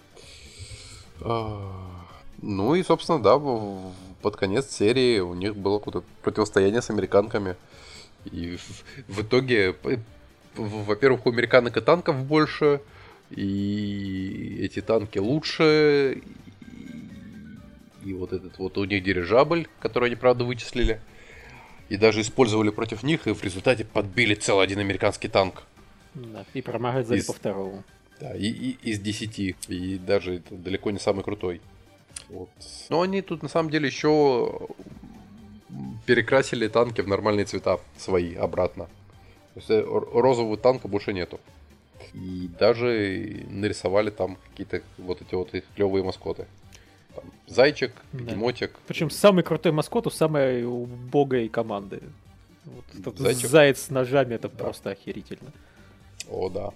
Ну и, собственно, да, под конец серии у них было какое-то противостояние с американками. И в, в итоге, во-первых, у американок и танков больше, и эти танки лучше, и, и вот этот вот у них дирижабль, который они, правда, вычислили, и даже использовали против них, и в результате подбили целый один американский танк. Да, и промазали из, по второму. Да, и, и из десяти, и даже это далеко не самый крутой. Вот. Но они тут на самом деле еще перекрасили танки в нормальные цвета свои обратно. То есть розового танка больше нету. И даже нарисовали там какие-то вот эти вот клевые маскоты. Там зайчик, бегемотик. Да. Причем самый крутой маскот у самой убогой команды. Вот этот Зайчик. Заяц с ножами, это да. Просто охерительно. О, да.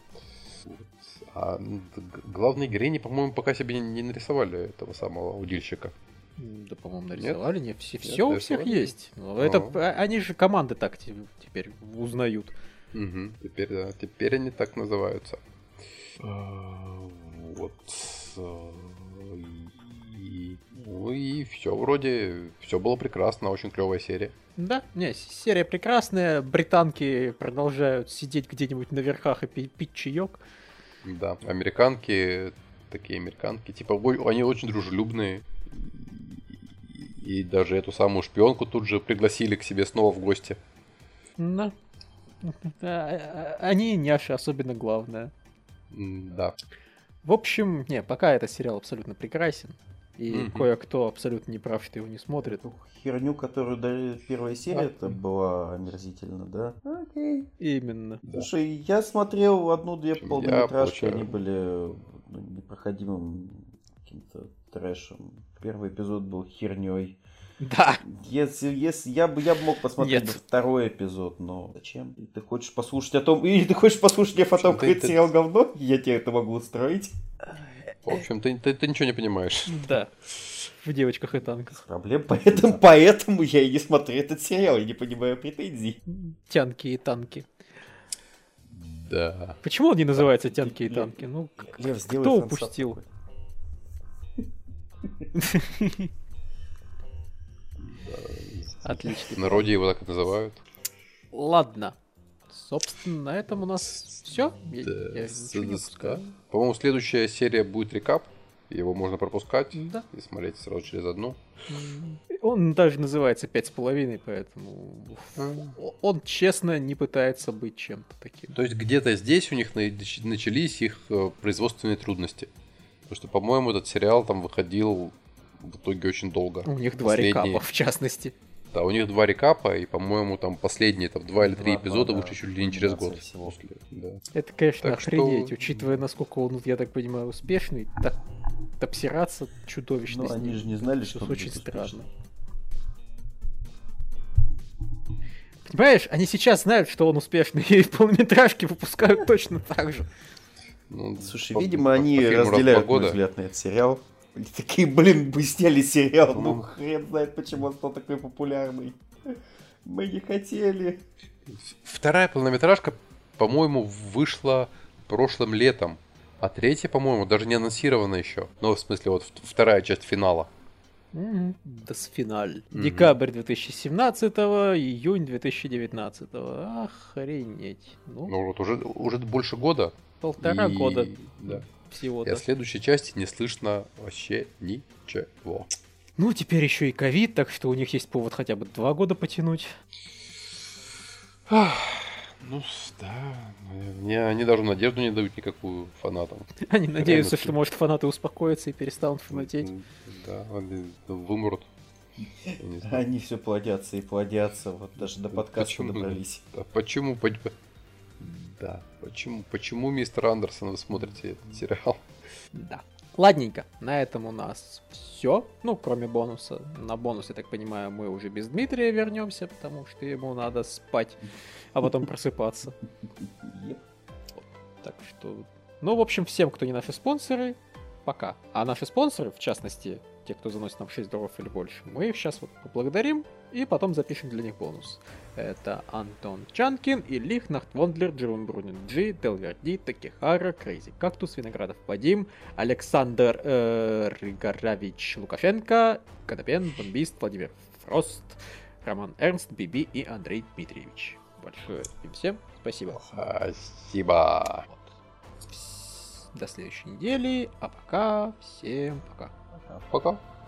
А главной героини, по-моему, пока себе не нарисовали этого самого удильщика. Да, по-моему, нарисовали. Нет, все, Нет, все у всех есть. Но это, они же команды так теперь узнают. Угу, теперь, да, теперь они так называются. Вот. И, ну и все вроде, все было прекрасно, очень клевая серия. Да, не, серия прекрасная, британки продолжают сидеть где-нибудь на верхах и пить, пить чаек. Да, американки, такие американки, типа, они очень дружелюбные. И даже эту самую шпионку тут же пригласили к себе снова в гости. Да. Они няши, особенно главное. Да. В общем, не, пока этот сериал абсолютно прекрасен. И mm-hmm. кое-кто абсолютно не прав, что его не смотрит. Херню, которую дали первая серия, это была омерзительно, да? Окей. Именно. Слушай, да. Я смотрел одну-две полнометражки, они были ну, непроходимым каким-то трэшем. Первый эпизод был херней. Да. Если, если я бы я бы мог посмотреть бы второй эпизод, но зачем? И ты хочешь послушать о том, или ты хочешь послушать мне о том, какой ты... сериал говно? Я тебе это могу устроить. В общем, ты, ты, ты ничего не понимаешь. Да. В девочках и танках. Проблем, поэтому, поэтому я и не смотрю этот сериал, я не понимаю претензий. Тянки и танки. Да. Почему он не называется «Тянки и танки»? Ну, Лев, сделай кто фансап упустил? Отлично. В народе его так и называют. Ладно. Собственно, на этом у нас все. Да. По-моему, следующая серия будет рекап. Его можно пропускать Да. и смотреть сразу через одну. Он даже называется «Пять с половиной», поэтому он честно не пытается быть чем-то таким. То есть где-то здесь у них на- начались их э, производственные трудности. Потому что, по-моему, этот сериал там выходил в итоге очень долго. У них два Последние- рекапа, в частности. Да, у них два рекапа, и, по-моему, там последние там, два или три Два, эпизода да, вышли чуть ли не через год. всего. После, да. Это, конечно, Так что- охренеть, учитывая, насколько он, я так понимаю, успешный. Так, обсираться чудовищно. Ну, с они ним. же не знали, Всё что он очень будет странно. успешным. Понимаешь, они сейчас знают, что он успешный, и полнометражки выпускают точно так же. Ну, Слушай, по- видимо, по- они по фильму «Раз в разделяют два мой года». взгляд на этот сериал. Они такие, блин, мы сняли сериал, ну По-моему. хрен знает, почему он стал такой популярный. Мы не хотели. Вторая полнометражка, по-моему, вышла прошлым летом. А третья, по-моему, даже не анонсирована еще. Ну, в смысле, вот в- вторая часть финала. Досфиналь. Мгм. Декабрь две тысячи семнадцатого, июнь две тысячи девятнадцатого. Охренеть. Ну, Ну, вот уже, уже больше года. полтора И- года Да. И всего-то. о следующей части не слышно вообще ничего. Ну, теперь еще и ковид, так что у них есть повод хотя бы два года потянуть. Ну, да. Мне они даже надежду не дают никакую фанатам. Они надеются, Реально, что, может, фанаты успокоятся и перестанут фанатеть. М, Да, они вымрут. Я не знаю. Они все плодятся и плодятся, вот даже до подкаста Почему? добрались. А почему? по- Да, почему? Почему, мистер Андерсон, вы смотрите этот сериал? Да. Ладненько, на этом у нас все. Ну, кроме бонуса. На бонус, я так понимаю, мы уже без Дмитрия вернемся, потому что ему надо спать, а потом просыпаться. Еп. Так что... Ну, в общем, всем, кто не наши спонсоры, пока. А наши спонсоры, в частности, те, кто заносит нам шесть долларов или больше, мы их сейчас вот поблагодарим и потом запишем для них бонус. Это Антон Чанкин, Ильих, Нахтвондлер, Джерон Брунин, Джи, Делверди, Такихара, Крейзи Кактус, Виноградов Вадим, Александр э, Ригорович Лукашенко, Конопен, Бомбист, Владимир Фрост, Роман Эрнст, Биби и Андрей Дмитриевич. Большое им всем спасибо. Спасибо. До следующей недели, а пока всем пока. Пока.